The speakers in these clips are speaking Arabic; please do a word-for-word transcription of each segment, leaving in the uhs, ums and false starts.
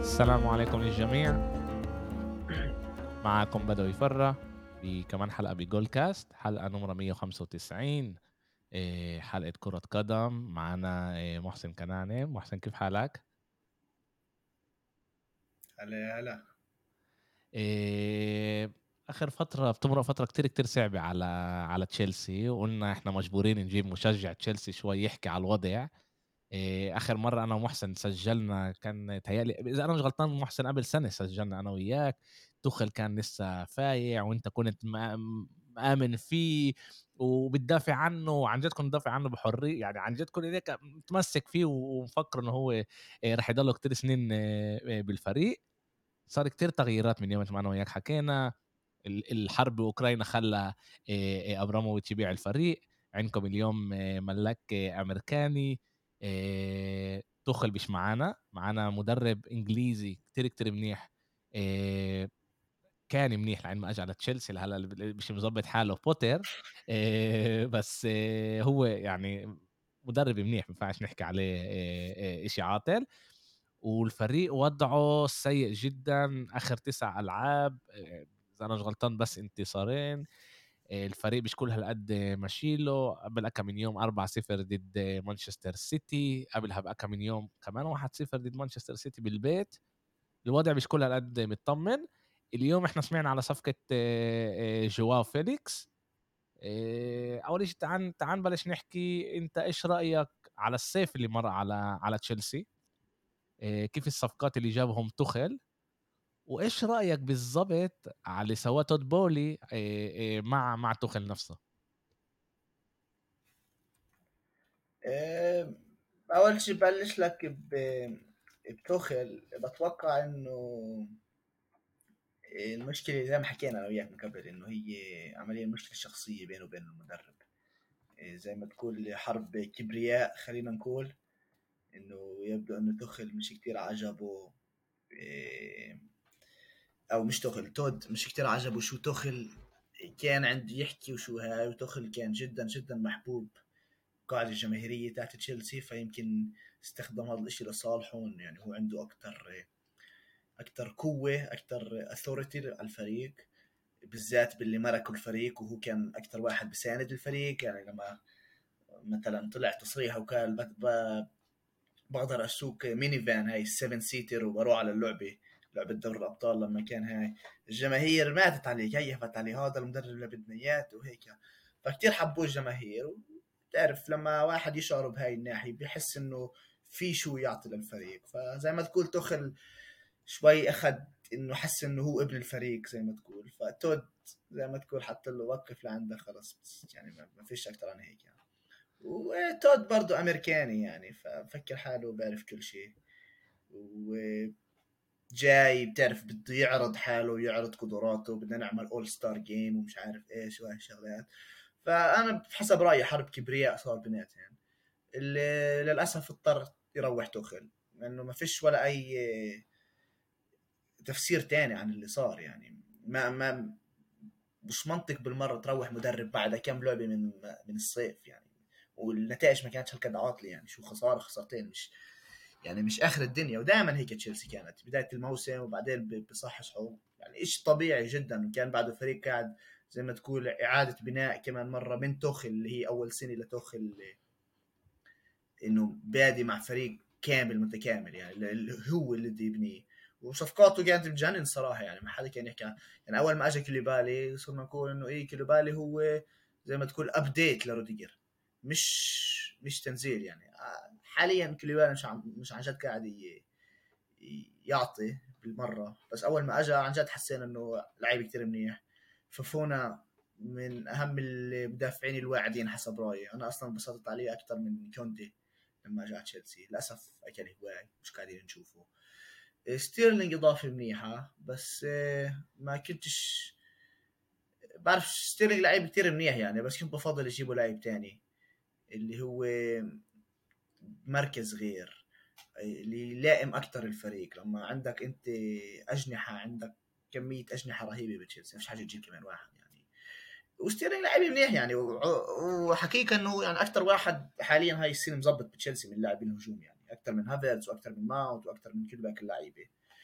السلام عليكم للجميع. معكم بدوي فرة بكمان حلقة بجول كاست، حلقة نمرة مية وخمسة وتسعين. إيه، حلقة كرة قدم. معنا إيه، محسن كنانة. محسن، كيف حالك؟ هلا هلا. إيه، آخر فترة بتمرق فترة كتير كتير صعبة على على تشيلسي، وقلنا إحنا مجبورين نجيب مشجع تشيلسي شوي يحكي على الوضع. إيه، آخر مرة أنا ومحسن سجلنا كان تهيألي، إذا أنا مش غلطان، محسن قبل سنة سجلنا أنا وياك. تخل كان لسه فايع وأنت كنت ما- مآمن فيه وبتدافع عنه، وعن جد كنت دافع عنه بحرية، يعني عن جد كنت هيك متمسك فيه ومفكر إنه هو إيه، رح يضله كتير سنين إيه، إيه، بالفريق. صار كتير تغييرات من يوم ما أنا وياك حكينا. ال- الحرب بأوكرانيا خلى إيه، إيه، أبراموفيتش يبيع الفريق. عندكم اليوم إيه، ملاك إيه، أمريكاني. إيه، توخل مش معانا معانا مدرب إنجليزي كتير كتير منيح. إيه، كان منيح لعين ما أجى على تشيلسي، هلا مش مظبط حاله بوتر. إيه، بس إيه، هو يعني مدرب منيح، ما ينفعش نحكي عليه إيه، إيه، إشي عاطل. والفريق وضعه سيء جدا آخر تسع ألعاب. إيه، إذا أنا مش غلطان بس انتصارين. إيه، الفريق مش كل هالقد ماشيله. قبل كم من يوم أربعة صفر ضد مانشستر سيتي، قبلها بقى كم من يوم كمان واحد صفر ضد مانشستر سيتي بالبيت. الوضع مش كل هالقد مطمن. اليوم احنا سمعنا على صفقة إيه، إيه، جواو فيليكس. إيه، اول شيء تعال تعال بلش نحكي، انت ايش رأيك على الصيف اللي مر على على تشيلسي؟ إيه، كيف الصفقات اللي جابهم تخل؟ وايش رايك بالضبط على اللي سواه تود بولي إيه إيه مع مع توخل نفسه؟ أه، أول شي ببلش لك ب- بتوخل. بتوقع إنه المشكلة زي ما حكينا أنا وياك من قبل، إنه هي عملية مشكلة شخصية بينه وبين المدرب. إيه، زي ما تقول حرب كبرياء، خلينا نقول إنه يبدو إنه توخل مش كتير عجبه. إيه، أو مش توخل، تود مش كتير عجبه شو توخل كان عنده يحكي وشو هاي. وتوخل كان جدا جدا محبوب القاعدة الجماهيرية تاعت تشيلسي، فيمكن استخدم هذا الاشي لصالحه، إنه يعني هو عنده أكتر أكتر قوة، أكتر أثوريتي على الفريق، بالذات باللي ملكوا الفريق، وهو كان أكتر واحد بيساند الفريق. يعني لما مثلا طلع تصريح وقال ب- ب- بقدر أسوق ميني فان، هاي السفن سيتر، وبروح على اللعبة، لعبة دوري الأبطال، لما كان هاي الجماهير ماتت عليه، كيفت عليه هذا المدرب اللي بدنا إياه وهيك. فكتير حبوه الجماهير. تعرف لما واحد يشعر بهاي الناحية بيحس انه في شو يعطي للفريق، فزي ما تقول تخل شوي اخذ انه حس انه هو ابن الفريق زي ما تقول. فتود زي ما تقول حط له وقف لعنده خلص، بس يعني ما ما فيش اكتر عن هيك يعني. وتود برضو امريكاني يعني، ففكر حاله بيعرف كل شيء، وجاي بتعرف بده يعرض حاله ويعرض قدراته، بدنا نعمل اول ستار جيم ومش عارف ايش وهاي الشغلات. فانا بحسب رايي حرب كبرياء صار بيناتهم، يعني اللي للاسف اضطر يروح توخل، لانه ما فيش ولا اي تفسير تاني عن اللي صار. يعني ما ما مش منطق بالمره تروح مدرب بعد كم لعبه من من الصيف يعني، والنتائج ما كانتش هالقد عاطله. يعني شو خساره خسارتين، مش يعني مش اخر الدنيا. ودائما هيك تشيلسي كانت بدايه الموسم وبعدين بصحصحوا، يعني ايش طبيعي جدا. وكان بعده فريق قاعد زي ما تقول اعاده بناء كمان مره من توخل، اللي هي اول سنه لتوخل، انه بادي مع فريق كامل متكامل، يعني اللي هو اللي بده يبنيه. وصفقاته كانت بتجنن صراحه، يعني ما حدا كان يحكي. يعني اول ما اجى كليبالي صرنا نقول انه ايه، كليبالي هو زي ما تقول ابديت لروديجر، مش مش تنزيل. يعني حاليا كليبالي مش عم مش عن جد قاعد ي- يعطي بالمره. بس اول ما اجى عن جد حسينا انه لعيب كتير منيح. ففونا من اهم المدافعين الواعدين حسب رايي. انا اصلا انبسطت عليه اكثر من كونتي لما جاء تشيلسي. للاسف اكل هواي مش قاعدين نشوفه. ستيرلينج اضافه منيحه، بس آه، ما كنتش بعرف. ستيرلينج لعيب كتير منيح يعني، بس كنت بفضل يجيبوا لعيب تاني اللي هو مركز غير، اللي يلائم اكثر الفريق. لما عندك انت اجنحه، عندك كميه اجنحه رهيبه بتشيلسي، مش حاجه تجيب كمان واحد يعني. وستيرلينج لاعب منيح يعني، وحقيقه انه يعني اكثر واحد حاليا هاي السنه مظبط بتشيلسي من لاعبين الهجوم، يعني اكثر من هافرتز واكثر من ماونت واكثر من كل باقي اللعيبه.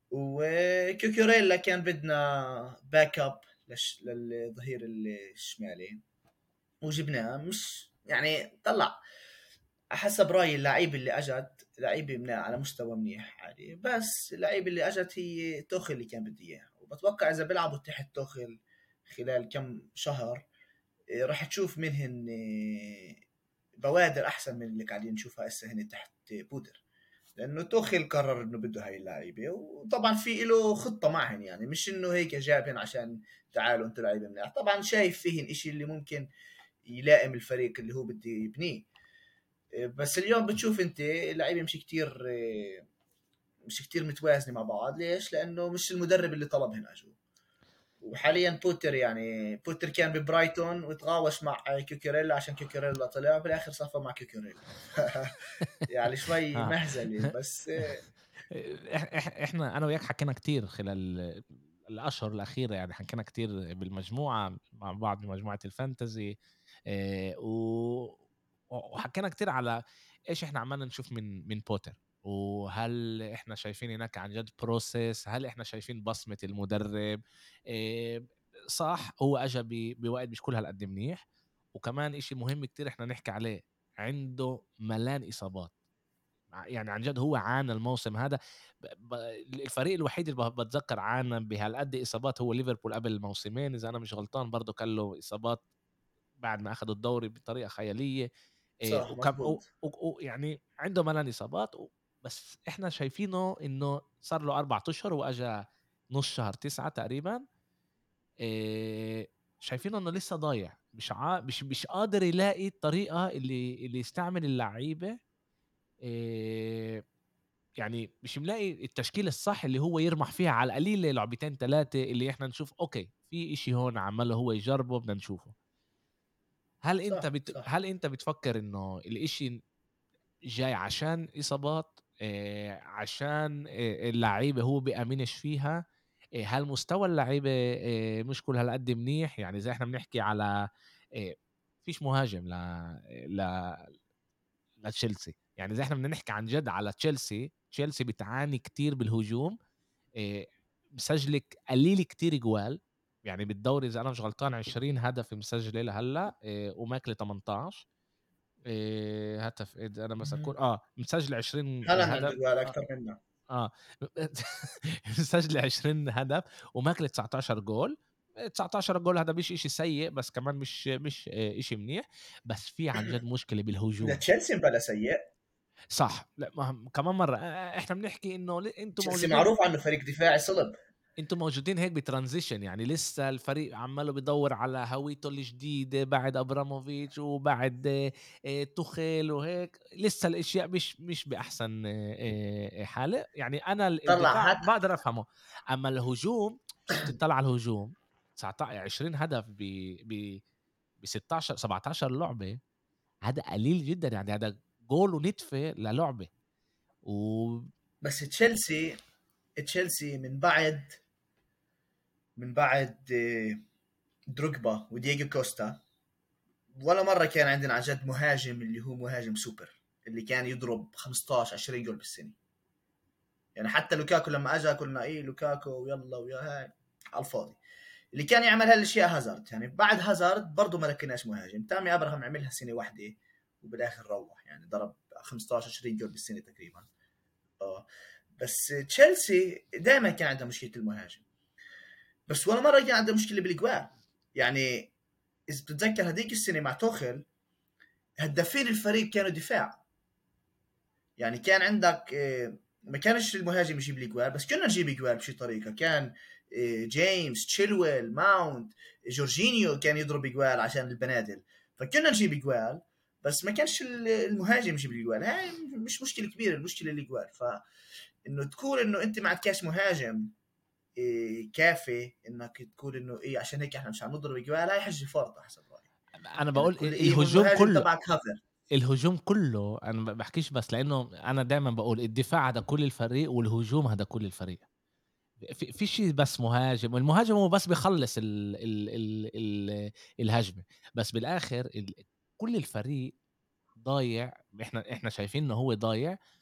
وكوكوريلا كان بدنا باك اب لش... للظهير الشمالي وجبناه. مش يعني طلع حسب رايي اللعيبه اللي اجت لعيبه منيح على مستوى منيح عادي، بس اللعيبه اللي اجت هي توخل اللي كان بدي اياها. وبتوقع اذا بيلعبوا تحت توخل خلال كم شهر إيه، راح تشوف منهن إيه، بوادر احسن من اللي قاعدين نشوفها هسه هن تحت بوتر. لانه توخيل قرر انه بده هاي اللعيبه، وطبعا في له خطه معهن، يعني مش انه هيك جابهن عشان تعالوا انتوا لعيبه منيح. طبعا شايف فيهن اشي اللي ممكن يلائم الفريق اللي هو بده يبنيه. بس اليوم بتشوف انت اللعيبه مش كتير مش كتير متوازنه مع بعض. ليش؟ لانه مش المدرب اللي طلبهن اجوا. وحاليا بوتر يعني بوتر كان ببرايتون وتغاوش مع كوكيريلا عشان كوكيريلا طلع، بالاخر صفى مع كوكيريلا. يعني شوي آه. مهزله بس. إح إح إحنا أنا وياك حكينا كتير خلال الأشهر الأخيرة، يعني حكينا كتير بالمجموعة مع بعض بمجموعة الفانتزي. آآ و وحكينا كتير على إيش إحنا عمالنا نشوف من من بوتر، وهل إحنا شايفين هناك عن جد process، هل إحنا شايفين بصمة المدرب. آآ صح، هو أجا ب بوقت مش كل هالقد منيح، وكمان إشي مهم كتير إحنا نحكي عليه، عنده ملان إصابات. ع يعني عن جد هو عانى الموسم هذا. ب ب الفريق الوحيد اللي ب باتذكّر عانى بهالقد إصابات هو ليفربول قبل الموسمين، إذا أنا مش غلطان برضه كان له إصابات بعد ما أخدوا الدوري بطريقة خيالية. آآ صح وكم و مزبوط. و ويعني عنده ملان إصابات و بس إحنا شايفينه إنه صار له أربعة أشهر وأجا نُص شهر تسعة تقريبًا. آآ شايفينه إنه لسه ضايع، مش عا مش مش قادر يلاقي الطريقة اللي اللي يستعمل اللعيبة. آآ يعني مش ملاقي التشكيلة الصح اللي هو يرمح فيها على القليلة لعبتين ثلاثة اللي إحنا نشوف أوكي في إشي هون عمّاله هو يجربه بدنا نشوفه. هل أنت صح بت صح. هل أنت بتفكر إنه الإشي جاي عشان إصابات، آآ عشان آآ اللعيبة هو بيأمنش فيها، آآ هل مستوى اللعيبة آآ مش كل هالقد منيح؟ يعني زي إحنا بنحكي على آآ فيش مهاجم ل ل لتشيلسي، يعني إذا إحنا بدنا نحكي عن جد على تشيلسي، تشيلسي بتعاني كتير بالهجوم. آآ مسجلة قليل كتير جوال، يعني بالدوري إذا أنا مش غلطان عشرين هدف مسجلة لهلّا، آآ وماكلة تمنتاشر. آآ هدف إذا أنا مثلًا مهم. أكون آه مسجلة عشرين هالاند عنده هدف. جوال آه، اكثر منا. آه مسجلة عشرين هدف وماكلة تسعتاشر جول. تسعتاشر جول هذا مش إشي سيء، بس كمان مش مش آآ إشي منيح، بس في عن جد مشكلة ده بالهجوم. تشيلسي بلا سيء. صح، لأ ما هم كمان مرّة آآ إحنا بنحكي إنه ل أنتم تشيلسي موجودين معروف عنه فريق دفاعي صلب. أنتم موجودين هيك بترانزيشن، يعني لسه الفريق عمّاله بيدوّر على هويته الجديدة بعد أبراموفيتش وبعد آآ توخيل وهيك، لسه الأشياء مش مش بأحسن آآ حالة. يعني أنا ال طلع الدفاع هات. باقدر أفهمه، أمّا الهجوم بتيجي تطلع على الهجوم تسعتا عشرين هدف ب ب بستاشر سبعتاشر لعبة، هذا قليل جدًا، يعني هذا جول ونتفة للعبة. و بس تشيلسي تشيلسي من بعد من بعد آه، دروجبا ودييغو كوستا ولا مرة كان عندنا عن جد مهاجم اللي هو مهاجم سوبر اللي كان يضرب خمستاشر عشرين جول بالسنة. يعني حتى لوكاكو لما اجى قلنا ايه لوكاكو ويلا ويا هاي على الفاضي. اللي كان يعمل هالاشياء هازارد. يعني بعد هازارد برضه ما لقيناش مهاجم. تامي ابراهام عملها سنة واحدة وبالاخر روح، يعني ضرب خمستاشر عشرين جول بالسنة تقريبا. اه. بس تشيلسي دائما كان عندها مشكلة المهاجم، بس ولا مرة كان عندها مشكلة بالاجوال. يعني اذا بتتذكر هذيك السنة مع توخل هدافين الفريق كانوا دفاع. يعني كان عندك آه، ما كانش المهاجم يجيب لي جوال، بس كنا نجيب جوال بشي طريقه. كان آه، جيمس تشيلويل ماونت جورجينيو كان يضرب جوال عشان البنادل، فكنا نجيب جوال. بس ما كانش المهاجم يجيب لي جوال. هاي مش مشكله كبيره، المشكله اللي جوال. فانه تقول انه انت ما عندكش مهاجم إيه كافي انك تقول انه ايه عشان هيك احنا مش عم نضرب جوال، هاي حجه فرض حسب رايي. أنا يعني باقول تقول لي ال ايه مو الهجوم المهاجم كلّه تبعك هافر. الهجوم كله انا ما باحكيش، بس لانه انا دايما بقول الدفاع هذا كل الفريق والهجوم هذا كل الفريق. في في شيء بس مهاجم، والمهاجم هو بس بيخلص ال ال ال ال الهجمه، بس بالاخر ال كل الفريق ضايع. احنا احنا شايفين انه هو ضايع،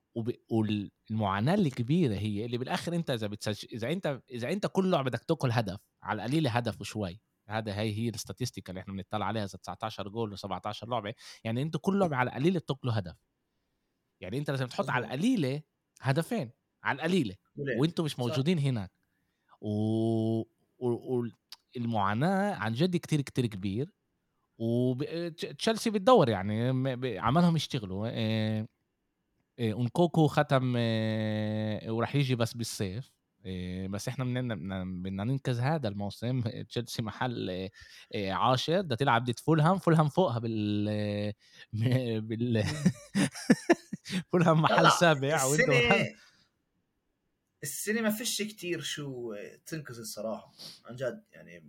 وب والمعاناة الكبيرة هي اللي بالآخر أنت إذا بتسج إذا أنت إذا أنت كل لعبة بدك تاكل هدف، على القليلة هدف وشوي، هذا هي هي الstatistic اللي إحنا بنطلع عليها إذا تسعتاشر جول و17 لعبة، يعني أنتم كل لعبة على القليلة بتاكلوا هدف، يعني أنت لازم تحط على مظبوط. القليلة هدفين، على القليلة، ولين وأنتم مش صح. موجودين هناك، و و وال المعاناة عن جد كتير، كتير كبير، وب تش تشيلسي بتدوّر يعني م ب عمالهم يشتغلوا آآ آآ أونكوكو ختم آآ وراح ييجي بس بالصيف، آآ بس إحنا بدنا بدنا بدنا ننقذ هذا الموسم. تشيلسي محل آآ عاشر بدها تلعب ضد فولهام، فولهام فوقها بال م بال إمم. فولهام محل هلأ سابع وأنتم محل. السنة السنة ما فيش كتير شو تنقذ الصراحة، عن جد يعني.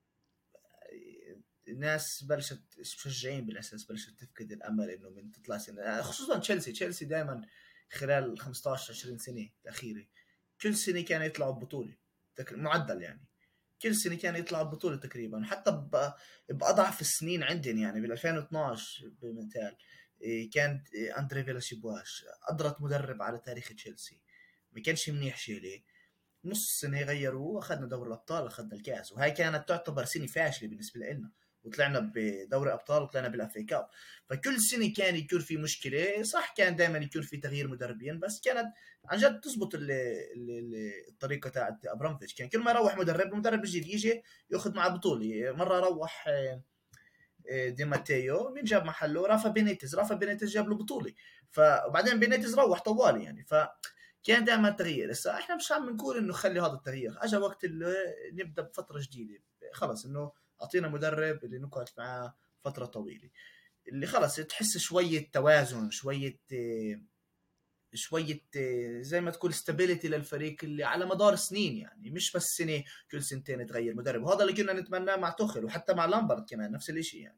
الناس بلشت مشجعين بالأساس بلشت تفقد الأمل إنه من تطلع سنة، خصوصا تشيلسي تشيلسي دائما خلال خمستاشر عشرين سنة الأخيرة كل سنة كانوا يطلعوا ببطولة تك- معدل يعني. كل سنة كانوا يطلعوا ببطولة تقريبا، حتى ب- بأضعف السنين عندهم يعني بال ألفين واثناشر بمثال إيه، كان إيه، أندري فيلا شيبواش أدرت مدرب على تاريخ تشيلسي، ما كانش منيح شيء ليه. نص سنة غيروه، أخذنا دوري الأبطال، أخذنا الكأس، وهاي كانت تعتبر سنة فاشلة بالنسبة لنا، وطلعنا بدوري أبطال وطلعنا بالأفري كاب. فكل سنة كان يكون في مشكلة، صح كان دائما يكون في تغيير مدربين، بس كانت عن جد تزبط ال ال ال الطريقة تاعت أبرامفيتش. كان كل ما يروح مدرب المدرب الجديد يجي ياخذ معه بطولة. مرة روح آه، آه، دي ماتيو، مين جاب محله؟ رافا بينيتز. رافا بينيتز جاب له بطولة، فبعدين بينيتز روح طوالي يعني. ف كان دائما تغيير. هسه احنا مش عم نقول انه خلي هذا التغيير، اجى وقت اللي نبدا بفتره جديده، خلص انه اعطينا مدرب اللي نقعد معاه فتره طويله، اللي خلص تحس شويه توازن، شويه آه، شويه آه، زي ما تقول ستابيليتي للفريق اللي على مدار سنين، يعني مش بس سنه كل سنتين تغير مدرب. وهذا اللي كنا نتمناه مع توخل، وحتى مع لامبرد كمان نفس الشيء يعني.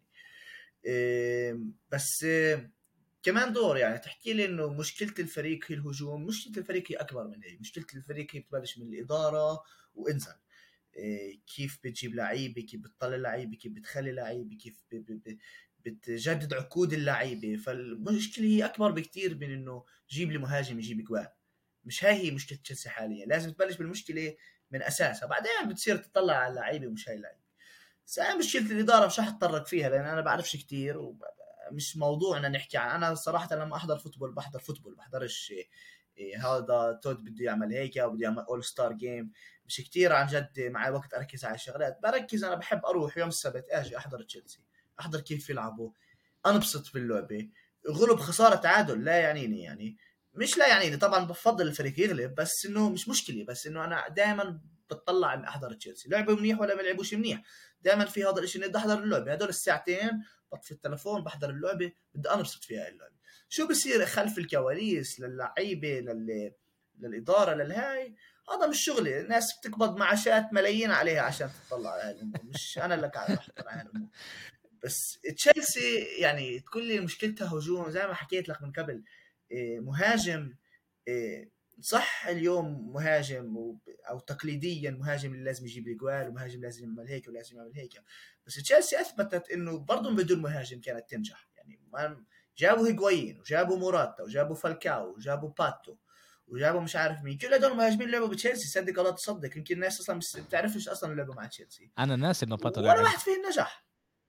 آه، بس آه، كمان دور يعني تحكي لي انه مشكله الفريق هي الهجوم. مشكله الفريق هي اكبر من هي. مشكله الفريق هي بتبلش من الاداره وانزل. إيه، كيف بتجيب لعيبه، كيف بتطلع لعيبه، كيف بتخلي لعيبه، كيف ب- ب- ب- بتجدد عقود اللعيبه. فالمشكله هي اكبر بكتير من انه جيب لي مهاجم يجيب جوال. مش هاي هي مشكله تشيلسي حاليا. لازم تبلش بالمشكله من اساسها، بعدين بتصير تطلع على اللعيبه ومش هاي اللعيبه. بس أنا مشكله الاداره مش رح اتطرق فيها لان انا بعرفش كتير، ومش موضوعنا نحكي عن. انا صراحه لما احضر فوتبول بحضر فوتبول، بحضرش إيه إيه هذا تود بده يعمل هيك او بده يعمل اول ستار جيم. مش كتير عن جد معي وقت اركز على الشغلات. بركز انا بحب اروح يوم السبت اجي احضر تشيلسي، احضر كيف يلعبوا، انبسط باللعبه. غلب خساره تعادل لا يعنيني يعني. مش لا يعنيني طبعا، بفضل الفريق يغلب، بس انه مش مشكله. بس انه انا دائما بتطلع اني احضر تشيلسي لعبوا منيح ولا ما لعبوش منيح. دائما في هذا الشيء اني بدي احضر اللعبه هدول الساعتين، بطفي التلفون بحضر اللعبه، بدي انبسط فيها اللعبه. شو بصير خلف الكواليس للعيبه لل للاداره للهاي، هذا مش شغلي. الناس بتقبض معاشات ملايين عليها عشان تطلع على هاي الامور، مش انا اللي قاعد احضر على هاي الامور. بس تشيلسي يعني تقول لي مشكلتها هجوم زي ما حكيت لك من قبل. إيه، مهاجم. إيه، صح اليوم مهاجم و- او تقليديا مهاجم اللي لازم يجيب الاجوال، ومهاجم لازم يعمل هيك ولازم يعمل هيك. بس تشيلسي اثبتت انه برضه بدون مهاجم كانت تنجح يعني. ما جابوا هيغوين وجابوا موراتا وجابوا فالكاو وجابوا باتو وجابوا مش عارف مين، كل هدول مهاجمين لعبوا بتشيلسي. صدق الله تصدق، يمكن الناس اصلا مش بتعرفش اصلا لعبوا مع تشيلسي. أنا ناسي إنه باتو لعب ولا عند. واحد فيهم نجح،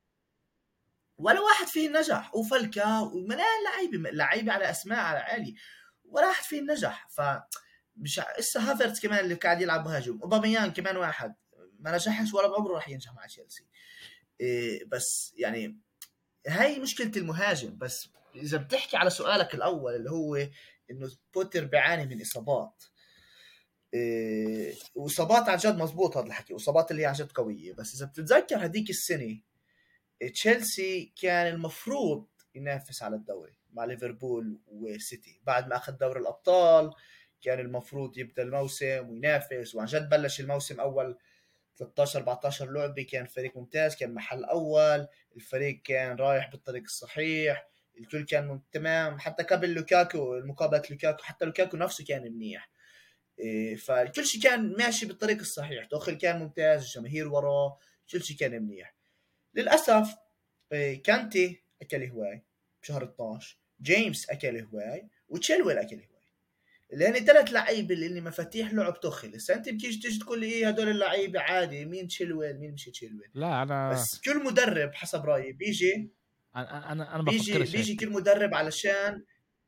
ولا واحد فيه نجح. وفلكا وملان لعيبه لعيبه على اسماء على عالي، ولا واحد فيه نجح. ف مش اسا هافرتس كمان اللي قاعد يلعب مهاجم، اوباميان كمان واحد ما نجحش ولا بعمره راح ينجح مع تشيلسي. إيه بس يعني هاي مشكله المهاجم. بس اذا بتحكي على سؤالك الاول اللي هو انه بوتر بيعاني من اصابات، إيه واصابات عن جد مزبوط هذا الحكي، واصابات اللي هي عن جد قويه. بس اذا بتتذكر هذيك السنه تشيلسي كان المفروض ينافس على الدوري مع ليفربول وسيتي بعد ما اخذ دوري الابطال. كان المفروض يبدا الموسم وينافس، وعن جد بلش الموسم اول ثلاثة عشر أربعتاشر لعبه كان فريق ممتاز، كان محل اول. الفريق كان رايح بالطريق الصحيح، الكل كان تمام. حتى قبل لوكاكو المقابله لوكاكو، حتى لوكاكو نفسه كان منيح. إيه، فكل شيء كان ماشي بالطريق الصحيح. توخل كان ممتاز، الجماهير وراه، كل شيء كان منيح. للاسف إيه، كانتي اكل هواي بشهر اثناشر، جيمس اكل هواي، وتشيلويل اكل هواي. لان ثلاث لعيبه اللي مفاتيح لعب توخل. هسه انت بتيجي تيجي تقول لي ايه هدول اللعيبه عادي، مين تشيلويل مين مش تشيلويل. لا انا بس كل مدرب حسب رايي بيجي انا انا انا بيجي بفكرش بيجي هيك. كل مدرب علشان،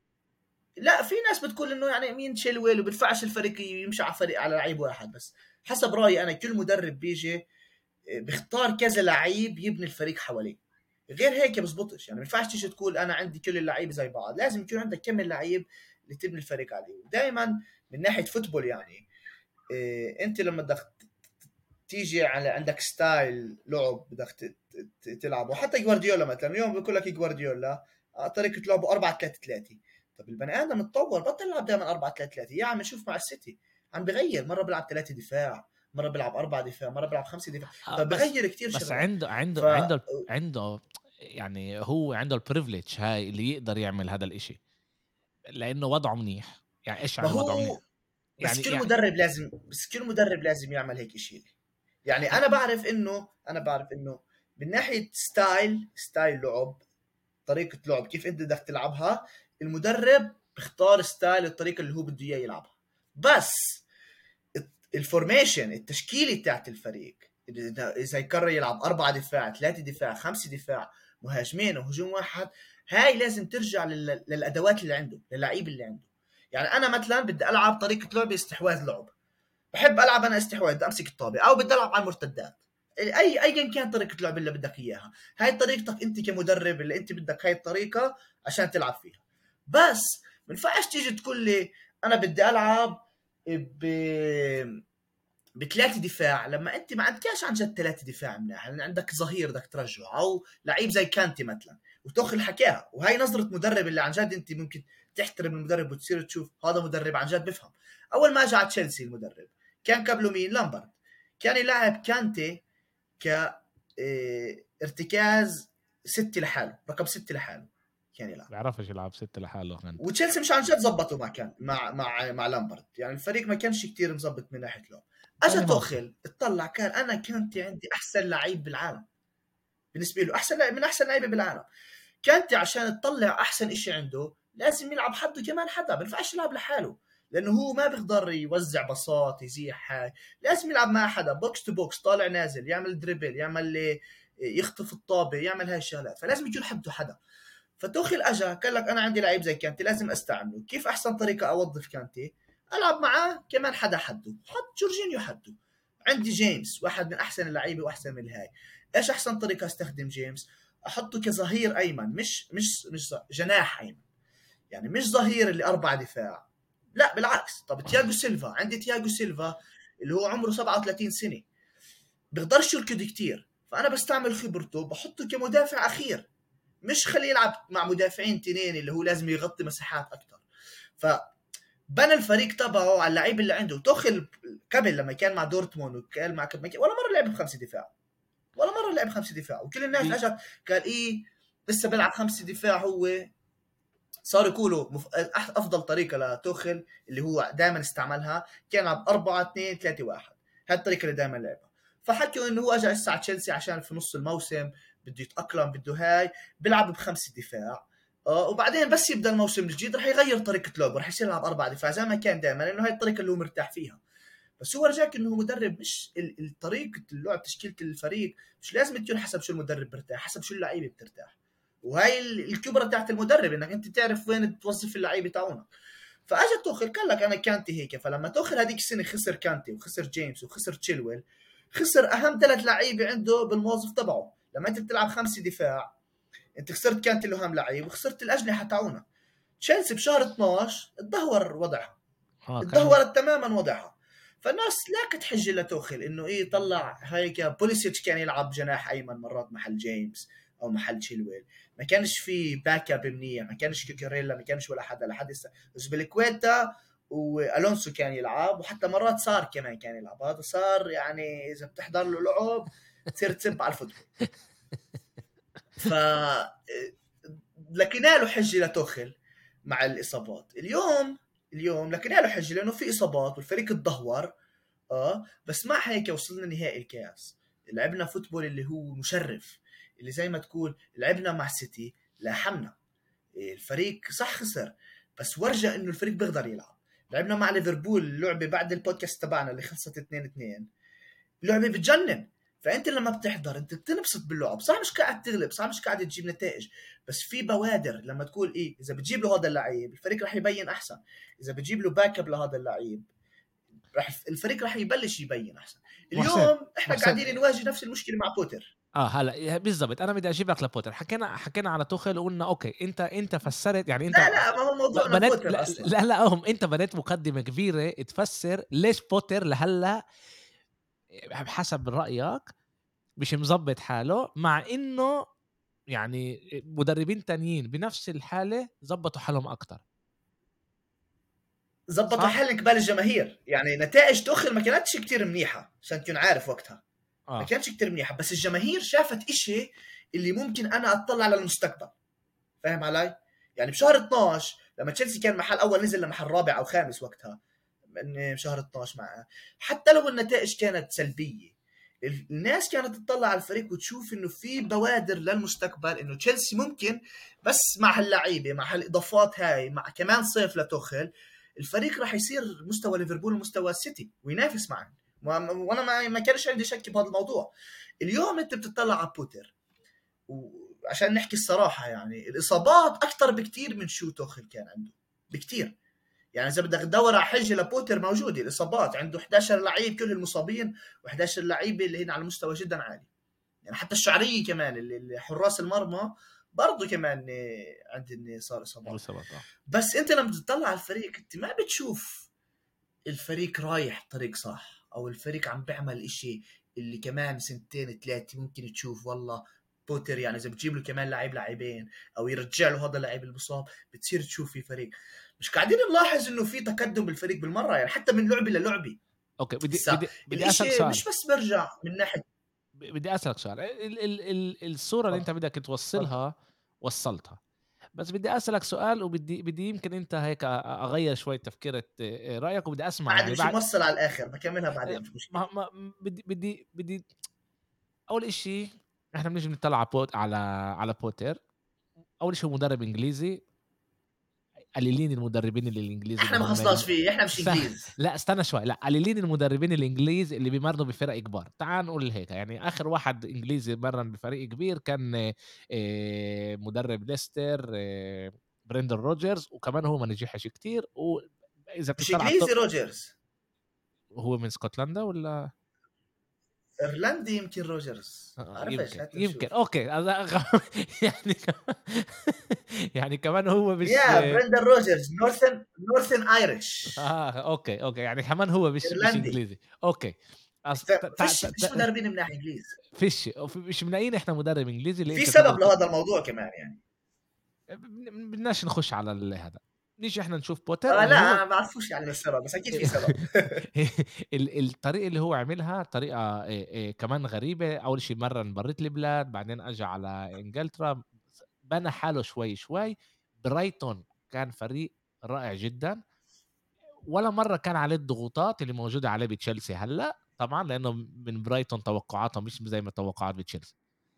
لا في ناس بتقول انه يعني مين تشيلويل وبدفعش الفريق يمشي على فريق على لعيب واحد. بس حسب رايي انا كل مدرب بيجي بيختار كذا لعيب يبني الفريق حواليه، غير هيك بزبطش. يعني ما ينفعش تيجي تقول انا عندي كل اللعيبه زي بعض، لازم يكون عندك كم اللعيب اللي تبني الفريق عليه. ودائما من ناحيه فوتبول يعني إيه، انت لما بدك تيجي على عندك ستايل لعب بدك تلعبه، حتى جوارديولا مثلا اليوم بيقول لك جوارديولا طريقه لعبه أربعة ثلاثة ثلاثة. طب البني ادم اتطور، بطل يلعب دائما أربعة ثلاثة ثلاثة. يا عم شوف مع السيتي عم بغير، مره بيلعب ثلاثه دفاع، مره بيلعب أربعة دفاع، مره بيلعب خمسة دفاع، آه، بس فبغير كتير بس شغلات. عنده ف عنده عنده عنده يعني هو عنده البريفليج هاي اللي يقدر يعمل هذا الاشي، لانه وضعه منيح. يعني ايش ما يعني وضعه هو منيح؟ بس يعني كل يعني مدرب لازم بس كل مدرب لازم يعمل هيك شيء. يعني أنا انا بعرف انه انا بعرف انه من ناحيه ستايل ستايل لعب، طريقه لعب كيف انت بدك تلعبها، المدرب بيختار ستايل الطريقه اللي هو بده اياه يلعبها. بس الفورميشن التشكيله تاعت الفريق، اذا إذا يقرر يلعب أربعة دفاع ثلاثة دفاع خمسة دفاع مهاجمين وهجوم واحد، هاي لازم ترجع لل... للادوات اللي عنده للعيب اللي عنده. يعني انا مثلا بدي العب طريقه لعبه استحواذ لعب، بحب العب انا استحواذ، بدي امسك الطابه او بدي العب على المرتدات. اي ايا كان طريقه اللعب اللي بدك اياها، هاي طريقتك انت كمدرب اللي انت بدك هاي الطريقه عشان تلعب فيها. بس ما ينفعش تيجي تقول لي انا بدي العب ب بثلاثه دفاع لما انت ما عندكش عن جد ثلاثه دفاع منيح، يعني عندك ظهير بدك ترجعه او لعيب زي كانتي مثلا وتاخذ حكاها. وهي نظره مدرب اللي عن جد انت ممكن تحترم المدرب وتصير تشوف هذا مدرب عن جد بفهم. اول ما جاء تشيلسي المدرب كان قبله مين؟ لامبرد. كان يلعب كانتي ك اه ارتكاز ستة لحاله، رقم ستة لحاله كان يلعب. بيعرفش يلعب ستة لحاله كانت. وتشيلسي مش عن جد زبطوا مع كان مع مع مع لامبرد، يعني الفريق ما كانش كتير مزبط من ناحيه لعب. اجى ثاني موسم. توخل اطلع كان انا كانت عندي احسن لعيب بالعالم بالنسبه له، احسن لعيب من احسن لعيبه بالعالم. كانت عشان تطلع احسن إشي عنده لازم يلعب حده كمان حدا، ما ينفعش يلعب لحاله لانه هو ما بيقدر يوزع بساط يزيح هاي، لازم يلعب مع حدا بوكس تو بوكس طالع نازل يعمل دريبل يعمل يخطف الطابه يعمل هاي الشغلات، فلازم يكون حده حدا. فتوخيل اجى قال لك انا عندي لعيب زي كانتي لازم استعمله، كيف احسن طريقه اوظف كانتي؟ العب معاه كمان حدا حده، حط جورجينيو حده. عندي جيمس واحد من احسن اللعيبه واحسن من الهاي، ايش احسن طريقه استخدم جيمس؟ احطه كظهير ايمن، مش مش مش جناح ايمن، يعني مش ظهير اللي اربع دفاع، لا بالعكس. طب تياجو سيلفا، عندي تياجو سيلفا اللي هو عمره سبعة وثلاثين سنه بيقدرش يركض كتير، فانا بستعمل خبرته بحطه كمدافع اخير، مش خليه يلعب مع مدافعين تنين اللي هو لازم يغطي مساحات اكثر. فبنى الفريق تبعه على اللعيب اللي عنده. توخل قبل لما كان مع دورتموند وكان مع كان ولا مره لعب بخمسه دفاع، ولا مره لعب خمسه دفاع، وكل الناس بي اجت قال ايه لسه بيلعب خمسه دفاع. هو صار يقولوا مف... افضل طريقه لتوخل اللي هو دائما استعملها كان يلعب أربعة اثنين ثلاثة واحد، هاي الطريقه اللي دائما لعبها. فحكوا انه هو اجى هسه على تشيلسي عشان في نص الموسم بده يتاقلم بده هاي بيلعب بخمسه دفاع. آه وبعدين بس يبدا الموسم الجديد رح يغير طريقه لعبه، رح يصير يلعب اربع دفاع زي ما كان دائما لانه هاي الطريقه اللي هو مرتاح فيها. بس هو رجاك انه مدرب مش الطريقه اللعب تشكيله الفريق مش لازم تكون حسب شو المدرب برتاح، حسب شو اللعيبه بترتاح. وهاي الكبرى تاعت المدرب انك انت تعرف وين توظف اللعيبه تاعونك. فاجى توخل قال لك انا كانتي هيك، فلما توخل هذيك السنه خسر كانتي وخسر جيمس وخسر تشيلويل، خسر اهم ثلاث لعيبه عنده بالموظف تبعه. لما انت بتلعب خمسه دفاع انت خسرت كانتي اللي اهم لعيب وخسرت الاجنحه تاعونك. تشيلسي بشهر اثناشر تدهور وضعها، اه كان تدهورت تماما وضعها. فالناس لاقت حجه لتوخل انه ايه طلع هيك. بوليسيتش كان يلعب جناح ايمن مرات محل جيمس او محل تشيلويل، ما كانش في باك اب منيح، ما كانش كيكاريلا، ما كانش ولا حدا لحد هسه. بس بالكويتا والونسو كان يلعب، وحتى مرات صار كمان كان يلعب. هذا صار يعني اذا بتحضر له لعب تصير تسب على الفوتبول. ف لكن له حجه لتوخل مع الاصابات اليوم. اليوم لكن له حجه لانه في اصابات والفريق اتدهور. اه بس مع هيك وصلنا نهائي الكاس، لعبنا فوتبول اللي هو مشرف، اللي زي ما تقول لعبنا مع سيتي لاحمنا. الفريق صح خسر بس ورجى انه الفريق بيقدر يلعب. لعبنا مع ليفربول لعبه بعد البودكاست تبعنا اللي خلصت اثنين اثنين، لعبه بتجنن. فانت لما بتحضر انت بتنبسط باللعب، صح مش قاعد تغلب، صح مش قاعد تجيب نتائج، بس في بوادر لما تقول ايه اذا بتجيب له هذا اللعيب الفريق راح يبين احسن، اذا بتجيب له باك اب لهذا اللعيب راح الفريق راح يبلش يبين احسن. محسن اليوم احنا محسن قاعدين نواجه نفس المشكله مع بوتر. اه هلا بالضبط انا بدي اجيبك لبوتر. حكينا حكينا على توخل وقلنا اوكي انت انت فسرت يعني انت لا لا ما هو موضوعنا بنيت بوتر لا اصلا. لا, لا هم انت بنيت مقدمه كبيره تفسر ليش بوتر لهلا بحسب رايك مش مزبط حاله، مع انه يعني مدربين تانيين بنفس الحاله زبطوا حالهم اكتر. زبطوا صح حالهم قبال الجماهير، يعني نتائج توخل ما كانتش كتير منيحه عشان تكون عارف وقتها، ما اه كانتش كتير منيحه، بس الجماهير شافت إشي اللي ممكن انا اطلع على المستقبل. فاهم علي؟ يعني بشهر اثناشر لما تشيلسي كان محل اول نزل لمحل رابع او خامس وقتها، من شهر اثناشر مع حتى لو النتائج كانت سلبيه الناس كانت تطلع على الفريق وتشوف انه في بوادر للمستقبل، انه تشيلسي ممكن بس مع هاللعيبه مع هالاضافات هاي مع كمان صيف لتوخل الفريق راح يصير مستوى ليفربول ومستوى السيتي وينافس معهم. وانا ما ما كانش عندي شك بهذا الموضوع. اليوم انت بتطلع على بوتر وعشان نحكي الصراحه يعني الاصابات اكثر بكتير من شو توخل كان عنده بكتير. يعني اذا بدك تدور على حجه لبوتر موجوده، الاصابات عنده إحدى عشر لعيب كل المصابين وإحدى عشر لعيبه اللي هنا على مستوى جدا عالي. يعني حتى الشعريه كمان اللي حراس المرمى برضه كمان عندن صار اصابات. بس انت لما تطلع على الفريق انت ما بتشوف الفريق رايح طريق صح، او الفريق عم بيعمل اشي اللي كمان سنتين ثلاثه ممكن تشوف والله بوتر يعني اذا بتجيب له كمان لاعب لاعبين او يرجع له هذا اللاعب المصاب بتصير تشوف في فريق. مش قاعدين نلاحظ انه في تقدم بالفريق بالمره، يعني حتى من لعبه للعبه. اوكي بدي بدي بدي اسالك الاشي سؤال، مش بس برجع من ناحيه بدي اسالك سؤال. ال ال ال الصوره اللي انت بدك توصلها وصلتها، بس بدي اسالك سؤال وبدي بدي يمكن انت هيك اغير شويه تفكير رايك وبدي اسمع بعد يعني مش بعد موصل على الاخر بكملها بعدين مش مشكله. ما ما بدي بدي بدي اول اشي احنا بنيجي نطلع على بوت على على بوتر. اول شيء مدرب انجليزي، قليلين المدربين اللي الانجليزي احنا اللي ما هم خصناش فيه، احنا مش انجليز. لا استنى شوي، لا قليلين المدربين الانجليز اللي بيمرنوا بفرق كبار. تعال نقول هيك يعني اخر واحد انجليزي مرن بفريق كبير كان مدرب ليستر بريندن روجرز، وكمان هو ما نجحش كتير. واذا مش بتطلع انجليزي روجرز، هو من اسكتلندا ولا ايرلندي يمكن روجرز، آه عرفش يمكن هات يمكن نشوف. اوكي يعني يعني كمان هو مش يا بريندن روجرز نورثن نورثن ايرش. اه اوكي اوكي يعني كمان هو مش مش ايرلندي. انجليزي. اوكي أص... تع... فيش تع... فيش مدربين مناح انجليز. فيش مش ملاقيين احنا مدرب انجليزي اللي في انت تقدر سبب ت... لهذا الموضوع كمان يعني. بدناش نخش على ال... هذا. نيجي احنا نشوف بوتر آه اللي لا هو ما بعرفوش يعني السبب، بس اكيد في سبب. ال... الطريقه اللي هو عملها طريقه إيه إيه كمان غريبه. اول شيء مرن بريت البلاد، بعدين اجى على انجلترا بنى حاله شوي شوي. برايتون كان فريق رائع جدا، ولا مره كان عليه الضغوطات اللي موجوده عليه بتشيلسي هلا طبعا، لانه من برايتون توقعاتهم مش زي ما توقعات بتشيلسي.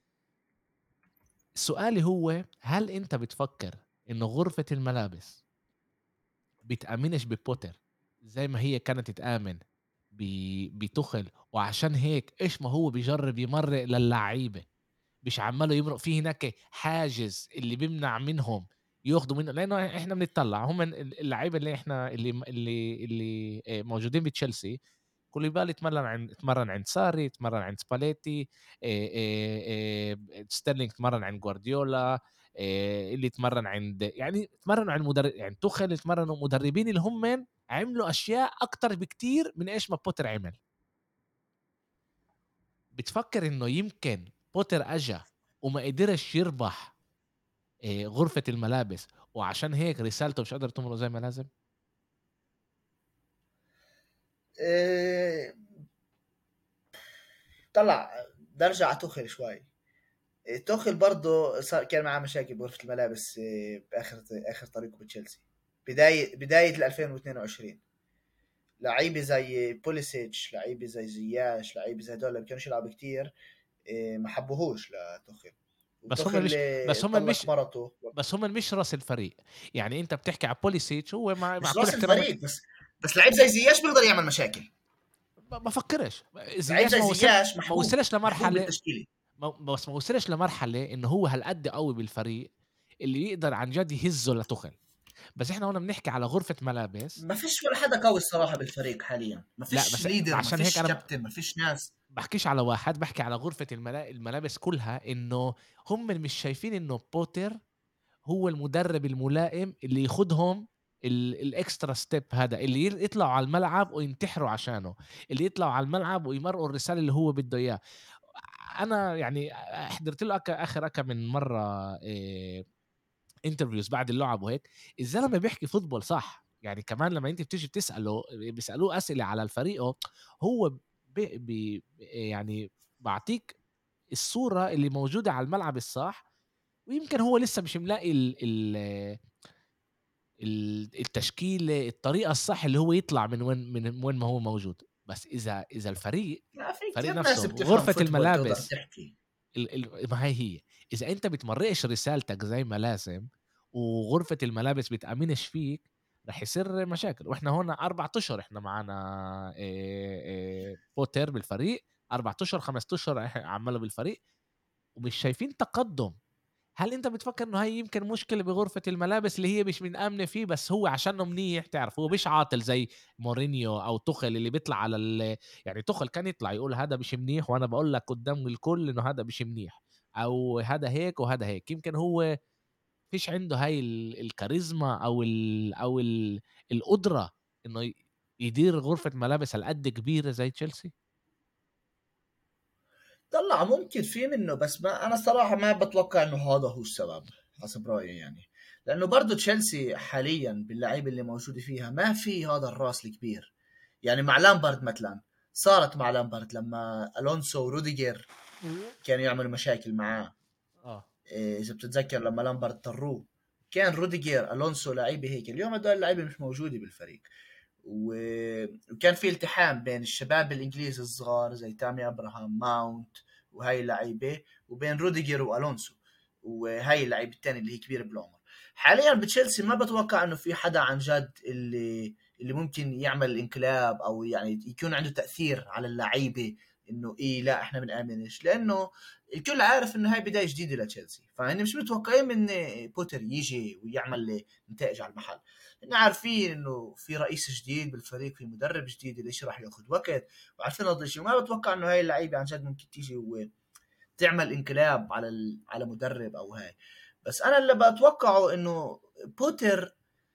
سؤالي هو هل انت بتفكر انه غرفه الملابس بتامنش ببوتر زي ما هي كانت تتامن بتخل، وعشان هيك ايش ما هو بيجرب يمرق للعيبه مش عماله يمرق فيه هناك حاجز اللي بيمنع منهم ياخدوا منه. لانه احنا بنطلع هم اللعيبه اللي احنا اللي اللي اللي موجودين بتشيلسي كوليبالي اتمرن عند اتمرن عند ساري، اتمرن عند سباليتي، إيه إيه إيه ستيرلينج اتمرن عند جوارديولا، إيه اللي اتمرن عند يعني اتمرنوا عند مدرب يعني توخل اتمرنوا مدربين اللي هم عملوا اشياء اكتر بكتير من ايش ما بوتر عمل. بتفكر انه يمكن بوتر اجا وما قدرش يربح إيه غرفة الملابس وعشان هيك رسالته مش قادر تمر زي ما لازم؟ إيه... طلع درجة على توخل شوي. إيه... توخل برضه صار كان معاه مشاكل بغرفة الملابس إيه... بآخر آخر طريقه بتشيلسي، بداية بداية ألفين واثنين وعشرين. لعيبة زي بوليسيتش، لعيبة زي زياش، لعيبة زي دول ما كانوش يلعبوا كتير إيه... ما حبوهوش لتوخل. بس هم مش بس هم طلق مش مرته. بس هم مش راس الفريق. يعني انت بتحكي على بوليسيتش هو مع مع مش كل راس احترامي الفريق بس بس لعيب زي زياش بيقدر يعمل مشاكل. ما بفكرش لعيب زياش زي ما وصل زياش ما محبوب وصلش محبوب لمرحله بالتشكيله. ما بس ما وصلش لمرحله انه هو هالقد قوي بالفريق اللي يقدر عن جد يهزه لتخل. بس احنا هنا بنحكي على غرفه ملابس. ما فيش ولا حدا قوي الصراحه بالفريق حاليا، ما لا فيش بس ليدر، ما عشان هيك فيش انا كابتن، ما فيش ناس. بحكيش على واحد، بحكي على غرفه الملا... الملابس كلها، انه هم مش شايفين انه بوتر هو المدرب الملائم اللي ياخدهم الاكسترا ستيب، هذا اللي يطلعوا على الملعب وينتحروا عشانه، اللي يطلعوا على الملعب ويمرقوا الرساله اللي هو بده اياه. انا يعني حضرت له أكا اخر أكا من مره إيه انترفيوز بعد اللعب وهيك، الزلمه بيحكي فوتبول صح يعني. كمان لما انت بتيجي بتساله بيسالوه اسئله على الفريق، هو بي بي يعني بعطيك الصوره اللي موجوده على الملعب الصح. ويمكن هو لسه مش ملاقي ال ال التشكيله الطريقه الصح اللي هو يطلع من وين من وين ما هو موجود. بس اذا اذا الفريق لا، في فريق كثير ناس نفسه بتفهم غرفه فوتبول تقدر الملابس تحكي. ال ال ما هي هي اذا انت بتمرقش رسالتك زي ما لازم، وغرفه الملابس بتامنش فيك، رح يصير مشاكل. واحنا هون اربع اشهر احنا معانا إيه إيه بوتر بالفريق، اربع اشهر خمس اشهر عمله بالفريق ومش شايفين تقدم. هل انت بتفكر انه هاي يمكن مشكله بغرفه الملابس اللي هي مش من امنه فيه، بس هو عشانه منيح، تعرف هو مش عاطل زي مورينيو او تخل اللي بيطلع على ال... يعني تخل كان يطلع يقول هذا مش منيح وانا بقول لك قدام الكل انه هذا مش منيح، او هذا هيك وهذا هيك. يمكن هو فيش عنده هاي ال... الكاريزما او ال... او ال... القدره انه ي- يدير غرفه ملابس هالقد كبيره زي تشيلسي. طلع ممكن في منه، بس ما انا الصراحه ما بتوقع انه هذا هو السبب حسب رايي يعني. لانه برضه تشيلسي حاليا باللعيبه اللي موجوده فيها ما في هذا الراس الكبير. يعني مع لامبارد مثلا صارت مع لامبارد لما الونسو وروديجر كانوا يعملوا مشاكل معاه. اه إيه، اذا بتتذكر لما لامبارد طروه، كان روديجر الونسو لعيبه هيك. اليوم هدول اللعيبه مش موجوده بالفريق. و- وكان في التحام بين الشباب الانجليز الصغار زي تامي ابراهام ماونت وهاي اللعيبه، وبين روديجر والونسو وهاي اللعيبه الثانيه اللي هي كبيره بالعمر. حاليا بتشيلسي ما بتوقع انه في حدا عن جد اللي اللي ممكن يعمل انقلاب او يعني يكون عنده تاثير على اللعيبه، انه ايه لا احنا بنآمنش، لانه الكل عارف انه هاي بدايه جديده لتشيلسي. فهن مش متوقعين من بوتر يجي ويعمل نتائج على المحل. احنا عارفين انه في رئيس جديد بالفريق، في مدرب جديد، الاشي راح ياخذ وقت، وعارفين هذا الشيء. وما بتوقع انه هاي اللعيبه عن جد ممكن تيجي وتعمل انقلاب على ال... على مدرب او هاي. بس انا اللي بتوقعه انه بوتر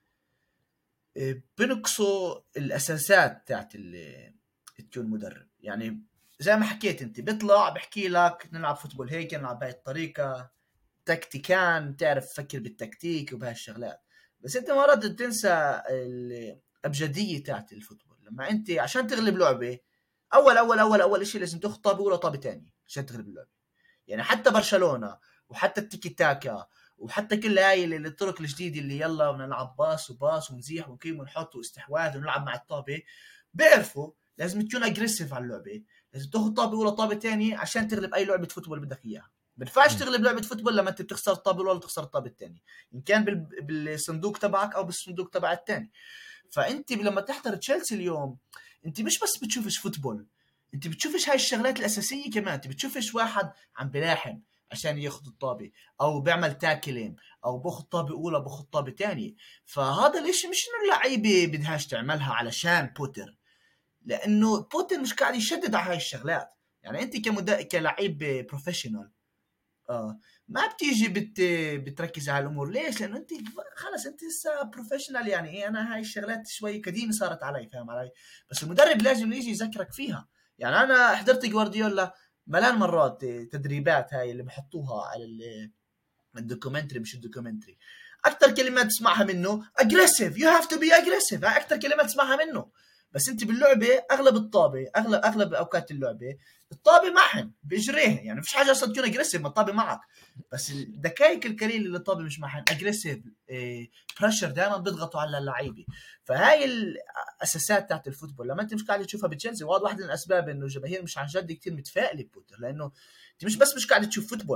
آه، بنقصوا الاساسات تاعت اللي تكون مدرب. يعني زي ما حكيت انت بيطلع بحكي لك نلعب فوتبول هيك، نلعب بهاي الطريقه، تكتيكان، تعرف تفكر بالتكتيك وبهالشغلات. بس انت مرات تنسى الابجديه تاعت الفوتبول. لما انت عشان تغلب لعبه، اول اول اول اول شيء لازم تاخذ طابه اولى وطابه ثانيه عشان تغلب اللعبه. يعني حتى برشلونه وحتى التيكي تاكا وحتى كل هاي ال- الطرق الجديده اللي يلا بنلعب باص وباص ونزيح ونقيم ونحط واستحواذ ونلعب مع الطابه، بيعرفوا لازم تكون اجريسيف على اللعبه، لازم تاخذ طابه اولى طابه ثانيه عشان تغلب اي لعبه فوتبول بدك اياها. ما بينفعش مم. تغلب لعبه فوتبول لما انت بتخسر الطابه الاولى وتخسر الطابه الثانيه، ان كان بال... بالصندوق تبعك او بالصندوق تبع الثاني. فانت لما تحضر تشيلسي اليوم، انت مش بس بتشوفش فوتبول، انت بتشوفش هاي الشغلات الاساسيه كمان. انت بتشوفش واحد عم بلاحم عشان ياخذ الطابه، او بيعمل تاكلين، او باخذ طابه اولى باخذ طابه ثانيه. فهذا الاشي مش انه اللعيبه بدهاش تعملها علشان بوتر، لانه بوتر مش قاعد يشدد على هاي الشغلات. يعني انت كمدا... كلاعب بروفيشنال اه ما بتيجي بت... بتركز على الامور. ليش؟ لانه انت خلص انت لسه بروفيشنال. يعني ايه، انا هاي الشغلات شوي قديمه صارت علي، فاهم علي؟ بس المدرب لازم يجي يذكرك فيها. يعني انا حضرت جوارديولا ملان مرات تدريبات هاي اللي بحطوها على ال- الدوكيومنتري، مش الدوكيومنتري، اكثر كلمات تسمعها منه اجريسيف، يو هاف تو بي اجريسيف، اكثر كلمات تسمعها منه. بس انت باللعبه اغلب الطابه، اغلب اغلب اوقات اللعبه الطابه معهم بيجريها. يعني مفيش حاجه اصلا تكون اجريسيف ما الطابه معك. بس الدقائق القليله اللي الطابه مش معهم اجريسيف، إيه بريشر دائما بيضغطوا على اللعيبه. فهاي الاساسات تاعت الفوتبول لما انت مش قاعد تشوفها بتشيلسي، وهذا واحد من الاسباب انه الجماهير مش عن جد كثير متفائله ببوتر. لانه انت مش بس مش قاعد تشوف فوتبول،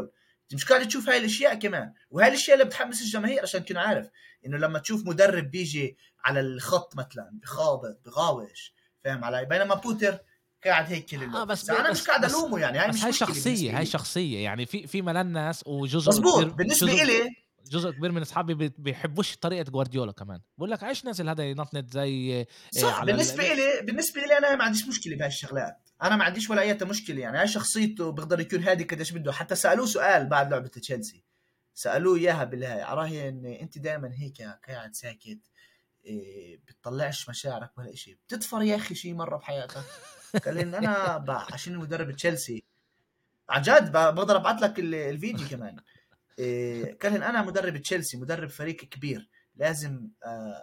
انت مش قاعد تشوف هاي الاشياء كمان، وهاي الاشياء اللي بتحمس الجماهير عشان تكون عارف انه لما تشوف مدرب بيجي على الخط مثلا بخابط بغاوش، فاهم علي؟ بينما بوتر قاعد هيك كل اه الوقت. بس بس ب... انا مش بس قاعد بس الومه، يعني هاي بس مش هاي مشكله بالنسبه شخصيه، هاي لي. شخصيه يعني في في ملان ناس، وجزء مزبوط كبير بالنسبه جزء إلي. جزء كبير من اصحابي بي- بيحبوش طريقه جوارديولا كمان، بقول لك عيش نازل هذا ينطنط زي آه، صح، على بالنسبه ال... إلي بالنسبه إلي انا ما عنديش مشكله بهاي الشغلات، انا ما عنديش ولا اي مشكله. يعني هاي شخصيته بيقدر يكون هادي قديش بده. حتى سالوه سؤال بعد لعبه تشيلسي، سالوه اياها بالهاي، عراهي ان انت دائما هيك قاعد ساكت، إيه بتطلعش مشاعرك ولا شيء، بتطفر يا اخي شيء مره بحياتك؟ قال لي ان انا ب- عشان مدرب تشيلسي، عن جد ب- بقدر ابعث لك ال- الفيديو كمان. إيه قال لي انا مدرب تشيلسي، مدرب فريق كبير، لازم آه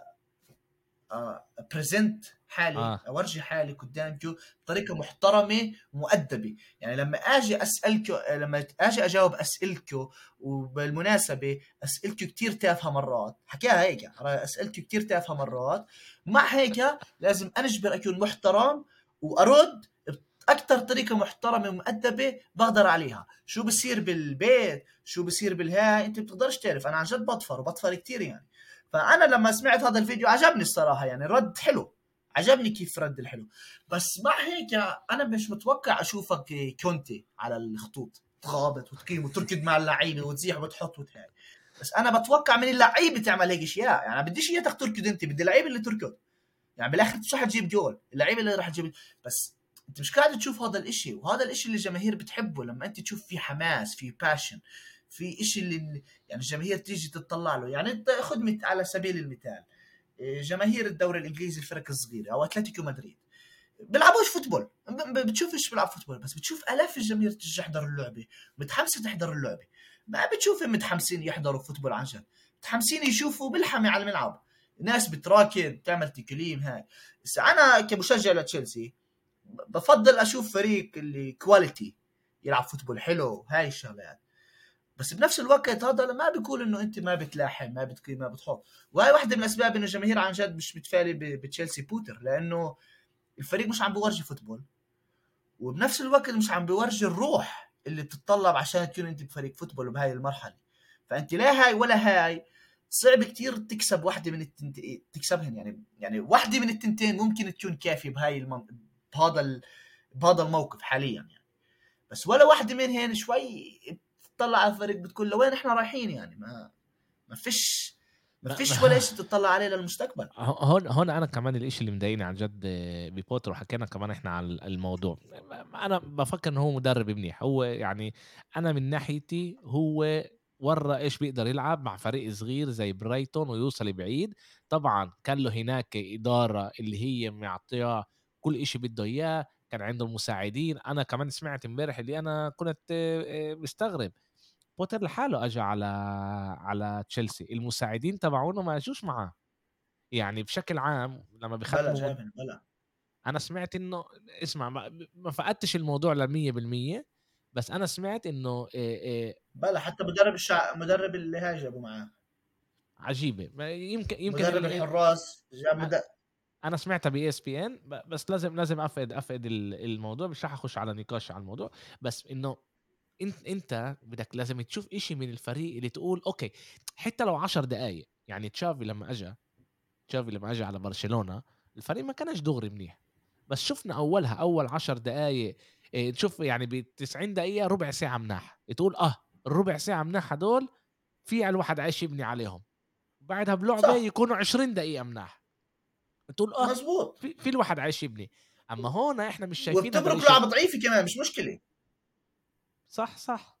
بريزنت حالي، اه اورجي حالي قدامكم بطريقه محترمه ومؤدبه. يعني لما اجي اسالكم، لما اجي اجاوب اسئلتكم، وبالمناسبه اسئلتكم كتير تافهه مرات، حكاها هيك، اسئلتكم كتير تافهه مرات، مع هيك لازم انجبر اكون محترم وارد اكثر طريقه محترمه ومؤدبه بقدر عليها. شو بصير بالبيت، شو بصير بالهاي، انت بتقدرش تعرف. انا عن جد بطفر وبطفر كتير يعني. فانا لما سمعت هذا الفيديو عجبني الصراحه، يعني الرد حلو، عجبني كيف رد الحلو. بس مع هيك انا مش متوقع اشوفك كونتي على الخطوط تغابط وتقيم وتركض مع اللعيبه وتزيح وتحط وتهاي. بس انا بتوقع من اللعيبه تعمل هيك اشياء. يعني ما بديش اياك تركض، انت بدي اللعيبه اللي تركض. يعني بالاخر مش رح تجيب جول، اللعيبه اللي رح تجيب. بس انت مش قاعد تشوف هذا الاشي، وهذا الاشي اللي الجماهير بتحبه، لما انت تشوف في حماس، في باشن، في اشي اللي يعني الجماهير تيجي تطلع له. يعني انت خذ مت- على سبيل المثال إيه، جماهير الدوري الانجليزي، الفرق الصغيره او اتلتيكو مدريد، بيلعبوش فوتبول، ب- ب- بتشوفش بيلعب فوتبول، بس بتشوف الاف الجماهير تيجي تحضر اللعبه، متحمسه تحضر اللعبه. ما بتشوفهم متحمسين يحضروا فوتبول عن جد، متحمسين يشوفوا بالحمي على الملعب، ناس بتراكد تعمل تكليم هاي. بس انا كمشجع لتشيلسي بفضل اشوف فريق اللي كواليتي يلعب فوتبول حلو، هاي الشغلات. بس بنفس الوقت هذا ما بيقول انه انت ما بتلاحم، ما بتقي ما بتحط. وهي واحده من الاسباب انه الجماهير عن جد مش متفائله ب- بتشيلسي بوتر، لانه الفريق مش عم بيورجي فوتبول، وبنفس الوقت مش عم بيورجي الروح اللي بتتطلب عشان تكون انت بفريق فوتبول بهاي المرحله. فانت لا هاي ولا هاي، صعب كتير تكسب واحده من التنت... تكسبهن. يعني يعني واحده من التنتين ممكن تكون كافيه بهاي المن... بهذا ال... بهذا الموقف حاليا يعني. بس ولا واحده منهن شوي بتطلع على الفريق بتقول لوين احنا رايحين. يعني ما ما فيش ما ما فيش ولا ما شيء تطلع عليه للمستقبل. هون هون انا كمان الاشي اللي مضايقني عن جد ببوتر، وحكينا كمان احنا على الموضوع. انا بفكر ان هو مدرب منيح، هو يعني انا من ناحيتي هو ورى ايش بيقدر يلعب مع فريق صغير زي برايتون ويوصل بعيد. طبعا كان له هناك اداره اللي هي معطيه كل اشي بده اياه، كان عنده المساعدين. انا كمان سمعت امبارح اللي انا كنت آه، آه، مستغرب، بوتر لحاله اجى على على تشيلسي، المساعدين تبعونه ما اجوش معاه. يعني بشكل عام لما بلا بيختموا مد... جابن بلا. انا سمعت انه اسمع، ما, ما فقدتش الموضوع لمية بالمية، بس انا سمعت انه إيه إيه بلا حتى مدرب الشع... مدرب اللي هاي جابوا معاه، عجيبه. ما- يمكن يمكن مدرب ال... الحراس جاب ال... مد... انا سمعتها بي اس بي ان، بس لازم لازم افقد افقد ال- الموضوع، مش رح اخش على نقاش على الموضوع. بس انه انت انت بدك لازم تشوف اشي من الفريق اللي تقول اوكي، حتى لو عشر دقائق. يعني تشافي لما اجى تشافي لما اجى على برشلونة، الفريق ما كانش دغري منيح، بس شفنا اولها اول عشر دقائق. إيه، تشوف يعني بتسعين دقيقة ربع ساعة مناح، تقول اه الربع ساعة مناح هدول في الواحد عايش يبني عليهم. بعدها بلعبة صح يكونوا عشرين دقيقة مناح، تقول اه مزبوط. في, في الواحد عايش يبني. اما هون احنا مش شايفين هذا وبتبرك الاشي. لعبة ضعيفة كمان مش مشكلة. صح صح.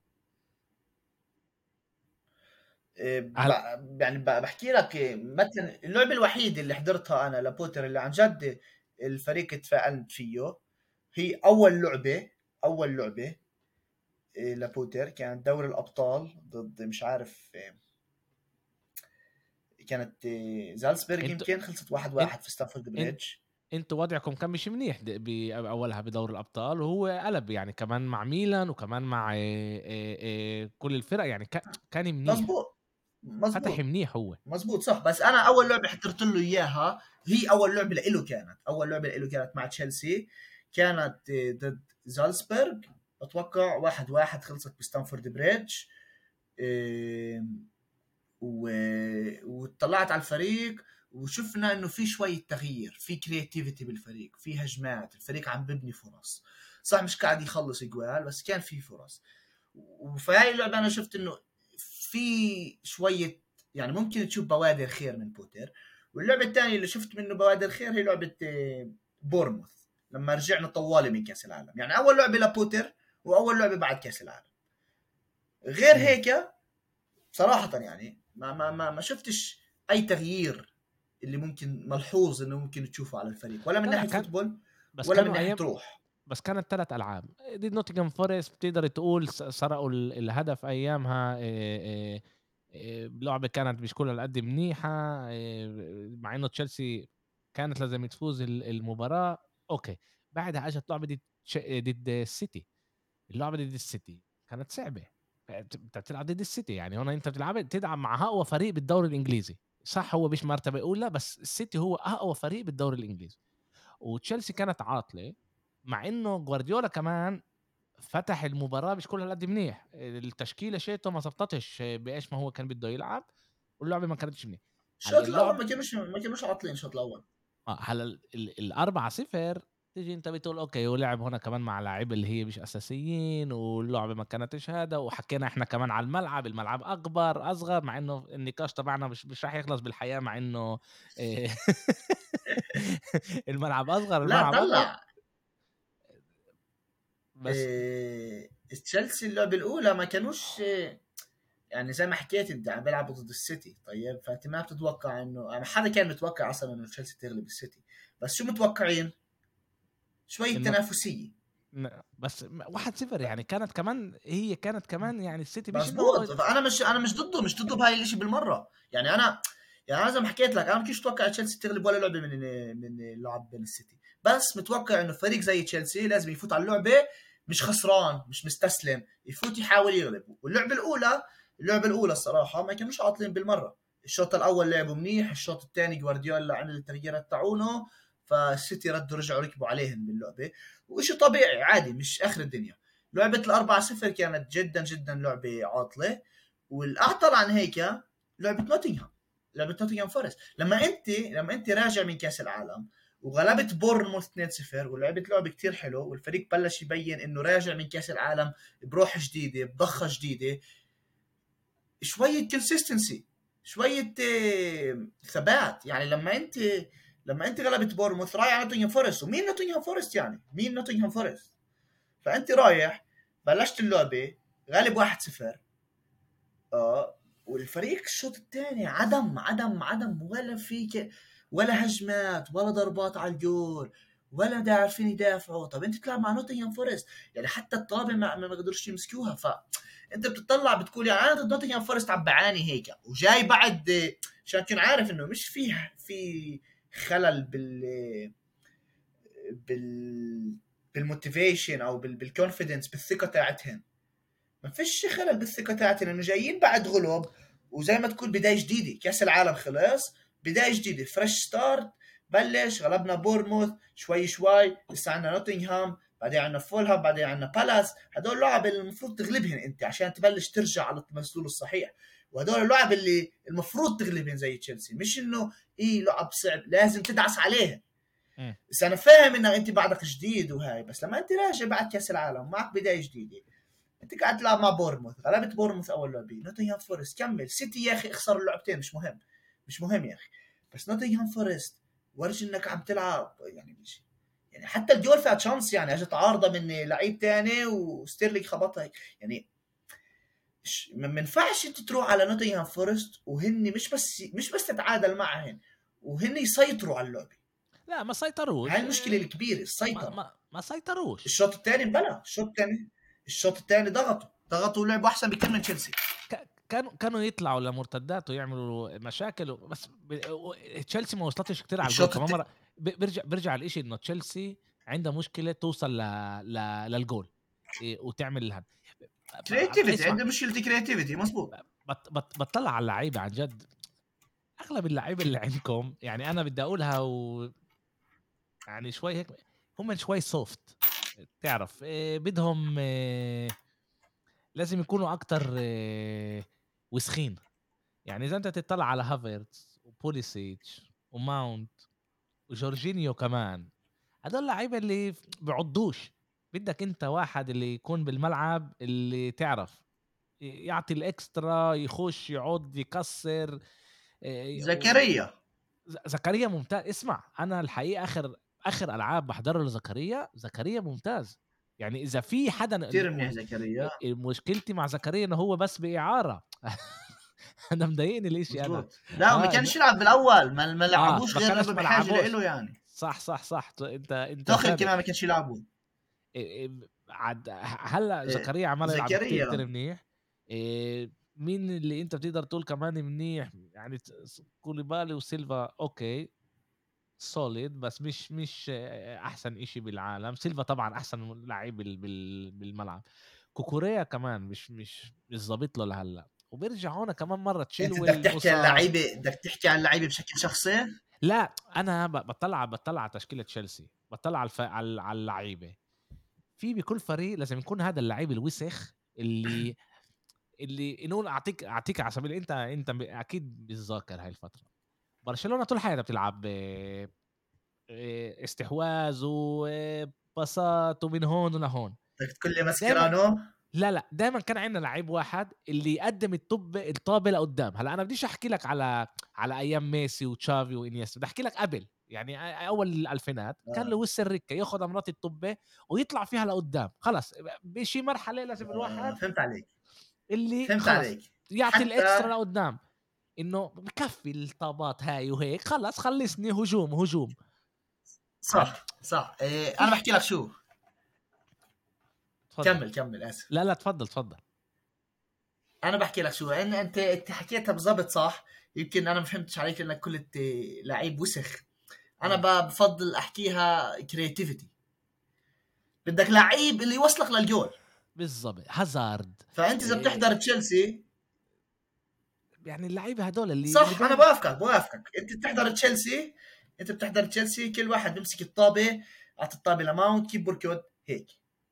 إيه، هل ب- يعني ب- بحكي لك إيه، مثلا اللعبة الوحيدة اللي حضرتها أنا لبوتر اللي عن جد الفريق تفائلت فيه، هي أول لعبة أول لعبة إيه، لبوتر كانت دوري الأبطال ضد مش عارف إيه، كانت إيه، زالزبرج، انتوا يمكن خلصت واحد انت واحد في ستانفورد انت بريدج. انتوا وضعكم كان مش منيح د- باولها بدور الابطال، وهو قلب يعني كمان مع ميلان وكمان مع إيه إيه إيه كل الفرق، يعني كا- كان منيح، مزبوط فتح مزبوط منيح هو. مزبوط صح. بس انا اول لعبه حضرت له اياها هي اول لعبه له كانت اول لعبه له كانت مع تشيلسي، كانت ضد زالزبرغ، اتوقع واحد واحد خلصت بستانفورد بريدج. إيه، و- وطلعت على الفريق وشفنا انه في شوية تغيير، في كرياتيفيتي بالفريق، في هجمات، الفريق عم ببني فرص. صح مش قاعد يخلص جوال بس كان في فرص. وفي هاي اللعبة انا شفت انه في شوية يعني ممكن تشوف بوادر خير من بوتر. واللعبة الثانية اللي شفت منه بوادر خير هي لعبة آه، بورموث، لما رجعنا طوالي من كأس العالم. يعني أول لعبة لبوتر وأول لعبة بعد كأس العالم. غير إمم. هيك صراحة يعني ما ما ما, ما شفتش أي تغيير اللي ممكن ملحوظ إنه ممكن تشوفه على الفريق، ولا من لا، لأ ناحية كان فوتبول بس ولا من كانوا ناحية أيام روح. بس كانت ثلاث ألعاب. دي نوتنغهام فورست بتقدر تقول س سرقوا ال الهدف أيامها. آآ آآ آآ اللعبة كانت مش كل هالقد منيحة. آآ مع إنه تشيلسي كانت لازم تفوز ال المباراة. أوكي، بعدها أجت لعبة ضد تش ضد السيتي. اللعبة ضد السيتي كانت صعبة. أنت أنت بتلعب ضد السيتي، يعني هون أنت بتلعب تلعب مع أقوى فريق بالدوري الإنجليزي. صح هو مش مرتبة أولى بس السيتي هو أقوى فريق بالدوري الإنجليزي. وتشيلسي كانت عاطلة، مع إنه جوارديولا كمان فتح المباراة مش كل هالقد منيح. التشكيلة شيته ما زبطتش بإيش ما هو كان بده يلعب، واللعبة ما كانتش منيح. هلا الشوط الأول اللعب ما كانوش ما كانوش عاطلين الشوط الأول. آه هلا ال- ال- الأربعة صفر تيجي أنت بتقول أوكي، ولعب هنا كمان مع لاعب اللي هي مش أساسيين، واللعبة ما كانتش هذا. وحكينا إحنا كمان على الملعب، الملعب أكبر أصغر، مع إنه النقاش تبعنا مش مش راح يخلص بالحياة، مع إنه إيه الملعب أصغر، لا الملعب أكبر. طلع بس إيه... تشيلسي اللعبة الأولى ما كانوش إيه... يعني زي ما حكيت انت عم بيلعبوا ضد السيتي. طيب فانت ما بتتوقع انه يعني حدا كان متوقع اصلا انه تشيلسي تغلب السيتي؟ بس شو متوقعين؟ شوية إنه تنافسية. ن بس م واحد صفر يعني كانت كمان، هي كانت كمان يعني السيتي مش مزبوط. إنه فانا مش انا مش ضده مش ضده بهاي الاشي بالمره. يعني انا يعني انا زي ما حكيت لك انا ما كنتش متوقع تشيلسي تغلب ولا لعبه من من اللعب بين السيتي. بس متوقع انه فريق زي تشيلسي لازم يفوت على اللعبه مش خسران مش مستسلم، يفوت يحاول يغلب. واللعبه الاولى اللعبه الاولى الصراحه ما كانوش عاطلين بالمره. الشوط الاول لعبوا منيح، الشوط الثاني جوارديولا عمل التغييرات تاعونه، فالسيتي ردوا رجعوا ركبوا عليهم باللعبه. وشيء طبيعي عادي مش اخر الدنيا. لعبة الأربعة صفر كانت جدا جدا لعبة عاطلة. والأعطل عن هيك لعبة نوتنغهام، لعبة نوتنغهام فورست. لما أنت لما أنت راجع من كأس العالم وغلبت بورنموث اثنين صفر ولعبت لعبة كتير حلو، والفريق بلش يبين إنه راجع من كأس العالم بروح جديدة بضخة جديدة، شوية كونسيستنسي، شوية آه، ثبات. يعني لما أنت لما أنت غلبت بورنموث رايح على نوتنغهام فورست، ومين نوتنغهام فورست؟ يعني مين نوتنغهام فورست؟ فانت رايح بلشت اللعبه غالب واحد صفر. اه والفريق الشوط الثاني عدم عدم عدم ولا فيك ولا هجمات ولا ضربات على الجول ولا دا عارفين يدافعوا. طب انت تلعب مع نوتنغهام فورست يعني حتى الطابه ما ما قدروش يمسكوها. فانت بتطلع بتقول يعني انا ضد نوتنغهام فورست عم بعاني هيك وجاي بعد، عشان تكون عارف انه مش فيه في خلل بال بال بالموتيفيشن او بالكونفيدنس بالثقه تاعتهم. ما فيش خلل بالثقه تاعتنا انه جايين بعد غلب، وزي ما تكون بدايه جديده. كاس العالم خلص، بدايه جديده فريش ستارت. بلش غلبنا بورموث شوي شوي، لسه عندنا نوتنغهام، بعدين عندنا فولهام، بعدين عندنا بالاس. هدول اللعب اللي المفروض تغلبهن انت عشان تبلش ترجع على المسلول الصحيح. وهدول اللعب اللي المفروض تغلبهن زي تشيلسي، مش انه ايه لعب صعب لازم تدعس عليهن. إمم. بس انا فاهم انك انت بعدك جديد وهاي، بس لما انت راجع بعد كاس العالم معك بدايه جديده، انت قاعد تلعب مع بورموث، غلبت بورموث اول لعبه، نوتنغهام فورست كمل، سيتي يا اخي اخسر اللعبتين مش مهم، مش مهم يا اخي. بس نوتنغهام فورست ورجي انك عم تلعب يعني مش يعني حتى الجول فيها تشانس، يعني اجت عارضه من لعيب تاني وستيرلينج خبطها. يعني ما ينفعش انت تروح على نوتنغهام فورست وهن مش بس مش بس تتعادل معهن وهن يسيطروا على اللعبه. لأ ما هاي سيطروش. المشكله آآ الكبيره، ما السيطره. ما ما سيطروش. الشوط الثاني بلا الشوط الثاني الشوط الثاني ضغطوا ضغطوا ولعبوا احسن بكثير من تشيلسي. ك كانوا كانوا يطلعوا لمرتدات ويعملوا مشاكل، و بس ب و تشيلسي ما وصلتش كتير على الجول الشوط كمان الت... مرة. ب بيرجع بيرجع الإشي إنه تشيلسي عندها مشكلة توصل ل ل للجول، آآ وتعمل الهد ب كرياتيفيتي اسمع. عنده مشكله كرياتيفيتي مزبوط. بت بت باتطلع على اللعيبة عن جد. أغلب اللعيبة اللي عندكم يعني أنا بدي أقولها و يعني شوي هيك هم شوي soft. تعرف آآ بدهم آآ لازم يكونوا اكتر آه، وسخين. يعني اذا انت تطلع على هافرتز وبوليسيتش وماونت وجورجينيو كمان، هدول لعيبه اللي بيعضوش. بدك انت واحد اللي يكون بالملعب اللي تعرف يعطي الاكسترا، يخش يعض يكسر. إيه، و- زكريا ز- زكريا ممتاز. اسمع انا الحقيقه اخر اخر العاب بحضره لزكريا، زكريا ممتاز. يعني اذا في حدا ال- كتير منيح و- زكريا. مشكلتي مع زكريا انه هو بس باعاره. انا مضايقني الاشي انا. مزبوط، لا ما اه كانش إنه- يلعب بالاول، ما ما اه لعبوش ما غير كانش لما بحاجه ملعبوش. له يعني. صح صح صح انت انت توخيل متابع. كمان ما كانش يلعبوا. إيه، إيه، عد هلا إيه، زكريا عمال يلعب كتير كتير زكريا منيح. إيه، مين اللي انت بتقدر تقول كمان منيح؟ يعني ت- كوليبالي وسيلفا اوكي سوليد، بس مش مش آه، احسن اشي بالعالم. سيلفا طبعا احسن لعيب بال- بال- بالملعب. كوكوريا كمان مش مش مش ظابط له لهلا. وبيرجع هون كمان مره انت بدك تشيلويل تحكي عن مصاب. اللعيبه، بدك تحكي عن اللعيبه بشكل شخصي. لا انا ب- بطلع بطلع على تشكيله تشيلسي، بطلع على الف... على على اللعيبه. في بكل فريق لازم يكون هذا اللعيب الوسخ اللي اللي نقول اعطيك اعطيك على سبيل انت انت ب- اكيد بتذاكر هاي الفتره. برشلونه طول حياتها بتلعب آه، آه، استحواذ وباصات ومن هون ولهون. بدك تقول لي دايما ماسكيرانو. لا لا دايما كان عندنا لعيب واحد اللي يقدم الطب الطابه لقدام. هلا انا بديش احكي لك على على ايام ميسي وتشافي وانيستا، بدي احكي لك قبل يعني اول الالفينات كان آه. لويس الركه ياخذ امرات الطبه ويطلع فيها لقدام. خلص بشي مرحله لازم آه. الواحد فهمت عليك، اللي فهمت خلص عليك. يعطي حتى الاكسترا لقدام، انه بكفي الطابات هاي وهيك خلص خلصني هجوم هجوم. عد صح صح، إيه انا فيش. بحكي لك شو. تفضل. كمل كمل، اسف. لا لا تفضل تفضل. انا بحكي لك شو، ان انت انت حكيتها بالضبط صح. يمكن انا ما فهمتش عليك لانك قلت لعيب وسخ. انا مم. ب- بفضل احكيها كرياتيفيتي. بدك لعيب اللي يوصلك للجول. بالضبط هازارد. فانت اذا إيه، بتحضر تشيلسي، يعني اللعيبه هدول اللي اللي صح انا دايما. بوافقك بوافقك انت بتحضر تشيلسي، انت بتحضر تشيلسي كل واحد بيمسك الطابه، اعطي الطابه لماونت كيب بركض هيك.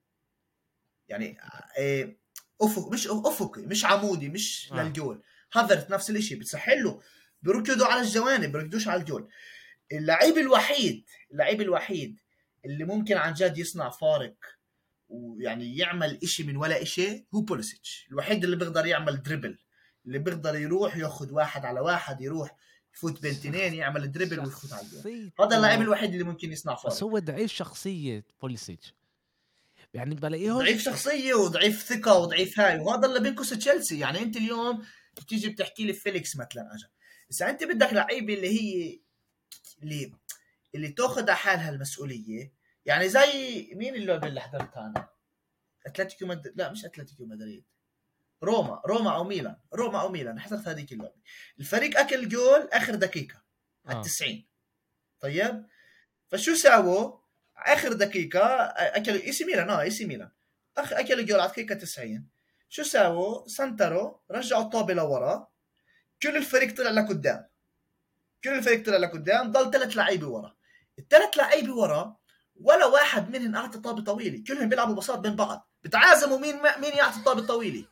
يعني إيه، افق مش افقي مش عمودي مش اه للجول. هافرت نفس الشيء بتسحله، بيركضوا على الجوانب بيركضوش على الجول. اللعيب الوحيد اللعيب الوحيد اللي ممكن عن جد يصنع فارق ويعني يعمل إشي من ولا إشي هو بوليسيتش. الوحيد اللي بيقدر يعمل دريبل، اللي بيقدر يروح ياخذ واحد على واحد، يروح يفوت بين تنين شخص يعمل دريبل ويفوت على الجول. هذا اللاعب شخصيته. الوحيد اللي ممكن يصنع بس فارق. هو ضعيف شخصية بوليسيتش، يعني بلاقيهوش. ضعيف شخصيه وضعيف ثقه وضعيف هاي، وهذا اللي بينقص تشيلسي. يعني انت اليوم بتيجي بتحكي لي فيليكس مثلا اجى، بس انت بدك لعيبه اللي هي اللي اللي تاخذ على حالها المسؤوليه. يعني زي مين اللعبه اللي حضرتها انا؟ اتلتيكو مد... لا مش اتلتيكو مدريد، روما روما او ميلان روما او ميلان حضرت هذيك اللعبه. الفريق اكل جول اخر دقيقه على اه التسعين. طيب فشو ساووا اخر دقيقه؟ اكلوا اي سي ميلان اه اي سي ميلان اخ اكلوا جول على دقيقه تسعين. شو ساووا؟ سنتروا رجعوا الطابه لورا، كل الفريق طلع لقدام، كل الفريق طلع لقدام، ضل ثلاث لعيبه ورا. الثلاث لعيبه ورا ولا واحد منهم اعطى طابه طويله، كلهم بيلعبوا بساط بين بعض، بتعازموا مين مين يعطي الطابه الطويله.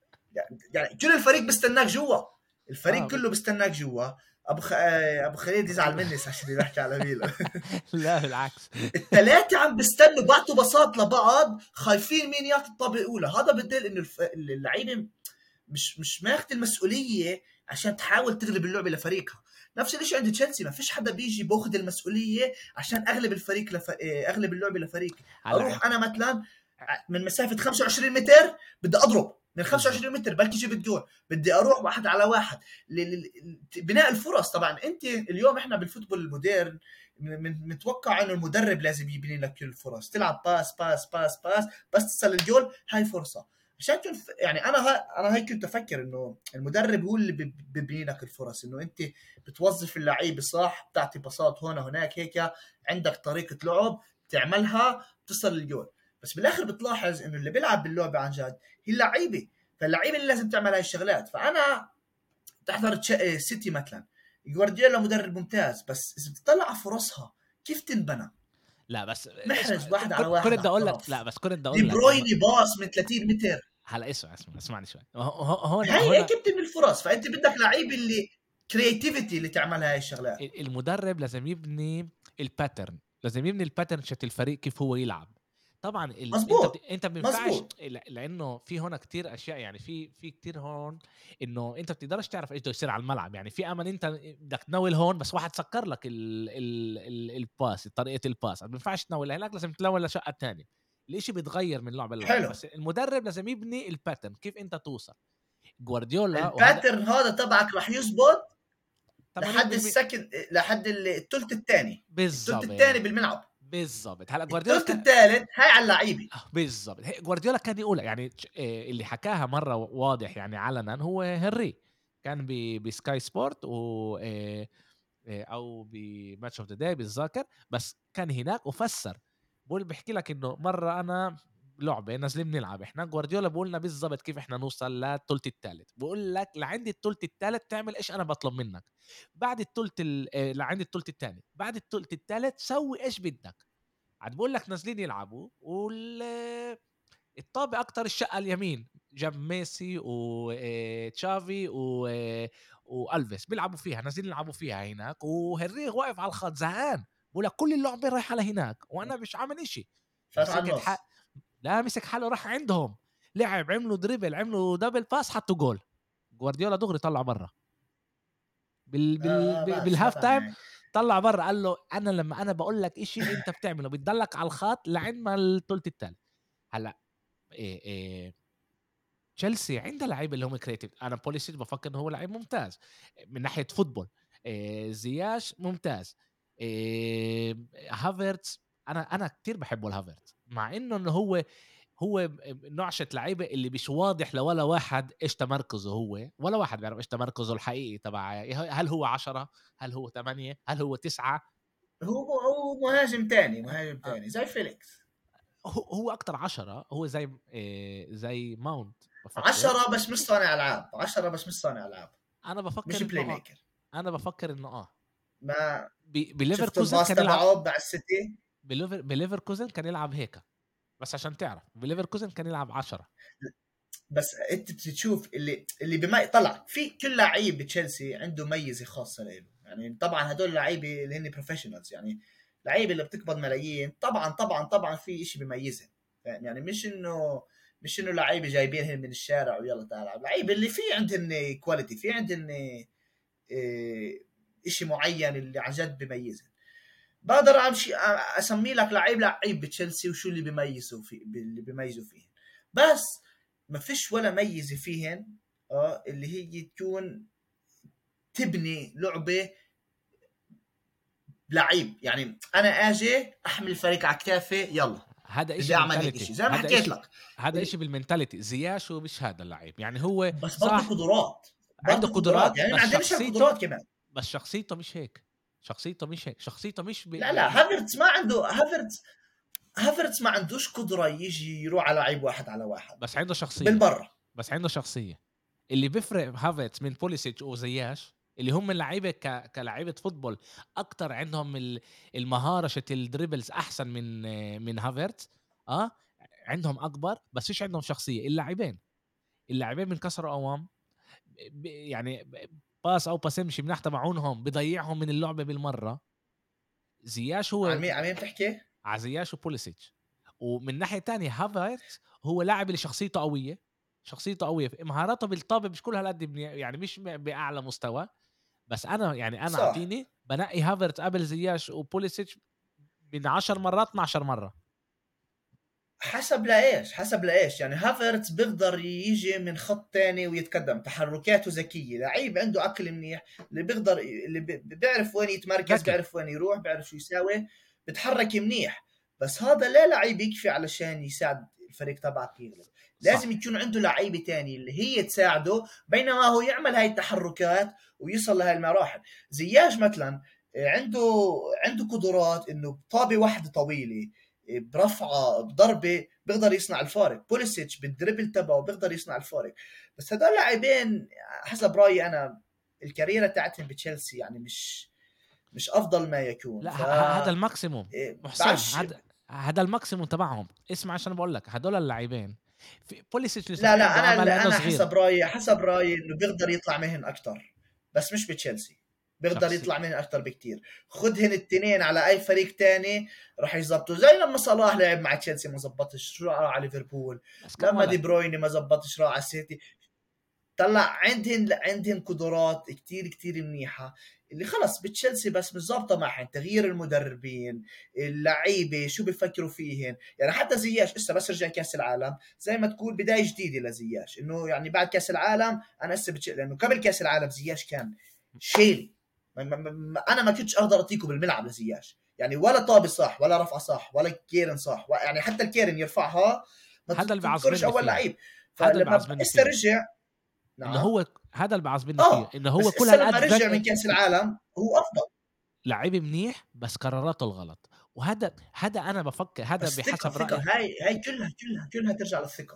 يعني كل الفريق بيستناك جوا، الفريق اه كله بس بيستناك جوا. ابو خ... آه، ابو خليل يزعل مني عشان بحكي على ميلان. لا بالعكس. الثلاثه عم بيستنوا بعطوا بساط لبعض، خايفين مين يعطي الطابه الاولى. هذا بدل انه الف... اللعيبه مش مش ماخذ المسؤوليه عشان تحاول تغلب اللعبه لفريقها. نفس الشيء عند تشيلسي، ما فيش حدا بيجي باخذ المسؤوليه عشان اغلب الفريق لف... اغلب اللعبه لفريقي. هلا اروح انا مثلا من مسافه خمسة وعشرين متر بدي اضرب من خمسة بالضبط. وعشرين متر بلكي جبت جول، بدي اروح واحد على واحد. ل... ل... بناء الفرص. طبعا انت اليوم احنا بالفوتبول المودرن من متوقع انه المدرب لازم يبني لك كل الفرص، تلعب باس باس باس باس بس تصل الجول هاي فرصه. عشان تنف... يعني انا ها... انا هيك كنت افكر انه المدرب هو اللي بيبني لك الفرص، انه انت بتوظف اللعيب صح، بتعطي باصات هنا هناك هيك، عندك طريقه لعب تعملها تصل للجول. بس بالاخر بتلاحظ انه اللي بيلعب باللعبه عن جد هي اللعيبه، فاللعيبه اللي لازم تعمل هاي الشغلات. فانا تحضر تش... سيتي مثلا، جوارديولا مدرب ممتاز، بس اذا بتطلع على فرصها كيف تنبنى، لا بس اسمع محرز واحد كنت على واحد كنت على اقول لك الطرف، لا بس كنت دي اقول لك انه برويني باص من ثلاثين متر. هلا اسمع اسمع اسمعني شوي. هون هي هون هيك بتبني الفرص، فانت بدك لعيب اللي كرياتيفيتي اللي تعمل هاي الشغلات. المدرب لازم يبني الباترن، لازم يبني الباترن شت الفريق كيف هو يلعب. طبعا ال... انت بت... مزبوط انت ما بينفعش مزبوط. ل... لانه في هنا كتير اشياء، يعني في في كتير هون انه انت بتقدرش تعرف ايش بده يصير على الملعب. يعني في امل انت بدك تناول هون بس واحد سكر لك ال... ال... ال... الباس، طريقه الباس ما بينفعش تناول هناك، لازم تناول لشقه تانية. الاشي بيتغير من لعبه للعبه، حلو. بس المدرب لازم يبني الباترن كيف انت توصل. جوارديولا وهذا الباترن هذا تبعك راح يزبط ثمانين لحد بالمية السكند، لحد الثلث الثاني. الثلث بالضبط. الثاني بالملعب. بالضبط. هلا جوارديولا الثلث كان الثالث هاي على اللعيبه. بالضبط جوارديولا كان يقولها، يعني آه، اللي حكاها مره واضح يعني علنا هو هنري. كان بسكاي سبورت و آه، آه، او بماتش اوف ذا داي بالذاكر، بس كان هناك وفسر. بقول بيحكي لك انه مره انا لعبه نازلين نلعب احنا، جوارديولا بقول لنا بالضبط كيف احنا نوصل للثلث الثالث. بقول لك لعند الثلث الثالث تعمل ايش انا بطلب منك، بعد الثلث لعند الثلث الثاني، بعد الثلث الثالث سوي ايش بدك. عاد بقول لك نازلين يلعبوا وال الطابع اكتر الشقه اليمين جنب ميسي وتشافي و والفيس بيلعبوا فيها، نازلين يلعبوا فيها هناك، وهنريغ واقف على الخط زهقان. بقول لك كل اللعبه رايحه لهناك وانا مش عامل إشي. فات على مسكت ح... النص. لا مسك حاله راح عندهم، لعب عملوا دريبل عملوا دبل باس حطوا جول. جوارديولا دغري طلع برا بال... بال... اه اه بال... بعد بالهاف سمعت عنها تايم. هاي. طلع برا قال له انا لما انا بقول لك إشي انت بتعمله، بتضلك على الخط لعند ما الثلث الثالث. هلا إيه إيه تشيلسي عنده لعيبه اللي هم كريتيف. انا بوليسيت بفكر انه هو لعيب ممتاز من ناحيه فوتبول. إيه زياش ممتاز. إيه هافرتس انا انا كتير بحبه الهافرتس، مع انه انه هو هو نوعشة لعيبه اللي مش واضح لولا واحد ايش تمركزه، هو ولا واحد بيعرف ايش تمركزه الحقيقي تبع، هل هو عشرة، هل هو ثمانية، هل هو تسعة. هو هو مهاجم تاني، أ- مهاجم أ- تاني زي فيليكس. هو هو اكتر عشرة، هو زي إيه زي ماونت بفكر. عشرة بس مش صانع العاب، عشرة بس مش صانع العاب. انا مش بفكر انه بلاي اه ميكر. انا بفكر انه اه ما ب- شفت بليفركوزن الباص كان يلعب، تبعه مع السيتي. بليفر بليفركوزن كان يلعب هيك. بس عشان تعرف بليفركوزن كان يلعب عشرة. بس انت بتشوف اللي اللي بما طلع في كل لعيب بتشيلسي عنده ميزه خاصه له. يعني طبعا هدول اللعيبه اللي هن بروفيشنالز، يعني لعيبه اللي بتقبض ملايين، طبعا طبعا طبعا في شيء بيميزهم. فاهم؟ يعني مش انه مش انه لعيبه جايبينهم من الشارع ويلا تعال العب. لعيبه اللي في عندهم كواليتي، في عندهم إيه، اشي معين اللي عن جد بيميزهم. بقدر امشي اسمي لك لعيب لعيب بتشيلسي وشو اللي بيميزوا في اللي بيميزوا فيه. بس ما فيش ولا ميزه فيهن اه اللي هي تكون تبني لعبه لعيب. يعني انا اجي احمل الفريق على كتافي يلا هذا إشي بدي اعمل هيك منتاليتي، شيء زي ما هذا حكيت إشي لك. هذا إشي بالمنتاليتي. زياشو مش هذا اللعيب، يعني هو بس برضه صح قدرات، عنده برضه قدرات قدرات، يعني ما بس عندناش شخصيته، هالقدرات كمان. بس شخصيته مش هيك. شخصيته مش هيك، شخصيته مش ب... لا ب... لا، ب... هافرتس ما عنده، هافرتس هافرتس ما عندوش قدره يجي يروح على لعيب واحد على واحد بس عنده شخصية. بالبرة. بس عنده شخصية. اللي بيفرق هافرتس من بوليسيتش وزياش اللي هم اللعيبه ك... كلاعيبه فوتبول اكتر عندهم ال- المهاره شت الدريبلز احسن من من هافرتس. اه عندهم اكبر بس فيش عندهم شخصيه. اللاعبين اللاعبين بينكسروا اوام، ب... يعني باس او باس يمشي من تحت معونهم بضيعهم من اللعبه بالمره. زياش عن هو مين عن مين بتحكي؟ على زياش وبوليسيتش. ومن ناحيه تانية هافرتس هو لاعب اللي شخصيته قويه، شخصيته قويه مهاراته بالطابه مش كلها قد بني- يعني مش ب- باعلى مستوى. بس انا يعني انا صح. اعطيني بنقي هافرتس قبل زياش وبوليسيتش من عشر مرات اتناشر مره. حسب لايش، حسب لايش يعني هافرتس بيقدر يجي من خط تاني ويتقدم، تحركاته ذكيه، لعيب عنده عقل منيح، اللي بيقدر اللي بي- بيعرف وين يتمركز، ذكي. بيعرف وين يروح، بيعرف شو يساوي، بتحرك منيح. بس هذا لا لعيب يكفي علشان يساعد الفريق تبعك يغلب. لازم صح. يكون عنده لعيبه تاني اللي هي تساعده بينما هو يعمل هاي التحركات ويصل لهي المراحل. زياش مثلا عنده عنده قدرات انه بطابه واحده طويله، برفعه بضربه بيقدر يصنع الفارق. بوليسيتش بالدريبل تبعه بيقدر يصنع الفارق. بس هدول لاعبين حسب رايي انا الكاريره تاعتهم بتشيلسي يعني مش مش افضل ما يكون. لا ف ه- ه- هذا الماكسيموم. إيه، محسن بعرفش. هذا هذا الماكسيموم تبعهم. اسمع عشان بقول لك هدول اللاعبين في بوليسيتش لسه لا في لا عنده انا امل لانه انا صغير. حسب رايي حسب رايي انه بيقدر يطلع مهن اكثر، بس مش بتشيلسي. بيقدر شخصي يطلع مهن اكثر بكتير. خدهن التنين على اي فريق تاني راح يزبطوا، زي لما صلاح لعب مع تشيلسي ما زبطش، شو راح على ليفربول. بس كم لما دي ولد. بروين ما زبطش راح على السيتي. طلع عندهن عندهن قدرات كتير كتير منيحة اللي خلص بتشيلسي بس مش ظابطة معهن. تغيير المدربين، اللعيبة شو بفكروا فيهن. يعني حتى زياش اسا بس رجع كاس العالم زي ما تقول بداية جديدة لزياش، انه يعني بعد كاس العالم انا اسا بتش... لانه قبل كاس العالم زياش كان شيل. ما ما ما انا ما كنتش اقدر اطيقه بالملعب لزياش، يعني ولا طابي صح ولا رفعه صح ولا كيرن صح، يعني حتى الكيرن يرفعها ما هذا اللي تذكرش بعصبني اول فيه، لعيب. هذا اللي فلما بعصبني اسا فيه رجع. انه نعم. هو هذا اللي بعصبني فيه اه انه هو بس كل اسا لما هالقد رجع ذكي. من كاس العالم هو افضل. لعيب منيح بس قراراته الغلط، وهذا هذا انا بفكر هذا بس ثقة بحسب ثقة رايي. هاي هاي كلها كلها كلها ترجع للثقة.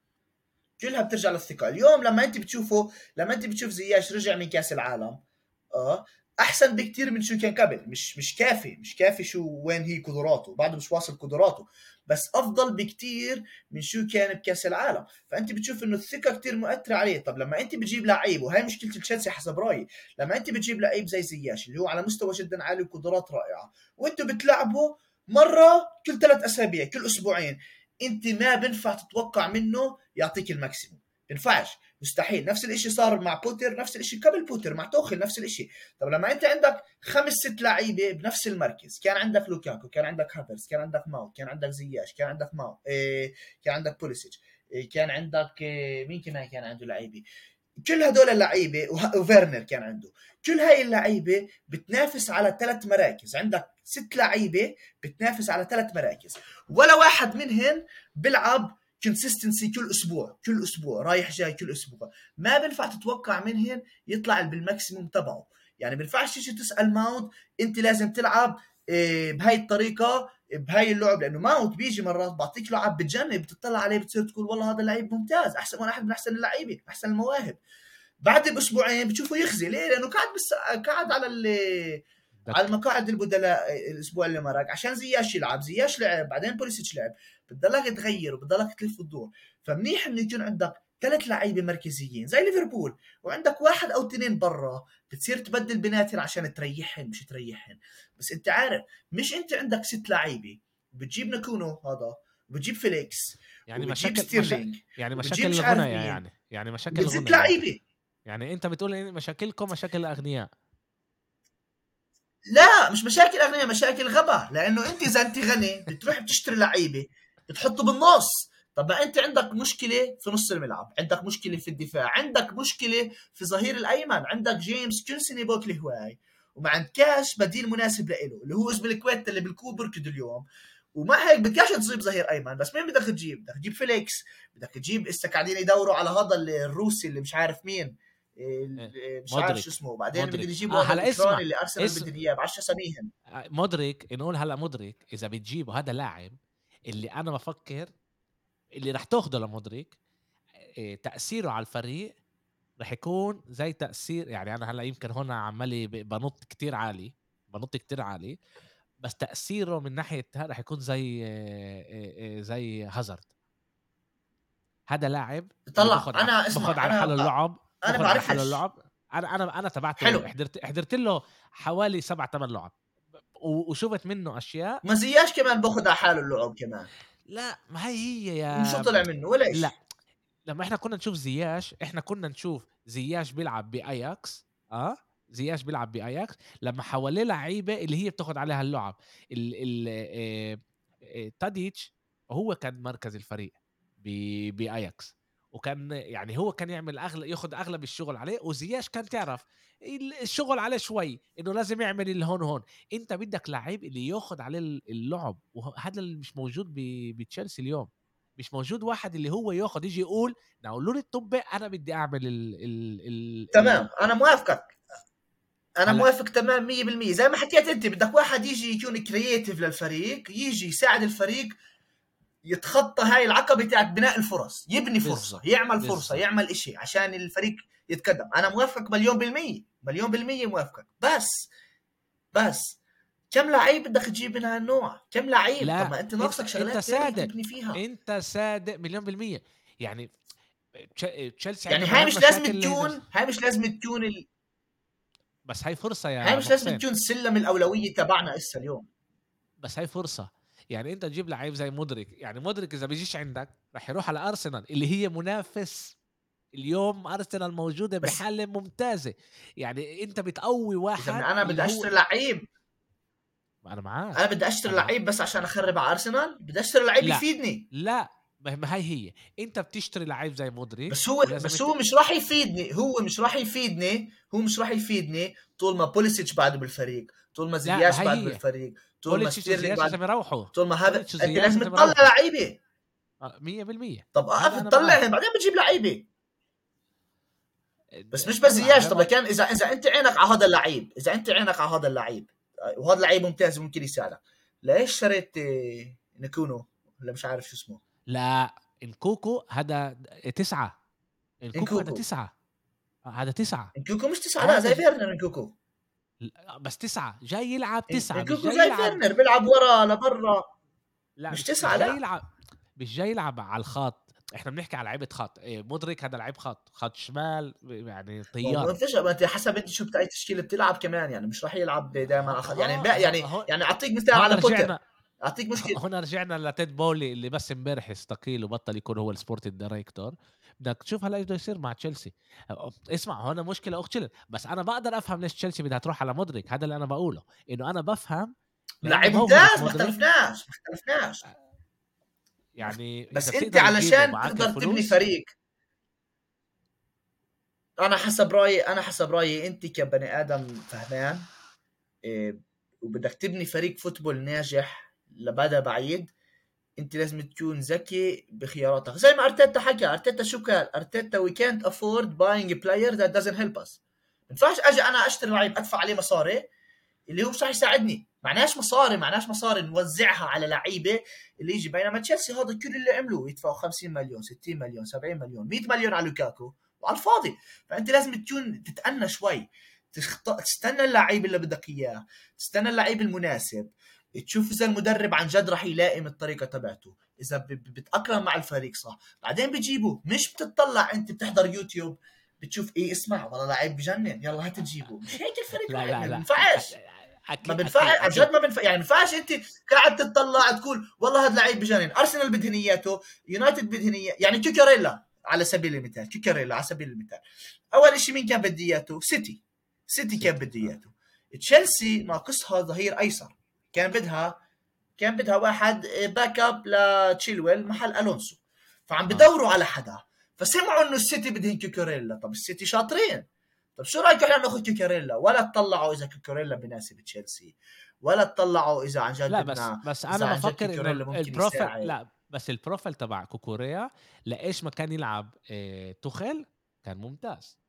كلها بترجع للثقة. اليوم لما انت بتشوفه، لما انت بتشوف زياش رجع من كاس العالم اه احسن بكتير من شو كان قبل. مش مش كافي مش كافي شو وين هي قدراته، بعده مش واصل قدراته، بس افضل بكتير من شو كان بكاس العالم. فانت بتشوف انه الثقة كتير مؤثرة عليه. طب لما انت بتجيب لعيب، وهي مشكلة تشيلسي حسب رايي، لما انت بتجيب لعيب زي زياش اللي هو على مستوى جدا عالي وقدرات رائعة، وانتوا بتلعبه مرة كل ثلاث اسابيع كل اسبوعين، انت ما بنفع تتوقع منه يعطيك الماكسيموم. بنفعش، مستحيل. نفس الاشي صار مع بوتر، نفس الاشي قبل بوتر مع توخل، نفس الاشي. طب لما انت عندك خمس ست لعيبه بنفس المركز، كان عندك لوكاكو، كان عندك هافرز، كان عندك ماو، كان عندك زياش، كان عندك ماو إيه، كان عندك بوليسيتش إيه، كان عندك إيه، مين كمان كان عنده لعيبه. كل هدول اللعيبه وفيرنر كان عنده. كل هاي اللعيبه بتنافس على ثلاث مراكز. عندك ست لعيبه بتنافس على ثلاث مراكز، ولا واحد منهن بيلعب كونسيستنسي كل اسبوع كل اسبوع رايح جاي كل اسبوع. ما بينفع تتوقع منهن يطلع بالماكسيموم تبعه. يعني بينفعش تيجي تسال ماونت انت لازم تلعب بهاي الطريقه بهاي اللعب، لانه ماونت بيجي مرات بعطيك لعب بتجنب بتطلع عليه بتصير تقول والله هذا اللعيب ممتاز، احسن واحد من احسن اللعيبه احسن المواهب. بعد باسبوعين بتشوفه يخزي. ليه؟ لانه قاعد بس قاعد على اللي على دك. المقاعد البدلاء الاسبوع اللي مرق عشان زياش يلعب. زياش لعب بعدين بوليسيتش لعب، بتضلك تغير وبتضلك تلف وتدور. فمنيح انه يكون عندك ثلاث لعيبه مركزيين زي ليفربول، وعندك واحد او اثنين برا بتصير تبدل بيناتهم عشان تريحهم مش تريحهم. بس انت عارف مش انت عندك ست لعيبه بتجيب نكونو هذا، وبتجيب فيليكس، يعني وبتجيب مشاكل مشا... ستيرلينج، يعني وبتجيب مشاكل مش عارف الغنية، مين، يعني يعني مشاكل وبتزيد الغنية انت. لعيبه. يعني انت بتقول ان مشاكلكم مشاكل الاغنياء. لا مش مشاكل اغنياء، مشاكل غبا. لانه انت اذا انت غني بتروح بتشتري لعيبه بتحطه بالنص. طب ما انت عندك مشكله في نص الملعب، عندك مشكله في الدفاع، عندك مشكله في ظهير الايمن، عندك جيمس كينسني بوكلي هواي، وما عندكاش بديل مناسب له اللي هو اسبليكويتا اللي بالكو بركض اليوم. وما هيك بدكاش تجيب ظهير ايمن، بس مين بدك تجيب؟ بدك تجيب فيليكس، بدك تجيب اسا قاعدين يدوروا على هذا الروسي اللي مش عارف مين، إيه. مش عارف شو مودريك اسمه. بعدين بدهم مودريك يجيبوا اه هذا هلا الاوكراني اسمع. اللي ارسنال اسم بدهم اياه، بعرفش اساميهم. مودريك، نقول هلا مودريك اذا بتجيبه هذا لاعب اللي انا بفكر اللي رح تاخده لمودريك، إيه تاثيره على الفريق رح يكون زي تاثير، يعني انا هلا يمكن هون عمالي ب- بنط كتير عالي بنط كتير عالي، بس تاثيره من ناحيه رح يكون زي إيه إيه زي هازارد. هذا لاعب اللي طلع باخد ع... انا باخد اسمع على انا حاله ب... اللعب انا باخد على حاله بعرفش. اللعب. انا انا انا حلو. تبعته حضرت حضرت له حوالي سبع ثمان لعب و- وشفت منه اشياء. ما زياش كمان باخذ على حاله اللعب كمان. لا ما هي هي وشو يا طلع منه ولا لا. شيء. لما احنا كنا نشوف زياش احنا كنا نشوف زياش بيلعب باياكس. اه زياش بيلعب باياكس لما حواليه لعيبه اللي هي بتاخد عليها اللعب. ال ال آه، آه، تاديتش هو كان مركز الفريق ب- باياكس، وكان يعني هو كان يعمل اغلب ياخد اغلب الشغل عليه، وزياش كان تعرف ال- الشغل عليه شوي انه لازم يعمل اللي هون وهون. انت بدك لعيب اللي ياخد عليه اللعب، وهذا اللي مش موجود ب- بتشيلسي اليوم. مش موجود واحد اللي هو ياخد يجي يقول نقول له الطب انا بدي اعمل ال ال ال ال تمام انا موافقك. انا هلا موافق تمام مية بالمية. زي ما حكيت انت بدك واحد يجي يكون كرييتيف للفريق، يجي يساعد الفريق يتخطى هاي العقبه تاعت بناء الفرص، يبني فرصه، بالضبط يعمل فرصه، بالضبط يعمل إشي عشان الفريق يتقدم. انا موافقك مليون بالمية، مليون بالمية موافقك. بس بس كم لعيب بدك تجيب من هالنوع؟ كم لعيب؟ لا طب ما انت ناقصك انت شغلات انت ثانيه صادق، تبني فيها. انت صادق مليون بالمية. يعني تش- تشيلسي يعني عنده هاي مليون مش لازم مشاكل اللي هي، تكون هاي مش لازم تكون ال... بس هاي فرصة هاي يا مش لازم محسن، تكون سلم الاولويه تبعنا اسا اليوم. بس هاي فرصة. يعني انت تجيب لعيب زي مدرك، يعني مدرك اذا بيجيش عندك رح يروح على ارسنال اللي هي منافس. اليوم ارسنال موجودة بس بحالة ممتازة. يعني انت بتقوي اذا من واحد انا بدي اللي اشتري هو، لعيب، انا معك. انا بدي اشتري انا لعيب بس عشان اخرب على ارسنال؟ بدي اشتري لعيب لا يفيدني. لا ما ما هي هي انت بتشتري لعيب زي مدرك بس هو ولازم بس انت. هو مش راح يفيدني، هو مش راح يفيدني هو مش راح يفيدني طول ما بوليسيتش بعده بالفريق، طول ما لا ما زياش هي بعده هي بالفريق، طول ما بوليتش ستيرلينج وزياش بعد، لازم يروحوا. طول ما هذا بوليتش انت وزياش لازم لازم تطلع يروحوا. لعيبه. آه، مية بالمية. طب هذا اقف انا معك. تطلعهم بعدين بتجيب لعيبه. بس مش بس طلع زياش. طب لما كان اذا اذا انت عينك على هذا اللعيب، اذا انت عينك على هذا اللعيب وهذا اللعيب ممتاز ممكن يساعدك، ليش شريت إيه، نكونو ولا مش عارف شو اسمه؟ لا انكوكو هذا تسعة. انكوكو هذا انكوكو. تسعة. آه، هذا تسعة. انكوكو مش تسعه، لا هذا زي ج... فيرنر. انكوكو لا، بس تسعة جاي يلعب إن- تسعة مش انكوكو جاي زي يلعب. فيرنر بيلعب ورا لبرا. لا مش مش مش تسعه جاي لا. يلعب. مش جاي يلعب على الخط. احنا بنحكي على لعيبة خط. إيه مدرك هذا لعيب خط خط شمال يعني ما هو ما طيارة. فيش، ما انت حسب انت شو بتاعي تشكيله بتلعب كمان، يعني مش راح يلعب دائما أخ... يعني ها بقى يعني ها يعني اعطيك مثال هون على بوتر. رجعنا. اعطيك مشكله. هنا رجعنا لتيد بولي اللي بس امبارح استقيل وبطل يكون هو السبورت دايركتور. بدك تشوف هلا ايش بده يصير مع تشيلسي. اسمع هنا مشكله اختلف، بس انا بقدر افهم ليش تشيلسي بدها تروح على مدرك. هذا اللي انا بقوله، انه انا بفهم لانه لاعب موهبه ممتاز، ما مدرك. اختلفناش ما اختلفناش. يعني اذا بس انت بتقدر تجيبه علشان معك تقدر تبني الفلوس. فريق، انا حسب رايي انا حسب رايي انت كبني ادم فهمان إيه، وبدك تبني فريق فوتبول ناجح لبدا بعيد، انت لازم تكون ذكي بخياراتك. زي ما ارتيتا حكى، ارتيتا شو قال؟ ارتيتا we can't afford buying a player that doesn't help us. ما ينفعش اجي انا اشتري لعيب ادفع عليه مصاري اللي هو مش رح يساعدني. معناش مصاري معناش مصاري نوزعها على لعيبه اللي يجي. بينما تشيلسي هذا كل اللي عملوه يدفعوا خمسين مليون ستين مليون سبعين مليون مية مليون على لوكاكو وعلى الفاضي. فانت لازم تكون تتأنى شوي، تخط... تستنى اللعيب اللي بدك اياه، تستنى اللعيب المناسب، تشوف اذا المدرب عن جد رح يلائم الطريقه تبعته، اذا ب... ب- بتاقلم مع الفريق صح، بعدين بتجيبه. مش بتطلع انت بتحضر يوتيوب بتشوف ايه اسمع والله لعيب بجنن يلا هات تجيبه. مش هيك الفريق لا راح لا ما لا بينفعش. ما اكيد بنفع اكيد عن جد اكيد. ما بنفع. يعني ما ينفعش انت قاعد تطلع تقول والله هذا لعيب بجنن. ارسنال بدهنياته، يونايتد بدهنية، يعني كوكاريلا على سبيل المثال، كوكاريلا على سبيل المثال اول شيء مين كان بدياته؟ سيتي. سيتي كان سيتي آه. بدياته. تشيلسي ناقصها ظهير ايسر، كان بدها كان بدها واحد باك اب لتشيلويل محل الونسو، فعم اه بدوروا على حدا. فسمعوا انه السيتي بدهن كوكاريلا. طب السيتي شاطرين، طب شو رايكم احنا ناخذ كوكاريلا؟ ولا تطلعوا اذا كوكاريلا بناسب تشيلسي، ولا تطلعوا اذا عن جد لا بس بدنا، بس اذا انا عن جد بفكر انه كوكاريلا ممكن البروفيل، يساعد. لا بس البروفيل تبع كوكوريا لايش ما كان يلعب إيه توخيل كان ممتاز.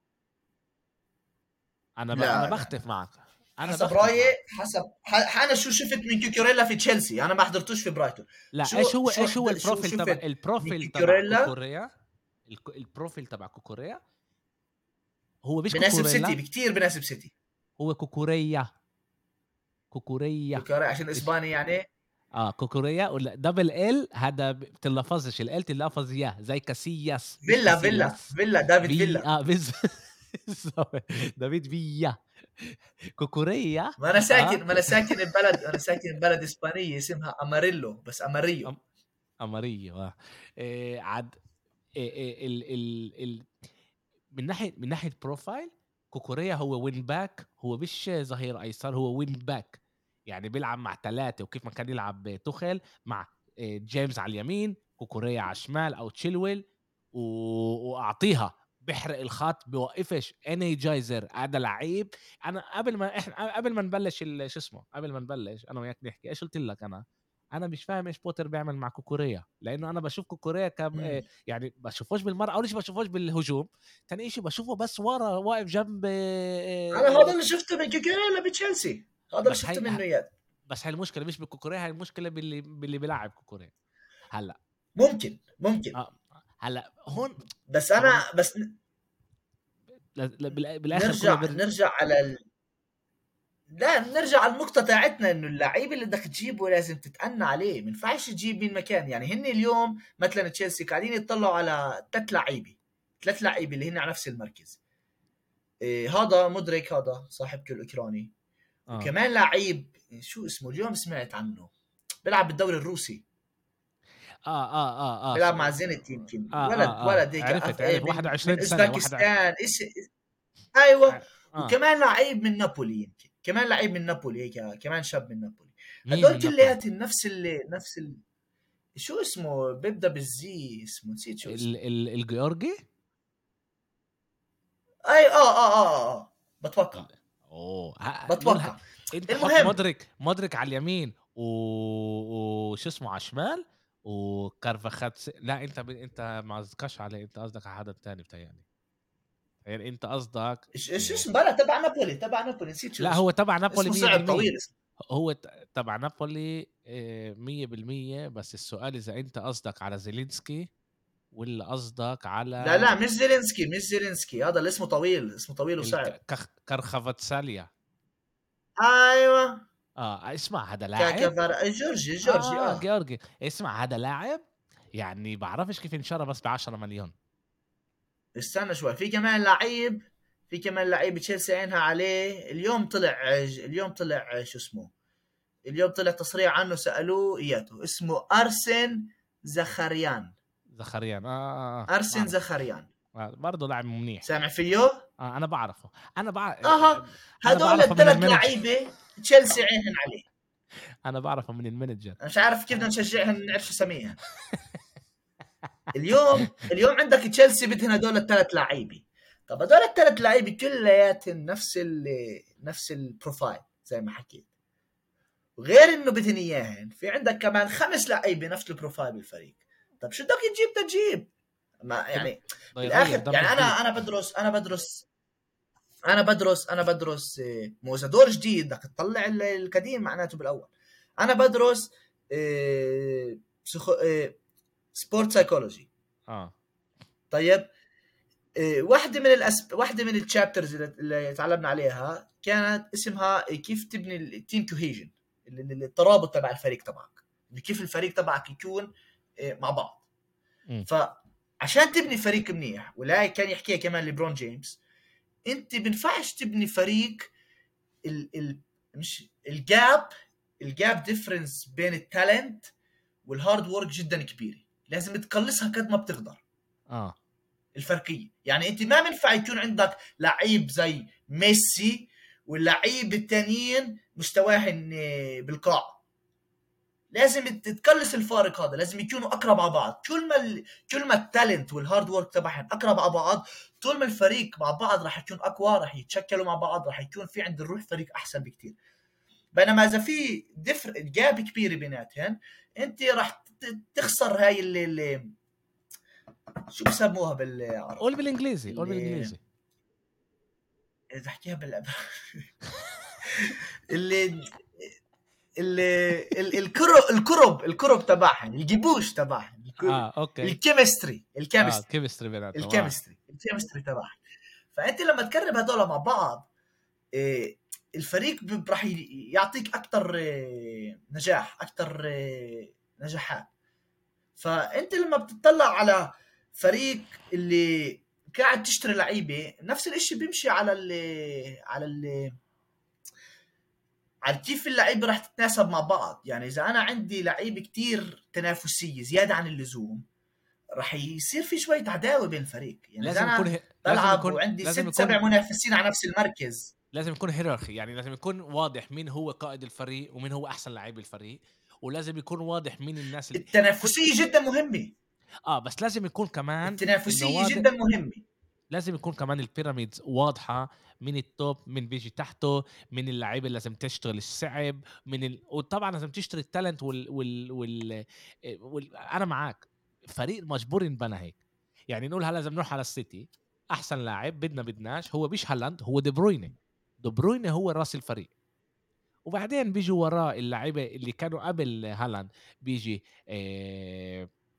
انا ب... انا لا لا بختلف لا معك. انا حسب بختلف رايي، معك. حسب ح- انا شو شفت من كوكوريلا في تشيلسي، انا ما حضرتوش في برايتون. لا شو ايش هو شو ايش هو حد شو البروفيل تبع شفت من البروفيل تبع كوكوريلا كوكوريا. الك- البروفيل تبع كوكوريا هو مش بناسب سيتي، كوكوريلا. بكتير بناسب سيتي. هو كوكوريا. كوكوريا. كوكوريلا عشان مش اسباني يعني. اه كوكوريا ولا دبل ال هذا ب- بتلفظش ال تلفظ ياه زي كاسياس مش فيلا فيلا كاسيلاس. فيلا دافيد في فيلا. اه بز دافيد فيا. كوكوريا. ما انا اه ساكن ما انا ساكن ببلد انا ساكن ببلد اسبانيه اسمها اماريلو، بس اماريو. أم... اماريو اه إيه عاد. إيه إيه ال ال ال من ناحيه من ناحيه بروفايل كوكوريا هو وين باك. هو مش ظهير ايسر هو وين باك. يعني بيلعب مع ثلاثه وكيف ما كان يلعب توخيل مع إيه جيمس على اليمين كوكوريا على الشمال او تشيلويل و... واعطيها بيحرق الخط بوقفش انيجايزر. هذا لعيب. انا قبل ما احنا قبل ما نبلش ال- شو اسمه قبل ما نبلش انا وياك نحكي ايش قلت لك. انا انا مش فاهم ايش بوتر بيعمل مع كوكوريا لانه انا بشوف كوكوريا كم مم. إيه، يعني بشوفوش بالمره. اول شيء بشوفوش بالهجوم. ثاني شيء بشوفه بس ورا واقف جنب انا هذا إيه، اللي شفته من كوكوريلا بتشيلسي، هذا اللي بس شفته هاي منه اياه. بس هاي المشكله مش بكوكوريا. هاي المشكله باللي باللي بيلعب كوكوريا هلا. ممكن ممكن. اه هلا هون. بس طبعا انا بس ل- ل- بال- بالاخر كله نرجع بيرجع. نرجع على ال... لا نرجع على النقطة تاعتنا انه اللعيب اللي بدك تجيبه لازم تتأنى عليه، ما ينفعش تجيب من مكان. يعني هن اليوم مثلا تشيلسي قاعدين يطلعوا على ثلاث لعيبة، ثلاث لعيبة اللي هن على نفس المركز. إيه هذا مدرك، هذا صاحب كل اوكراني، اه وكمان لعيب شو اسمه اليوم سمعت عنه، بيلعب بالدوري الروسي، اه اه اه اه ش... بيلعب اه مع زينت يمكن، ولد اه اه ولد هيك أف... عرفت إيه عرفت من من واحد وعشرين سنة واحد وع- اوزباكستان ايش. ايوه. اه آه. وكمان لعيب من نابولي يمكن، كمان لعيب من نابولي هيك، كمان شاب من نابولي. مين هدول من نابولي؟ كلياتهم نفس اللي نفس ال... شو اسمه بيبدا بالزي، اسمه نسيت شو ال اسمه. ال الجيورجي. اي اه اه اه اه بتوقع. ال- اوه ها- دول ه... بتوقع. انت حط المهم مدرك مدرك على اليمين و... وشو اسمه على الشمال وكارفاخات س... لا انت ب... انت ما قصدكش عليه، انت قصدك على حدا تاني بتهيألي. يعني انت قصدك ايش ايش إيه... اسمه، بلا تبع نابولي، تبع نابولي نسيت شو لا هو اسمه. تبع نابولي اسمه صعب مية بالمية. طويل اسمه. هو ت- تبع نابولي إيه، مية بالمية. بس السؤال اذا انت قصدك على زيلينسكي ولا قصدك لا على لا مش زيلينسكي، مش زيلينسكي، هذا اللي اسمه طويل، اسمه طويل وصعب. الك... كخ... كرخفاتساليا. ايوه. اه اسمع هذا كا لاعب. كفر جورجي جورجي اه اه. جيورجي اسمع هذا لاعب، يعني بعرفش كيف انشرى بس ب عشرة مليون. استنى شوي، في كمان لعيب، في كمان لعيب تشيلسي عينها عليه اليوم طلع، اليوم طلع شو اسمه، اليوم طلع تصريح عنه سألوه اياته، اسمه أرسن زخريان. زخريان اه اه اه أرسن بعرف. زخريان. آه برضه لاعب منيح. سامع فيه؟ آه انا بعرفه. انا بعرف. اها. انا هدول بعرفه من الثلاث المانجر. لعيبة تشيلسي عينهن عليه. انا بعرفه من المانجر. انا مش عارف كيف بدنا نشجعهن، نعرف شو اسميهن. اليوم اليوم عندك تشيلسي بدهن هدول الثلاث لعيبه. طب هدول الثلاث لعيبه كلياتهم نفس ال نفس البروفايل زي ما حكيت. وغير انه بدهن اياهن، في عندك كمان خمس لعيبه نفس البروفايل بالفريق. طب شو بدك تجيب تجيب؟ ما بده يعني بده يغير بالاخر دم يعني انا جديد. انا بدرس انا بدرس انا بدرس انا بدرس إيه، مو اذا دور جديد بدك تطلع ال- القديم معناته بالاول. انا بدرس إيه، بسخ... إيه، سبورت سايكولوجي. اه طيب إيه، واحدة من الأسب... واحدة من الشابترز اللي اللي تعلمنا عليها كانت اسمها كيف تبني التيم كوهيجن، الترابط تبع الفريق تبعك، إنه كيف الفريق تبعك يكون إيه، مع بعض. امم فعشان تبني فريق منيح، ولا كان يحكيها كمان ليبرون جيمس، انت بينفعش تبني فريق ال... ال... مش الجاب الجاب ديفرنس بين التالنت والهارد وورك جدا كبيره، لازم تقلصها قد ما بتقدر. اه الفرقيه يعني انت ما بينفع يكون عندك لعيب زي ميسي واللعيب التانيين مستواهن بالقاع. لازم تتقلص الفارق هذا، لازم يكونوا اقرب على بعض. كل ما ال... كل ما التالنت والهارد وورك تبعهم اقرب على بعض، طول ما الفريق مع بعض راح يكون اقوى، راح يتشكلوا مع بعض، راح يكون في عند الروح فريق احسن بكتير. بينما اذا في دفر جاب كبيره بيناتهم، انت راح ت- تخسر هاي اللي, اللي شو بسموها بالعربي، قول بالانجليزي قول اللي بالانجليزي. اذا احكيها بال اللي اللي ال- الكرب الكرب الكرب تبعهم، الجيبوش تبعهم، الك- اه اوكي. الكيمستري اه الكيمستري كيمستري بيناتهم اه. الكيمستري الكيمستري تبعهم. فانت لما تقرب هذول مع بعض، إيه، الفريق ب- راح ي- يعطيك اكثر إيه، نجاح، اكثر إيه، نجاحات. فانت لما بتطلع على فريق اللي قاعد تشتري لعيبه، نفس الاشي بيمشي على اللي على اللي على كيف اللعيبه راح تتناسب مع بعض. يعني اذا انا عندي لعيبه كتير تنافسيه زياده عن اللزوم، راح يصير في شويه عداوه بين الفريق. يعني اذا لازم يكون انا ه... لازم بلعب يكون وعندي لازم ست سبع يكون منافسين على نفس المركز، لازم يكون هيرارخي. يعني لازم يكون واضح مين هو قائد الفريق ومين هو احسن لاعب الفريق، ولازم يكون واضح مين الناس اللي كل. التنافسيه جدا مهمه. اه بس لازم يكون كمان انه التنافسيه واضح. جدا مهمه. لازم يكون كمان البيراميدز واضحة، من التوب من بيجي تحته، من اللعيبة اللي لازم تشتغل الصعب من ال... وطبعا لازم تشتري التالنت وال... وال... وال... وال... انا معاك. فريق مجبور ينبنى هيك. يعني نقول هلا لازم نروح على السيتي، احسن لاعب بدنا بدناش هو مش هالاند، هو دي بروينه. دي بروينه هو راس الفريق. وبعدين بيجوا وراه اللعيبه اللي كانوا قبل هالاند. بيجي آه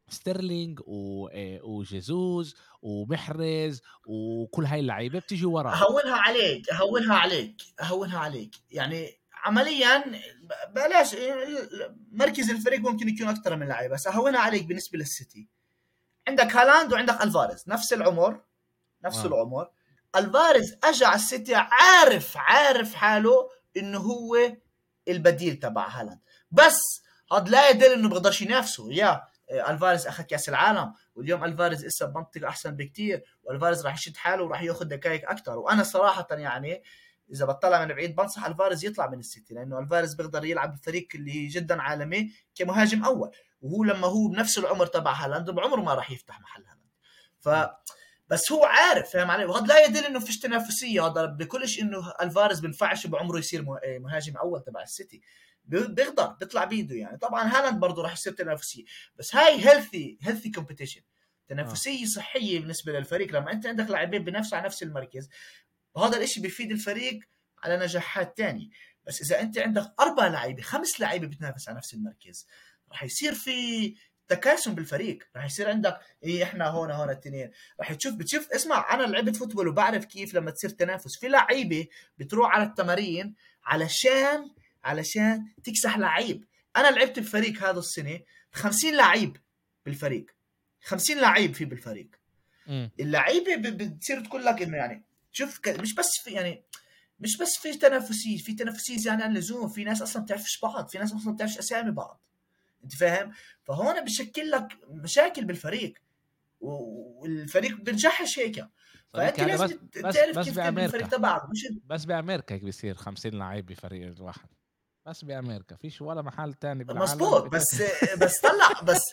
ستيرلينج و آآ وجيزوس ومحرز وكل هاي اللعيبة بتيجي وراه. أهونها عليك أهونها عليك أهونها عليك يعني عمليا بلاش مركز الفريق ممكن يكون أكثر من لعيبة، بس أهونها عليك بالنسبة للسيتي عندك هالاند وعندك الفاريز نفس العمر نفس آه. العمر. الفاريز اجى على السيتي عارف عارف حاله انه هو البديل تبع هالاند، بس هذا لا يدل انه بيقدرش ينافسه. يا الفاريز اخذ كاس العالم واليوم الفاريز لسه بمنطقه احسن بكتير، والفاريز راح يشد حاله وراح ياخذ دقائق اكثر. وانا صراحه يعني اذا بطلع من بعيد بنصح الفاريز يطلع من السيتي، لانه الفاريز بيقدر يلعب بفريق اللي جدا عالمي كمهاجم اول، وهو لما هو بنفس العمر تبع هالاند بعمره ما راح يفتح محل هالاند. ف بس هو عارف فاهم علي، وهذا لا يدل انه فيش تنافسيه، هذا بكلش انه الفارز بنفعش بعمره يصير مهاجم اول تبع السيتي، بيقدر بيطلع بيده يعني. طبعا هالاند برضه راح يصير تنافسيه، بس هاي هيلثي هيلثي كومبيتيشن، تنافسيه صحيه بالنسبه للفريق. لما انت عندك لاعبين بنفسوا على نفس المركز وهذا الاشي بيفيد الفريق على نجاحات تانية. بس اذا انت عندك اربع لاعبين خمس لاعبين بتنافس على نفس المركز راح يصير في تكاسم بالفريق، راح يصير عندك ايه احنا هون هون الاثنين راح تشوف بتشوف. اسمع انا لعبت فوتبول وبعرف كيف لما تصير تنافس في لعيبه بتروح على التمارين علشان علشان تكسح لعيب. انا لعبت بفريق هذا السنه خمسين لعيب بالفريق، خمسين لعيب في بالفريق. م. اللعيبه بتصير تقول لك انه يعني شوف مش بس في يعني مش بس في تنافسيه في تنافسيه يعني عن اللزوم، في ناس اصلا بتعرفش بعض، في ناس اصلا بتعرفش اسامي بعض، انت فاهم؟ فهون بشكل لك مشاكل بالفريق والفريق بنجحش هيك. فانت هذا لازم بس بس تعرف بس كيف تبني الفريق بأمريكا، تبعك. مش بس بأمريكا هيك بيصير خمسين لعيب بفريق الواحد، بس بأمريكا فيش ولا محل تاني بالعالم مظبوط، بت... بس بس طلع بس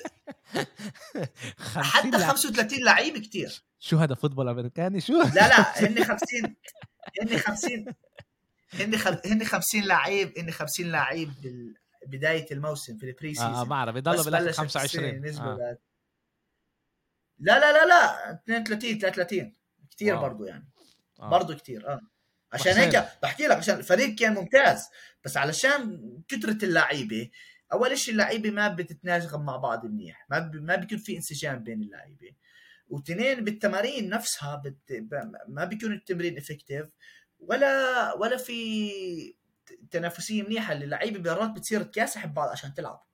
خمسين حتى لعيب. خمسة وثلاثين لعيب كتير. شو هذا فوتبول أمريكاني شو؟ لا لا هن خمسين، هن خمسين، هن خل... هن خمسين لعيب، هن خمسين لعيب بال... بدايه الموسم في البري اه اه سيزون، بعرف بيضلوا بس بالاخر بلشت السنه خمسة وعشرين. نزلوا اه ل... لا لا لا لا اثنين وثلاثين ثلاثة وثلاثين كتير واو. برضو يعني، اه برضو كتير. اه عشان هيك وحسين. بحكي لك عشان الفريق كان ممتاز، بس علشان كثرة اللعيبه اول شيء اللعيبه ما بتتناغم مع بعض منيح، ما ب... ما بيكون في انسجام بين اللعيبه، واثنين بالتمارين نفسها بت... ما بيكون التمرين افكتيف ولا ولا في تنافسيه منيحه. اللعيبه مرات بتصير تكاسح ببعض عشان تلعب،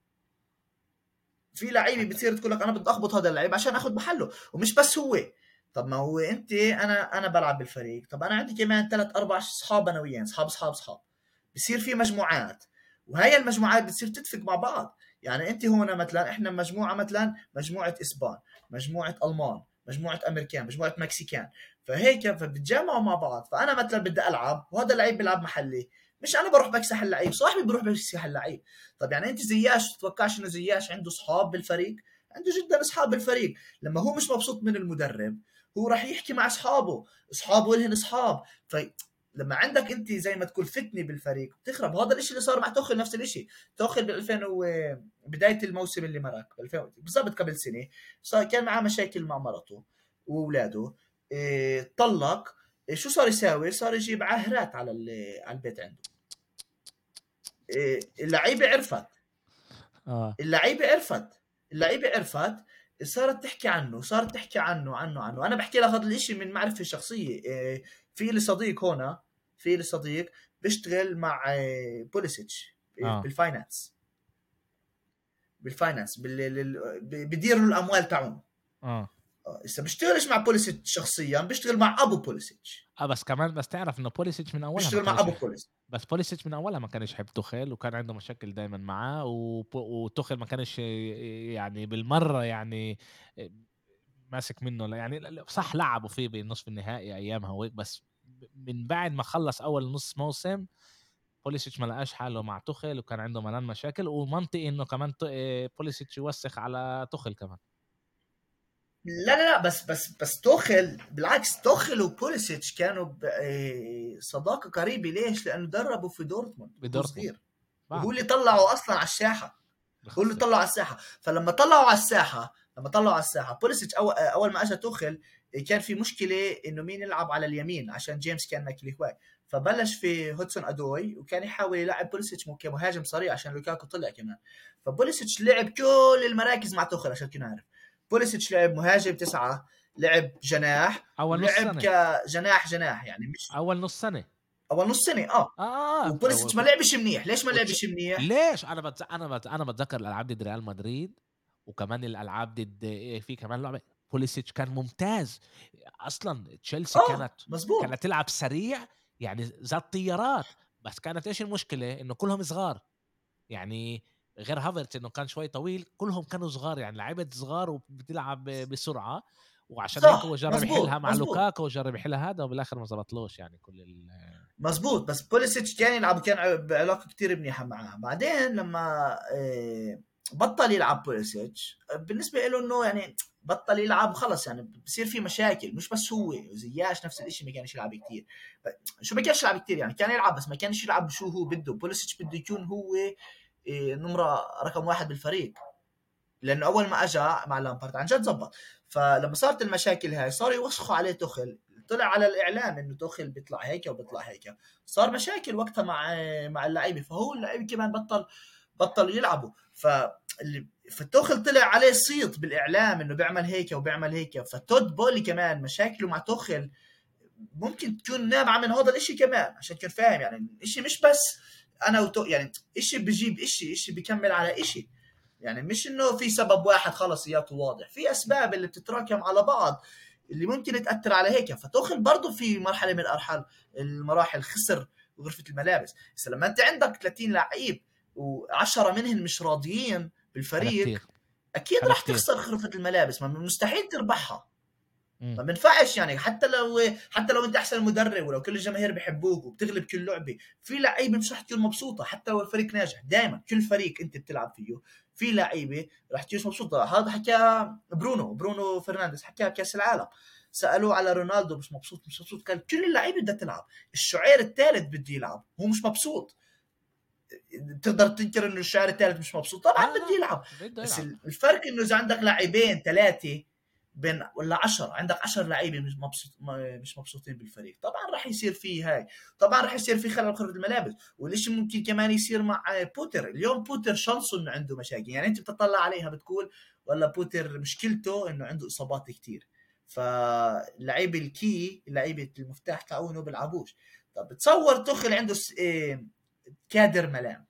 في لعيبه بتصير تقول لك انا بدي اخبط هذا اللعيب عشان اخذ محله. ومش بس هو، طب ما هو انت انا انا بلعب بالفريق، طب انا عندي كمان ثلاث اربع اصحاب انا وياه، اصحاب اصحاب اصحاب، بصير في مجموعات، وهي المجموعات بتصير تتفق مع بعض. يعني انت هنا مثلا احنا مجموعه مثلا مجموعه اسبان، مجموعه المان، مجموعه امريكان، مجموعه مكسيكان، فهيك فبتجمعوا مع بعض. فانا مثلا بدي العب وهذا اللعيب بيلعب محلي، مش انا بروح بكسح اللعيب، صاحبي بيروح بكسح اللعيب. طب يعني انت زياش تتوقعش انه زياش عنده اصحاب بالفريق؟ عنده جدا اصحاب بالفريق. لما هو مش مبسوط من المدرب هو راح يحكي مع اصحابه، اصحابه لهن اصحاب. فلما عندك انت زي ما تقول فتنه بالفريق بتخرب. هذا الشيء اللي صار مع توخل، نفس الشيء. توخل بال ألفين و بدايه الموسم اللي مرق بالضبط قبل سنه صار كان معاه مشاكل مع مرته واولاده، إيه طلق. إيه شو صار يساوي؟ صار يجيب عاهرات على على البيت عنده. إيه اللعيبه عرفت، اه اللعيبه عرفت اللعيبه عرفت صارت تحكي عنه، صارت تحكي عنه عنه عنه انا بحكي لك هذا الاشي من معرفه شخصيه. إيه في لي صديق هنا، في لي صديق بيشتغل مع إيه بوليسيتش اه بالفاينانس، بالفاينانس بال... بديروا الاموال تاعهم. اه لسه بيشتغلش مع بوليسيتش شخصيا، بيشتغل مع ابو بوليسيتش، اه بس كمان بس تعرف انه بوليسيتش من اولها ما بيشتغل مع كانش ابو يح... بوليسيتش. بس بوليسيتش من اولها ما كانش يحب توخيل، وكان عنده مشاكل دايما معاه، وب... وتوخيل ما كانش يعني بالمره يعني ماسك منه. لا يعني صح لعبوا فيه بالنصف النهائي ايامها وهيك، بس من بعد ما خلص اول نص موسم بوليسيتش ما لقاش حاله مع توخيل، وكان عنده ملان مشاكل، ومنطقي انه كمان ت- إيه، بوليسيتش يوسخ على توخيل كمان. لا لا لا بس بس بس توخل بالعكس، توخل وبوليسيتش كانوا ب- إيه، صداقه قريبه. ليش؟ لانه دربوا في دورتموند وهو بدورتموند صغير، وهو بعرف اللي طلعه اصلا على الساحه، هو اللي بخسر. طلعه على الساحه. فلما طلعوا على الساحه لما طلعوا على الساحه بوليسيتش اول اول ما اجى توخل كان في مشكله انه مين يلعب على اليمين عشان جيمس كان ماكلي هواي. فبلش في هودسون ادوي وكان يحاول يلعب بوليسيتش كمهاجم صريح عشان لوكاكو طلع كمان. فبوليسيتش لعب كل المراكز مع توخل عشان كنا عارف. بوليسيتش لعب مهاجم تسعة، لعب جناح، اول نص ولعب سنه كجناح جناح يعني مش اول نص سنه اول نص سنه اه. اه اه, وبوليسيتش ما آه. لعبش منيح. ليش ما وتش... لعبش منيح؟ ليش انا بتز... انا بت... انا بتذكر الالعاب ضد ريال مدريد، وكمان الالعاب ضد إيه، في كمان لعبه بوليسيتش كان ممتاز. اصلا تشيلسي اه كانت مزبوط. كانت تلعب سريع، يعني ذات طيارات. بس كانت ايش المشكله؟ انه كلهم صغار، يعني غير هافرتس انه كان شوي طويل، كلهم كانوا صغار، يعني لعيبه صغار وبتلعب بسرعه. وعشان هيك هو صح جرب يحلها مزبوط مع مزبوط لوكاكو وجرب يحلها هذا، وبالاخر ما زبطلوش يعني كل ال... مزبوط. بس بوليسيتش كان يلعب، كان بعلاقه كتير منيحه معاه. بعدين لما آه، بطل يلعب بوليسيتش، بالنسبه له انه يعني بطل يلعب خلص، يعني بصير في مشاكل. مش بس هو، زياش نفس الشيء، ما كانش يلعب كتير. شو ما كانش يلعب كتير يعني، كان يلعب بس ما كانش يلعب شو هو بده. بوليسيتش بده يكون هو آه، نمره رقم واحد بالفريق، لانه اول ما اجى مع لامبارد عن جد زبط. فلما صارت المشاكل هاي صاروا يوسخوا عليه تخل. طلع على الاعلام انه توخل بيطلع هيك وبيطلع هيك. صار مشاكل وقتها مع مع اللعيبه، فهو اللعيبه كمان بطل بطل يلعبوا. ف فالتوخل طلع عليه صيت بالاعلام انه بيعمل هيك وبيعمل هيك. فتود بولي كمان مشاكله مع توخل ممكن تكون نابعه من هذا الاشي كمان، عشان تكون فاهم يعني الاشي مش بس انا وتو، يعني اشي بجيب اشي، اشي بيكمل على اشي. يعني مش انه في سبب واحد خلص اياته واضح، في اسباب اللي بتتراكم على بعض اللي ممكن تاثر على هيك. فتوخل برضه في مرحله من الارحل المراحل خسر غرفه الملابس. بس لما انت عندك ثلاثين لعيب وعشرة منهم مش راضيين هذا بالفريق، كتير، اكيد هذا راح كتير. تخسر غرفه الملابس، ما مستحيل تربحها. مم. ما بينفعش يعني. حتى لو حتى لو انت احسن مدرب ولو كل الجماهير بيحبوك وبتغلب كل لعبه، في لعيبه مش رح تكون مبسوطه. حتى لو الفريق ناجح، دائما كل فريق انت بتلعب فيه في لعيبه رح تكون مبسوطه. هذا حكى برونو برونو فرنانديز، حكى بكاس العالم. سالوه على رونالدو مش مبسوط مش مبسوط، قال كل اللعيبه بدها تلعب، الشعير الثالث بده يلعب، هو مش مبسوط. تقدر تنكر انه الشعير الثالث مش مبسوط؟ طبعا لا بده لا يلعب. بده بس يلعب. الفرق انه اذا عندك لاعبين ثلاثه بين ولا عشرة، عندك عشر لعيبه مش مبسوط مش مبسوطين بالفريق، طبعا راح يصير في هاي. طبعا راح يصير في خلل بخرة الملابس. والشيء ممكن كمان يصير مع بوتر. اليوم بوتر شانسه انه عنده مشاكل، يعني انت بتطلع عليها بتقول ولا بوتر مشكلته انه عنده اصابات كتير. فاللعيبه الكي، اللعيبه المفتاح تاعونه ما بيلعبوش. طب تصور تخل عنده س- إيه، كادر ملان،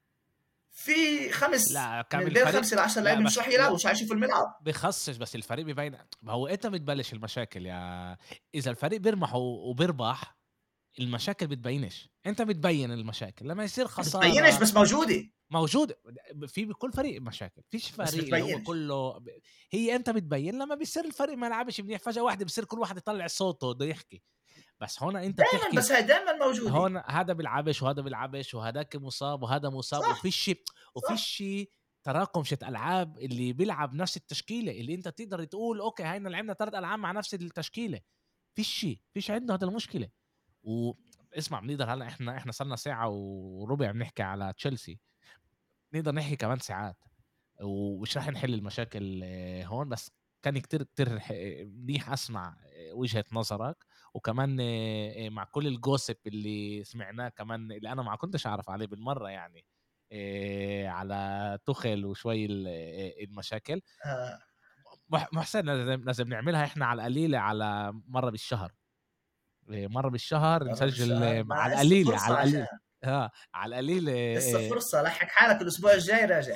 في خمس لا من كان بين الفريق، خمسه لعشر لا لعيبه مش بس راح يلعبوا، لا مش راح يشوفوا الملعب. بخصش، بس الفريق بيبين. ما هو انت بتبلش المشاكل يا، اذا الفريق بيرمح وبيربح المشاكل بتبينش، انت بتبين المشاكل لما يصير بتبينش خسارة. بس موجوده. موجود في بكل فريق مشاكل، فيش بس فريق اللي هو بتبينش. كله ب... هي انت بتبين لما بيصير الفريق ما لعبش منيح، فجأة واحدة بيصير كل واحد يطلع صوته بده يحكي. بس هون انت دائما، بتحكي، بس هاي دائما موجوده. هون هذا بيلعبش وهذا بيلعبش وهذاك مصاب وهذا مصاب، صح وفيش صح وفيش تراكم شت العاب اللي بيلعب نفس التشكيله اللي انت تقدر تقول اوكي هاينا لعبنا ثلاث العاب مع نفس التشكيله. فيش فيش عنده هذا المشكله. واسمع بنقدر هلا احنا احنا صرنا ساعه وربع بنحكي على تشيلسي، نقدر نحكي كمان ساعات ومش راح نحل المشاكل آه، هون. بس كان كتير كتير ح- منيح اسمع آه، وجهة نظرك. وكمان آه، آه، مع كل الجوسب اللي سمعناه كمان اللي انا ما كنتش اعرف عليه بالمرة يعني آه، على تخل وشوي ال- آه، المشاكل. آه. مح- محسن لازم لازم نعملها احنا على القليلة على مرة بالشهر. آه، مرة بالشهر مرة نسجل بالشهر، آه، ما على هسه القليلة فرصة على عشان القليل. اه على القليل لسه آه، آه، فرصة. لحق حالك الأسبوع الجاي راجع.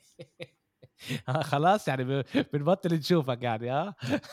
آه، خلاص يعني ب- بنبطل نشوفك يعني اه.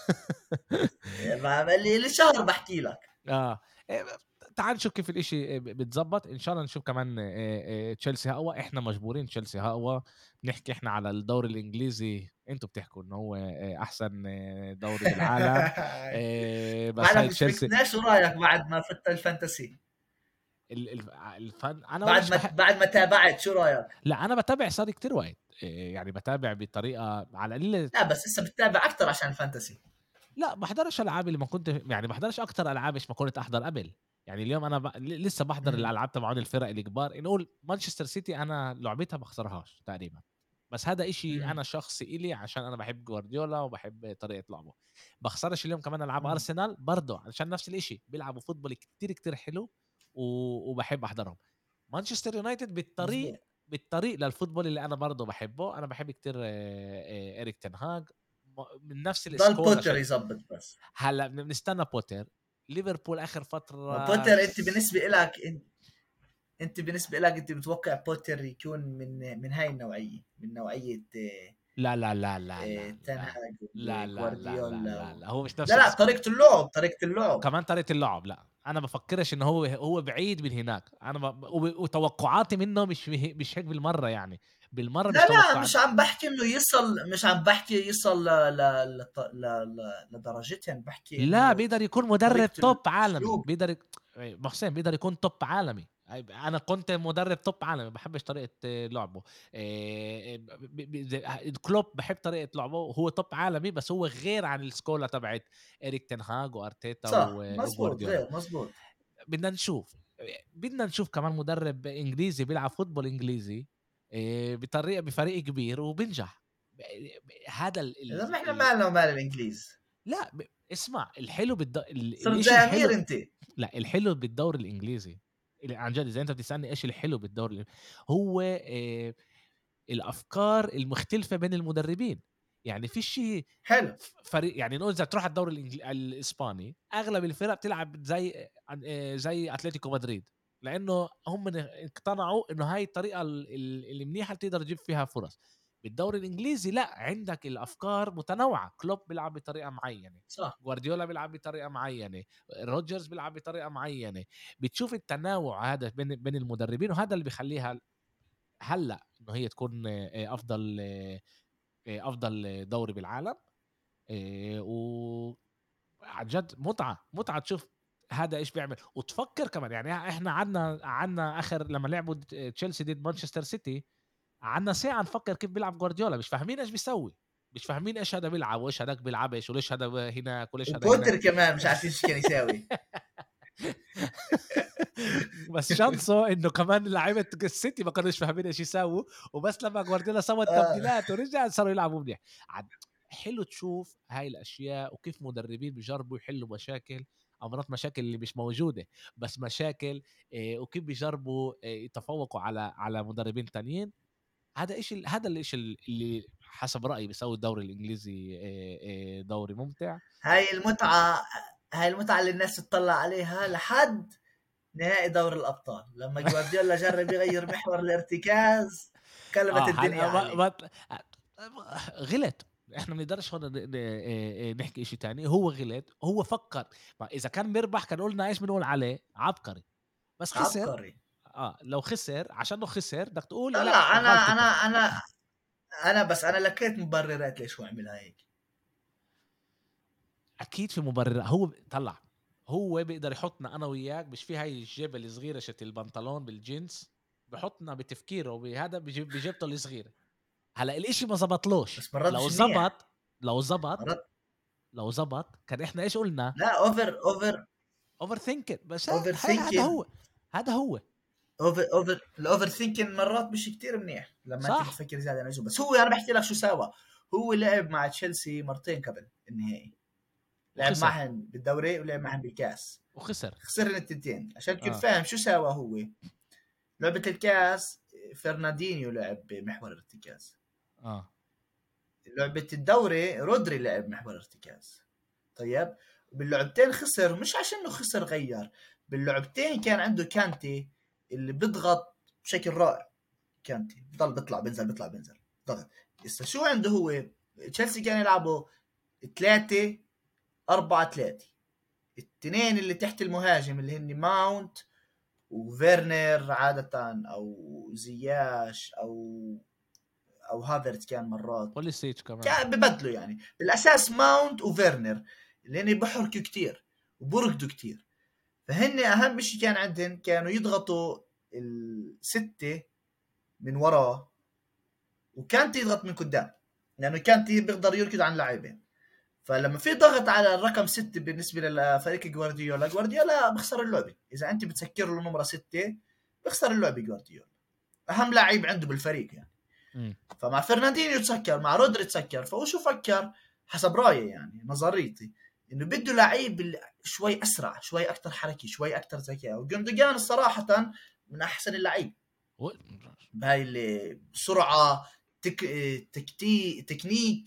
ما- اللي اللي شهر بحكي لك. اه إيه، تعال نشوف كيف الاشي بتزبط ان شاء الله. نشوف كمان إيه، إيه، تشيلسي هقوى، احنا مجبورين تشيلسي هقوى. بنحكي احنا على الدوري الانجليزي، انتوا بتحكوا انه هو إيه، احسن إيه، دوري بالعالم. إيه، بس بعدك هاي مش تشيلسي فكتناش. شو رأيك بعد ما فت الفانتسي؟ ال- ال- الفن انا بعد وقتش ما بحق. بعد ما تابعت شو رأيك؟ لا انا بتابع صار كتير وقت إيه، يعني بتابع بطريقه على القليله. لا بس لسه بتتابع أكتر عشان الفانتسي. لا بحضرش العاب اللي ما كنت، يعني بحضرش اكتر العاب مش ما كنت احضر قبل. يعني اليوم انا ب... ل- لسه بحضر امم الالعاب تبعون الفرق الكبار. نقول مانشستر سيتي انا لعبتها بخسرهاش تقريبا، بس هذا إشي امم انا شخصي إلي عشان انا بحب جوارديولا وبحب طريقه لعبه. بخسرش اليوم كمان العاب امم ارسنال برضه عشان نفس الإشي، بيلعبوا فوتبول كتير كتير حلو و... وبحب احضرهم. مانشستر يونايتد بالطريق مزبوط. بالطريق للفوتبول اللي انا برضه بحبه. انا بحب كتير آه، آه، إريك تنهاج. من نفس ضل الاسكولا بوتر شا... يزبط بس. هلا بنستنى بوتر. ليفربول اخر ما فتره بوتر انت بالنسبه لك انت, انت بالنسبه لك انت متوقع بوتر يكون من من هاي النوعيه، من نوعيه لا لا لا لا لا تنهاج لا لا لا لا لا وجوارديولا لا, و... لا. هو مش لا نفس لا الاسكولا. طريقه اللعب، طريقه اللعب كمان طريقه اللعب لا، انا بفكرش انه هو هو بعيد من هناك. انا ب... وتوقعاتي منه مش مش هيك بالمره يعني، بالمره مش لا لا توقعات. مش عم بحكي انه يصل، مش عم بحكي يصل ل... ل... ل... ل... ل... لدرجتين، بحكي لا انه بيقدر يكون مدرب طريقه توب عالمي، الاسلوب. بيقدر يك- محسن بيقدر يكون توب عالمي. انا كنت مدرب توب عالمي، بحبش طريقه لعبه. إيه، ب- ب- زي- كلوب بحب طريقه لعبه، هو توب عالمي بس هو غير عن السكولا تبعت اريك تنهاج وارتيتا صح و- مزبوط، وجوارديولا. غير مزبوط. بدنا نشوف بدنا نشوف كمان مدرب انجليزي بيلعب فوتبول انجليزي إيه، بطريقه بفريق كبير وبنجح. ب- ب- هذا ال اذا ما ال احنا ال مالنا ومال الانجليز، لا ب- اسمع الحلو بالد... ال... صرت الاشي زي امير الحلو. انت. لا الحلو بالدوري الانجليزي اللي- عن جد اذا انت بتسالني ايش الحلو بالدوري الإنجليزي، هو إيه، الافكار المختلفه بين المدربين. يعني في شيء حلو. فريق، يعني نقول اذا تروح على الدوري الإنجل... الاسباني اغلب الفرق بتلعب زي آه، زي اتلتيكو مدريد، لانه هم اقتنعوا انه هاي الطريقه ال- ال- اللي منيحه اللي تقدر تجيب فيها فرص. بالدوري الانجليزي لا، عندك الافكار متنوعه، كلوب بيلعب بطريقه معينه، صح جوارديولا بيلعب بطريقه معينه، روجرز بيلعب بطريقه معينه. بتشوف التنوع هذا بين بين المدربين، وهذا اللي بيخليها هلا انه هي تكون آه، افضل آه، آه، افضل دوري بالعالم. إيه، و عن جد متعة متعة تشوف هذا ايش بيعمل وتفكر كمان. يعني احنا عنا عنا اخر لما لعبوا تشيلسي ضد مانشستر سيتي، عنا ساعة نفكر كيف بيلعب جوارديولا، مش فاهمين ايش بيسوي، مش فاهمين ايش هذا بيلعب وايش هذاك بيلعبش وليش هذا هناك وليش هذا هناك. وبوتر كمان مش عارفين ايش كان يساوي. بس شانسه انه كمان لعيبه السيتي ما كانوش فاهمين ايش يساووا، وبس لما جوارديولا سوى آه. التبديلات ورجع صاروا يلعبوا منيح. عاد حلو تشوف هاي الاشياء وكيف مدربين بيجربوا يحلوا مشاكل، امرات مشاكل اللي مش موجوده بس مشاكل إيه، وكيف بيجربوا إيه، يتفوقوا على على مدربين تانيين. هذا ايش ال- هذا الاشي اللي حسب رايي بيسوي الدوري الانجليزي إيه، إيه، دوري ممتع. هاي المتعة، هاي المتعة اللي الناس تطلع عليها لحد نهائي دوري الأبطال، لما جوارديولا جرب يغير محور الارتكاز قلبت اه الدنيا هلا ما عليه. ما غلط. احنا ما نقدرش هون ن- ن- نحكي شيء تاني، هو غلط، هو فكر. ما اذا كان بيربح كان قلنا ايش بنقول عليه عبقري، بس خسر. عبقري. اه لو خسر عشانه خسر بدك تقول طلع لا أنا أنا غلطته. أنا أنا بس أنا لقيت مبررات ليش هو عملها هيك. اكيد في مبرر، هو طلع هو بيقدر يحطنا انا وياك، مش في هاي الجبل الصغيره شت البنطلون بالجينز، بحطنا بتفكيره بهذا بجيب بجيبته الصغيره. هلا الاشي ما زبطلوش. بس ما لو ردش منيح. زبط لو زبط مرات لو زبط كان احنا ايش قلنا؟ لا اوفر اوفر اوفر ثينكينج. بس ه- اوفر هي هذا ثينكينج. هو هذا هو اوفر اوفر الاوفر ثينكينج مرات مش كتير منيح لما انت صح. بتفكر زياده عن اللزوم. بس هو انا بحكي لك شو ساوى. هو لعب مع تشيلسي مرتين قبل النهائي، لعب وخسر معهم بالدوري ولعب معهم بالكاس، وخسر خسرنا التنتين. عشان تكون اه فاهم شو ساوى هو. لعبة الكاس فرناندينيو لعب بمحور الارتكاز، اه لعبة الدوري رودري لعب محور ارتكاز. طيب باللعبتين خسر، مش عشان انه خسر غير، باللعبتين كان عنده كانتي اللي بيضغط بشكل رائع. كانتي بضل بيطلع بينزل بيطلع بينزل ضغط. هسه شو عنده هو؟ تشيلسي كان يلعبوا ثلاثة أربعة ثلاثة، الاثنين اللي تحت المهاجم اللي هن ماونت وفيرنر عادة أو زياش أو أو هافرت كان مرات بوليسيتش كمان. كان ببدلوا. يعني بالأساس ماونت وفيرنر لأن بحركوا كتير وبركضوا كتير، فهن أهم شيء كان عندهم كانوا يضغطوا الستة من وراه، وكانت يضغط من قدام لأنه كانت بيقدر يركض عن لاعبين. فلما في ضغط على الرقم ستة بالنسبة لفريق جوارديولا، جوارديولا بخسر اللعبة. إذا أنت بتسكر له نمرة ستة بخسر اللعبة. جوارديولا أهم لاعب عنده بالفريق يعني. مم. فمع فرناندينيو تسكر، مع رودري تسكر. فهو شو فكر حسب رأيي يعني نظريتي إنه بده لعيب شوي أسرع، شوي أكتر حركي، شوي أكتر ذكاء. وجوندوجان الصراحة من أحسن اللعيب و... بهاي اللي سرعة تك... تكتي... تكنيك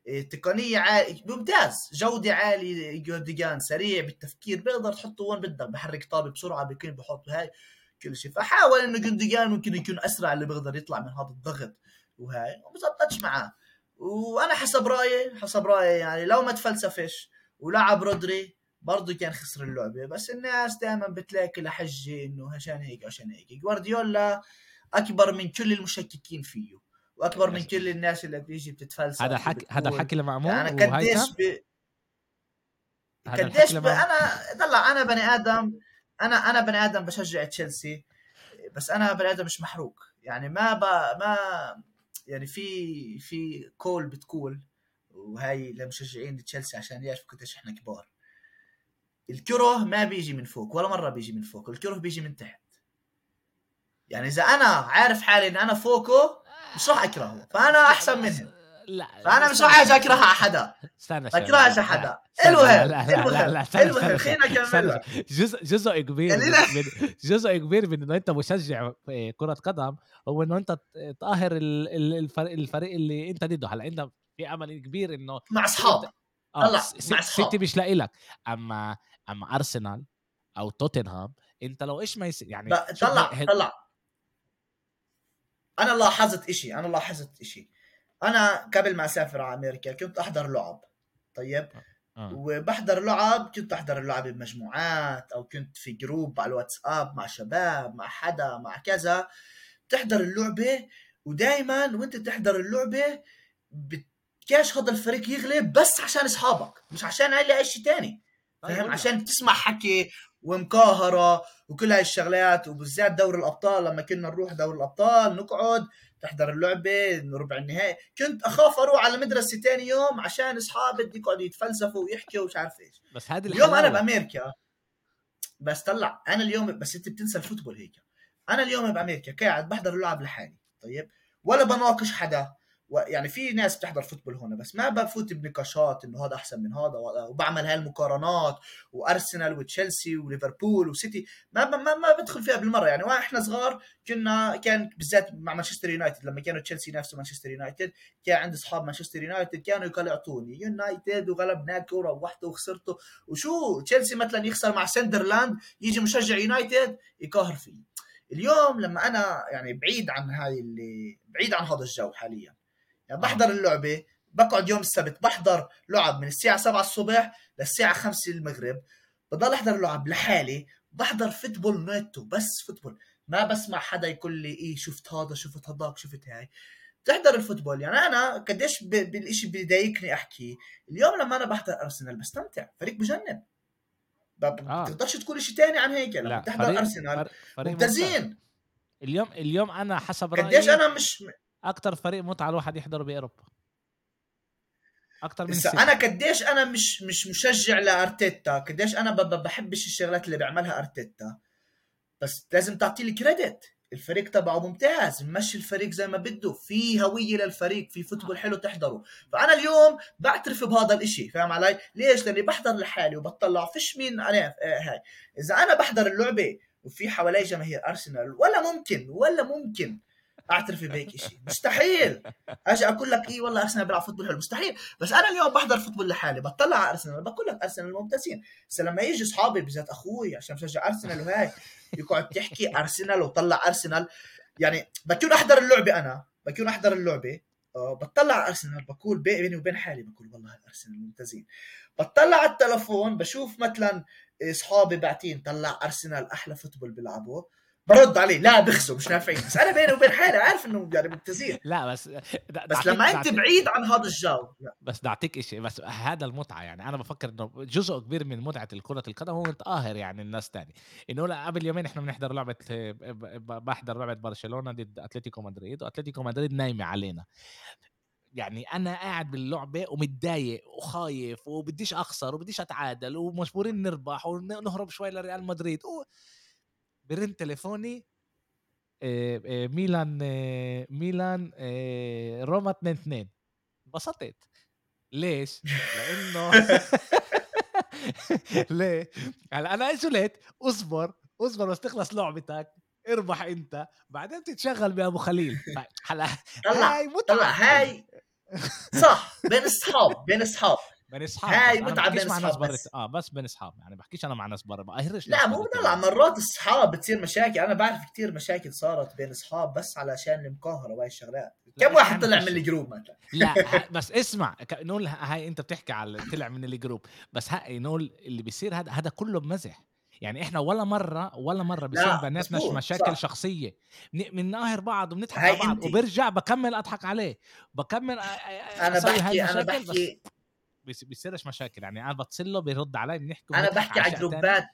إيه، تقنيه عالية ممتاز، جوده عاليه، جوديجان سريع بالتفكير، بيقدر تحطه وين بدك، بحرك طابه بسرعه، بيكون بحط هاي كل شيء. فحاول انه جونديجان ممكن يكون اسرع اللي بيقدر يطلع من هذا الضغط وهاي، وما زبطتش معاه. وانا حسب رايي حسب رايي يعني لو ما تفلسفش ولعب رودري برضه كان خسر اللعبه. بس الناس دائما بتلاقي لحجه انه عشان هيك عشان هيك. جوارديولا اكبر من كل المشككين فيه، واكبر من كل الناس اللي بتيجي هذا بتتفلسف الحكي هذا وبتقول الحكي يعني لمأمون انا وهيثم. قديش ب... هذا الحكي قديش ب... لمأمون. انا طلع انا بني ادم، انا انا بني ادم بشجع تشيلسي، بس انا بني ادم مش محروق يعني. ما ب... ما يعني في في كول بتقول، وهي لمشجعين تشيلسي عشان يعرفوا قديش احنا كبار. الكره ما بيجي من فوق ولا مره بيجي من فوق، الكره بيجي من تحت. يعني اذا انا عارف حالي ان انا فوقه مش راح اكرهه، فانا لا احسن بس منهم، لا فانا مش استنى راح اجي شوي اكره حدا، استنى ما شوي لا اكرهش لا لا حدا. استنى لا المهم لا لا لا المهم لا استنى المهم استنى شوي خلينا استنى نكمل شوي. لك. جزء جزء كبير من خلينا من جزء كبير من انه انت مشجع في كرة قدم هو انه انت تقاهر ال- ال- الفريق الفريق اللي انت ضده. هلا انت في امل كبير انه مع انت اصحاب، اه طلع س- مع س- سيتي اصحاب. مش لاقي لك. اما اما ارسنال او توتنهام انت لو ايش ما يصير يعني شوف هي, طلع هي طلع انا لاحظت اشي انا لاحظت اشي انا قبل ما اسافر على امريكا كنت احضر لعب. طيب، اه اه وبحضر لعب، كنت احضر اللعب بمجموعات او كنت في جروب على الواتساب مع شباب مع حدا مع كذا. تحضر اللعبة، ودايما وانت تحضر اللعبة بتكاش هذا الفريق يغلب بس عشان اصحابك، مش عشان اي شيء تاني. طيب فاهم؟ بقول لك عشان تسمع حكي ومكاهرة وكل هاي الشغلات. وبالذات دوري الابطال، لما كنا نروح دوري الابطال نقعد تحضر اللعبة ربع النهائي، كنت اخاف اروح على مدرسة تاني يوم عشان اصحابي بدي يقعدوا يتفلسفوا ويحكوا ومش عارف ايش. بس هذه اليوم انا الحلاوة. بامريكا، بس طلع انا اليوم، بس انت بتنسى الفوتبول هيك. انا اليوم بامريكا قاعد بحضر اللعب لحالي. طيب، ولا بناقش حدا. يعني في ناس بتحضر فوتبول هنا، بس ما بفوت بنقاشات انه هذا احسن من هذا، وبعمل هاي المقارنات وارسنال وتشيلسي وليفربول وسيتي. ما ما ما بدخل فيها بالمره. يعني واحنا صغار كنا، كان بالذات مع مانشستر يونايتد لما كانوا تشيلسي نفسه مانشستر يونايتد، كان عندي اصحاب مانشستر يونايتد كانوا يقلعطوني يونايتد وغلبناك وروحته وخسرته. وشو تشيلسي مثلا يخسر مع سندرلاند، يجي مشجع يونايتد يقهر فيه. اليوم لما انا يعني بعيد عن هاي اللي بعيد عن هذا الجو حاليا، يعني اه بحضر اللعبة، بقعد يوم السبت بحضر لعب من الساعة سبعة الصبح للساعة خمسة المغرب، بضل احضر لعب لحالي، بحضر فوتبول نتو، بس فوتبول. ما بسمع حدا يقول لي ايه شفت هذا شفت هذاك شفت هاي. تحضر الفوتبول. يعني انا قديش ب... بالاشي بيضايقني احكي، اليوم لما انا بحضر ارسنال بستمتع، فريق بجنن. ما اه بتقدرش تقول شيء تاني عن هيك لما لا تحضر فريق ارسنال. فريق, فريق ممتاز. ممتازين. اليوم اليوم انا حسب قديش رايي انا مش اكتر فريق متعه الواحد يحضره باوروبا اكتر من هسا انا السيتي. قديش انا مش مش مشجع لارتيتا، قديش انا ب- ب- بحبش الشغلات اللي بيعملها ارتيتا، بس لازم تعطي لي كريدت. الفريق تبعه ممتاز، مشي الفريق زي ما بده، في هويه للفريق، في آه. فوتبول حلو تحضره. فانا اليوم بعترف بهذا الاشي. فاهم علي ليش؟ لاني بحضر لحالي وبطلع فيش مين انا. آه هاي اذا انا بحضر اللعبه وفي حوالي جماهير ارسنال، ولا ممكن ولا ممكن اعترف بهيك شيء، مستحيل. اجي اقول لك ايه والله ارسنال بيلعب فوتبول حلو، مستحيل. بس انا اليوم بحضر فوتبول لحالي، بطلع على ارسنال بقول لك ارسنال ممتازين. بس لما يجي اصحابي بالذات اخوي عشان بشجع ارسنال وهاي يقعد تحكي ارسنال وطلع ارسنال، يعني بكون احضر اللعبه، انا بكون احضر اللعبه، آه، بطلع على ارسنال بقول بيني وبين حالي بقول والله ارسنال ممتازين. بطلع على التلفون بشوف مثلا اصحابي باعتين طلع ارسنال احلى فوتبول بيلعبوا، برد عليه لا بخسوا مش نافعين. بس انا بيني وبين حالي عارف انه يعني ممتازين. لا بس دا- بس دعطيك لما انت دعطيك بعيد عن هذا الجو لا. بس دعطيك إشي. بس هذا المتعة. يعني أنا بفكر إنه جزء كبير من متعة الكرة القدم هو أنت قاهر يعني الناس تاني. إنه لا قبل يومين إحنا بنحضر لعبة ب- ب- بحضر لعبة برشلونة ضد أتلتيكو مدريد وأتلتيكو مدريد نايمة علينا. يعني أنا قاعد باللعبة ومتضايق وخايف وبديش أخسر وبديش أتعادل ومجبورين نربح ونهرب شوي لريال مدريد و... برن تليفوني آه، آه، ميلان آه، ميلان آه، روما اتنين اتنين. انبسطت. ليش؟ لأنه ليه؟ هلا أنا إيش قلت؟ اصبر اصبر بس تخلص لعبتك، اربح أنت بعدين تتشغل بأبو خليل. هلا طلع هاي طلع متعة. هاي صح بين الصحاب، بين الصحاب. بين اصحاب، هاي بس انا ما متعة بين باحكيش مع ناس الصحاب برا، بس. اه بس بين اصحاب، يعني بحكيش انا مع ناس برا، بقهرش لا ناس مو برا بطلع، التلفزيون. مرات الصحاب بتصير مشاكل. انا بعرف كتير مشاكل صارت بين اصحاب بس علشان المقاهرة وهي الشغلات. لا كم احنا واحد عنا طلع من فيش هيك. الجروب مثلا؟ لا ه... بس اسمع، ك- نقول ه- هاي انت بتحكي على طلع من الجروب، بس هاي نقول اللي بيصير هذا هذا كله بمزح. يعني احنا ولا مره ولا مره بيصير لا بيناتنا ش- مزبوط مشاكل صح. شخصيه، ن- بنناهر بعض وبنضحك على هاي بعض، انت. وبرجع بكمل اضحك عليه، بكمل أ- أ- انا اسوي هاي بحكي انا المشاكل، بس بحكي بيص- بيصيرش مشاكل. يعني انا بتصل له بيرد علي، بنحكي انا وبنضحك بحكي على على اشياء تانية. جروبات.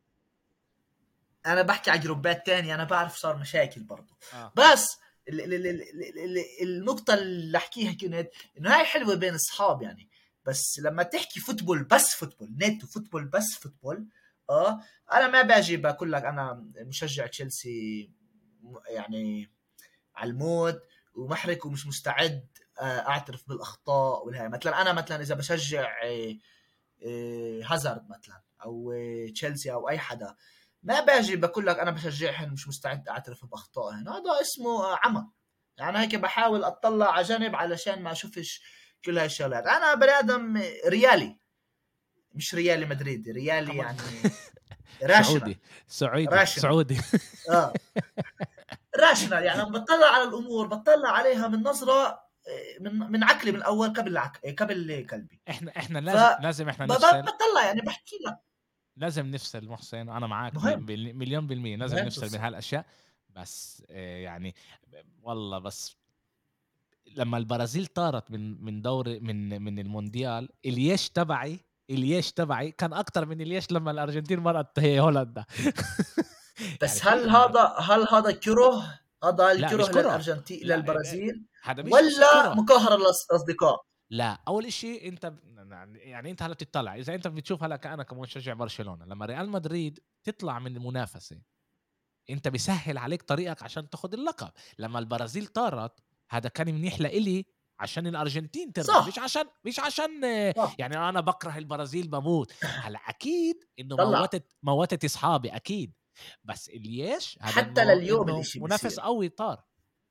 انا بحكي على جروبات تانية، انا بعرف صار مشاكل برضو. اه بس ال ال ال ال ال النقطة اللي احكيها كنت انه هاي حلوة بين اصحاب يعني. بس لما تحكي فوتبول بس فوتبول نت وفوتبول بس فوتبول، اه انا ما باجي بقول لك انا مشجع تشيلسي يعني على الموت ومحرك ومش مستعد آه، اعترف بالاخطاء والهاي. مثلا انا مثلا اذا بشجع آه، آه، هازارد مثلا او آه، تشيلسي او اي حدا، ما باجي بقول لك انا بشجعهن مش مستعد اعترف باخطائهن. هذا اسمه آه، عمى. يعني هيك بحاول اطلع على جنب علشان ما اشوفش كل هاي الشغلات. انا بني ادم ريالي، مش ريالي مدريدي، ريالي كمان. يعني راشنال. سعودي سعودي راشنال سعودي. اه راشنال. يعني لما بطلع على الامور بطلع عليها من نظره آه، من من عقلي من الاول قبل العقل قبل قلبي. احنا احنا ف لازم لازم احنا ب- ب- نفصل، بطلع يعني بحكي لك. لازم نفصل محسن، انا معاك ب- مهم، بال- مليون بالمية، لازم مهم نفصل من تفصل. هالاشياء. بس آه، يعني والله بس لما البرازيل طارت من من دوري من من المونديال، اليش تبعي اليش تبعي كان اكتر من اليش لما الارجنتين مرقت هي هولندا. يعني بس في هل هذا، هذا هل هذا كره؟ هذا لا مش الكره كرة، للارجنتين لا آه، آه، للبرازيل هذا مش قصة ولا كرة. مقاهره للاصدقاء؟ لا اول إشي انت ب- يعني يعني انت هلا بتطلع، اذا انت بتشوف هلا كأنا كمشجع برشلونة، لما ريال مدريد تطلع من المنافسة انت بيسهل عليك طريقك عشان تاخد اللقب. لما البرازيل طارت هذا كان منيح لإلي عشان الارجنتين تربح، مش صح عشان مش عشان آه، صح. يعني انا بكره البرازيل بموت. هلا اكيد انه طلع موتت موتت اصحابي اكيد، بس اليش هذا حتى انه لليوم انه الاشي منافس بيصير. قوي طار.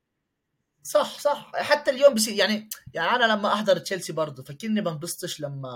صح صح حتى اليوم بصير يعني. يعني انا لما احضر تشيلسي برضه فكرني بنبسطش لما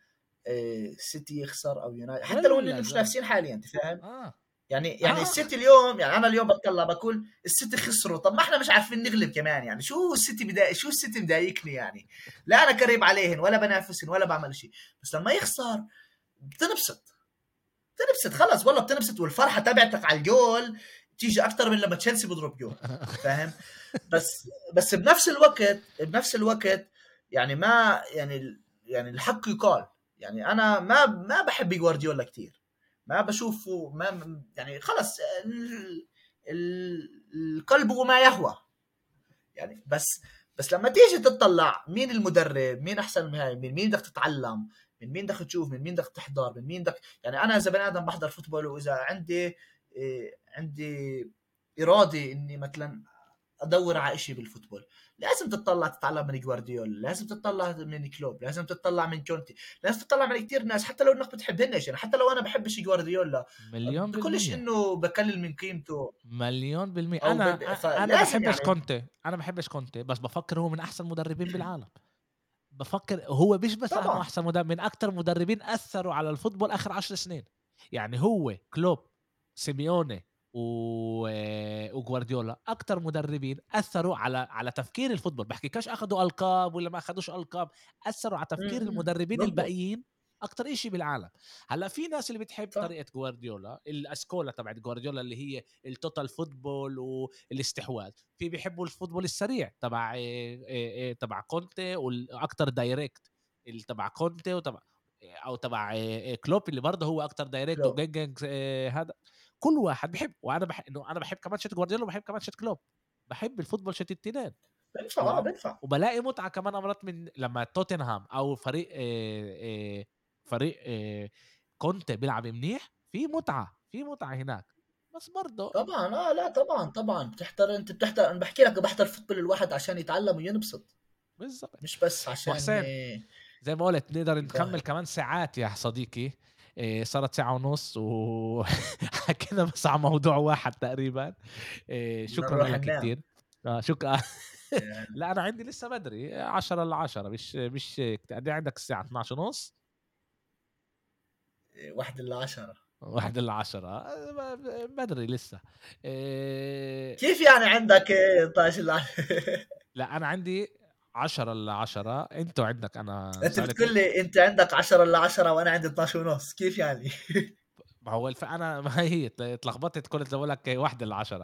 آه، سيتي يخسر او يونايتد، حتى لو انهم ولا مش زلمه. نافسين حاليا، انت فاهم. اه يعني يعني اه السيتي اليوم، يعني انا اليوم بطلع بقول السيتي خسروا، طب ما احنا مش عارفين نغلب كمان. يعني شو السيتي بداي شو السيتي مضايقني يعني. لا انا قريب عليهن ولا بنافسن ولا بعمل شيء. بس لما يخسر بتنبسط. بتنبسط خلص والله بتنبسط، والفرحه تبعتك على الجول تيجي اكتر من لما تشيلسي بيضرب جول. فاهم. بس بس بنفس الوقت بنفس الوقت يعني ما يعني يعني الحق يقال. يعني انا ما ما بحب جوارديولا كتير. ما بشوفه ما يعني خلص ال- ال- القلب وما يهوى يعني. بس بس لما تيجي تطلع مين المدرب، مين احسن من هاي، من مين بدك تتعلم، من مين بدك تشوف، من مين بدك تحضر، من مين بدك. يعني انا اذا بني ادم بحضر فوتبول واذا عندي إيه عندي اراده اني مثلا ادور على شيء بالفوتبول، لازم تطلع تتعلم من جوارديولا، لازم تطلع من كلوب، لازم تطلع من كونتي، لازم تطلع من كتير ناس حتى لو انك بتحبهنش. يعني حتى لو انا بحبش جوارديولا مليون بكلش بالمية، انه بقلل من قيمته مليون بالمية. او انا ب... انا فلازم بحبش يعني. كونتي، انا بحبش كونتي، بس بفكر هو من احسن مدربين بالعالم. بفكر هو مش بس انه طبعا احسن مدرب، من اكتر مدربين اثروا على الفوتبول اخر عشر سنين. يعني هو كلوب، سيميوني و... وجوارديولا اكتر مدربين اثروا على على تفكير الفوتبول. بحكيكاش اخذوا القاب ولا ما اخذوش القاب، اثروا على تفكير امم المدربين بالضبط الباقيين اكتر إشي بالعالم. هلا في ناس اللي بتحب صح طريقه جوارديولا، الاسكولا تبعت جوارديولا اللي هي التوتال فوتبول والاستحواذ. في بيحبوا الفوتبول السريع تبع إيه إيه إيه تبع كونتي، واكتر دايركت اللي تبع كونتي، وتبع او تبع إيه إيه كلوب اللي برضه هو اكتر دايركت كلوب. وجنجنج إيه هذا. كل واحد بحب، وانا بحب انه انا بحب كمان شت جوارديولا وبحب كمان شت كلوب. بحب الفوتبول شت التنين. بينفع اه و... بينفع. وبلاقي متعه كمان امرات من لما توتنهام او فريق إيه إيه فريق إيه كونتي بيلعب منيح، في متعه في متعه هناك. بس برضه طبعا اه لا طبعا طبعا بتحضر، انت بتحضر، انا بحكي لك بحضر فوتبول الواحد عشان يتعلم وينبسط، بالظبط. مش بس عشان وحسين ي- زي ما قلت نقدر نكمل يقاهر. كمان ساعات يا صديقي. إيه، صارت ساعة ونص وحكينا بس عن موضوع واحد تقريبا. إيه، بدنا شكرا نروح لك ننام. كتير. آه شكرا. لا أنا عندي لسه بدري عشرة لعشرة مش مش قد عندك الساعة اثناشر ونص واحد إلا عشرة. واحد إلا عشرة بدري لسه إيه... كيف يعني عندك اثناشر إلا لا أنا عندي عشرة إلا عشرة أنتوا عندك أنا انت سألت بتقول لي انت عندك عشرة إلا عشرة وانا عندي اثناشر ونص، كيف يعني؟ ما هو الف... أنا ما هي اتلخبطت كنت بقول لك واحد إلا عشرة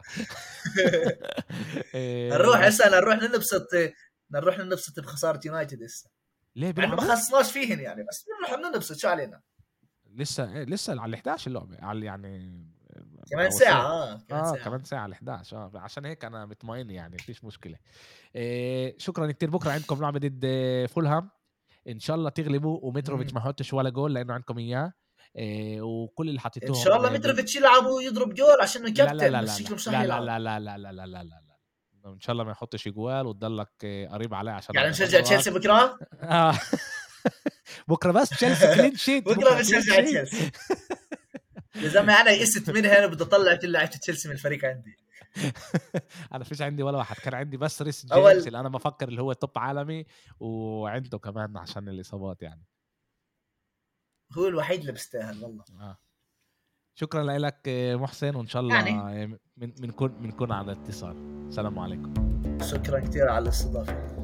إيه... نروح بس هسه نروح ننبسط، نروح ننبسط بخساره يونايتد هسه، ليه مع انه ما بيلعبوا خلصناش فيهن يعني، بس نروح ننبسط شو علينا. لسه إيه لسه على احداشر اللعبة على يعني كمان او سي ساعه، اه كمان اه ساعه. كمان ساعة على احداشر اه عشان هيك انا مطمئن يعني مفيش مشكلة. إيه شكرا كتير. بكرة عندكم لعبة ضد فولهام ان شاء الله تغلبوا ومتروفيتش مم. ما يحطش ولا جول لانه عندكم اياه. إيه وكل اللي ان شاء حطيتوهم الله بال... متروفيتش يلعب ويضرب جول عشان لا لا كابتن، لا بس لا شكله لا مش راح لا لا يلعب. لا لا لا لا لا لا لا لا ان شاء الله ما يحطش جوال وتضلك إيه، قريب عليه عشان يعني اقدر نشجع ازرقك. تشيلسي بكره. آه. بكره بس تشيلسي كلين شيت بكره بكره كلين بنشجع شيت. تشيلسي. يا زلمه انا يئست منها، انا بدي اطلع كل لعيبه تشيلسي من الفريق عندي. انا فيش عندي ولا واحد كان عندي بس ريس جيمس اول اللي انا بفكر اللي هو توب عالمي وعنده كمان عشان الاصابات يعني. هو الوحيد اللي بيستاهل والله. آه. شكرا لك محسن وان شاء الله يعني من بنكون بنكون على اتصال. السلام عليكم. شكرا كثير على الاستضافه.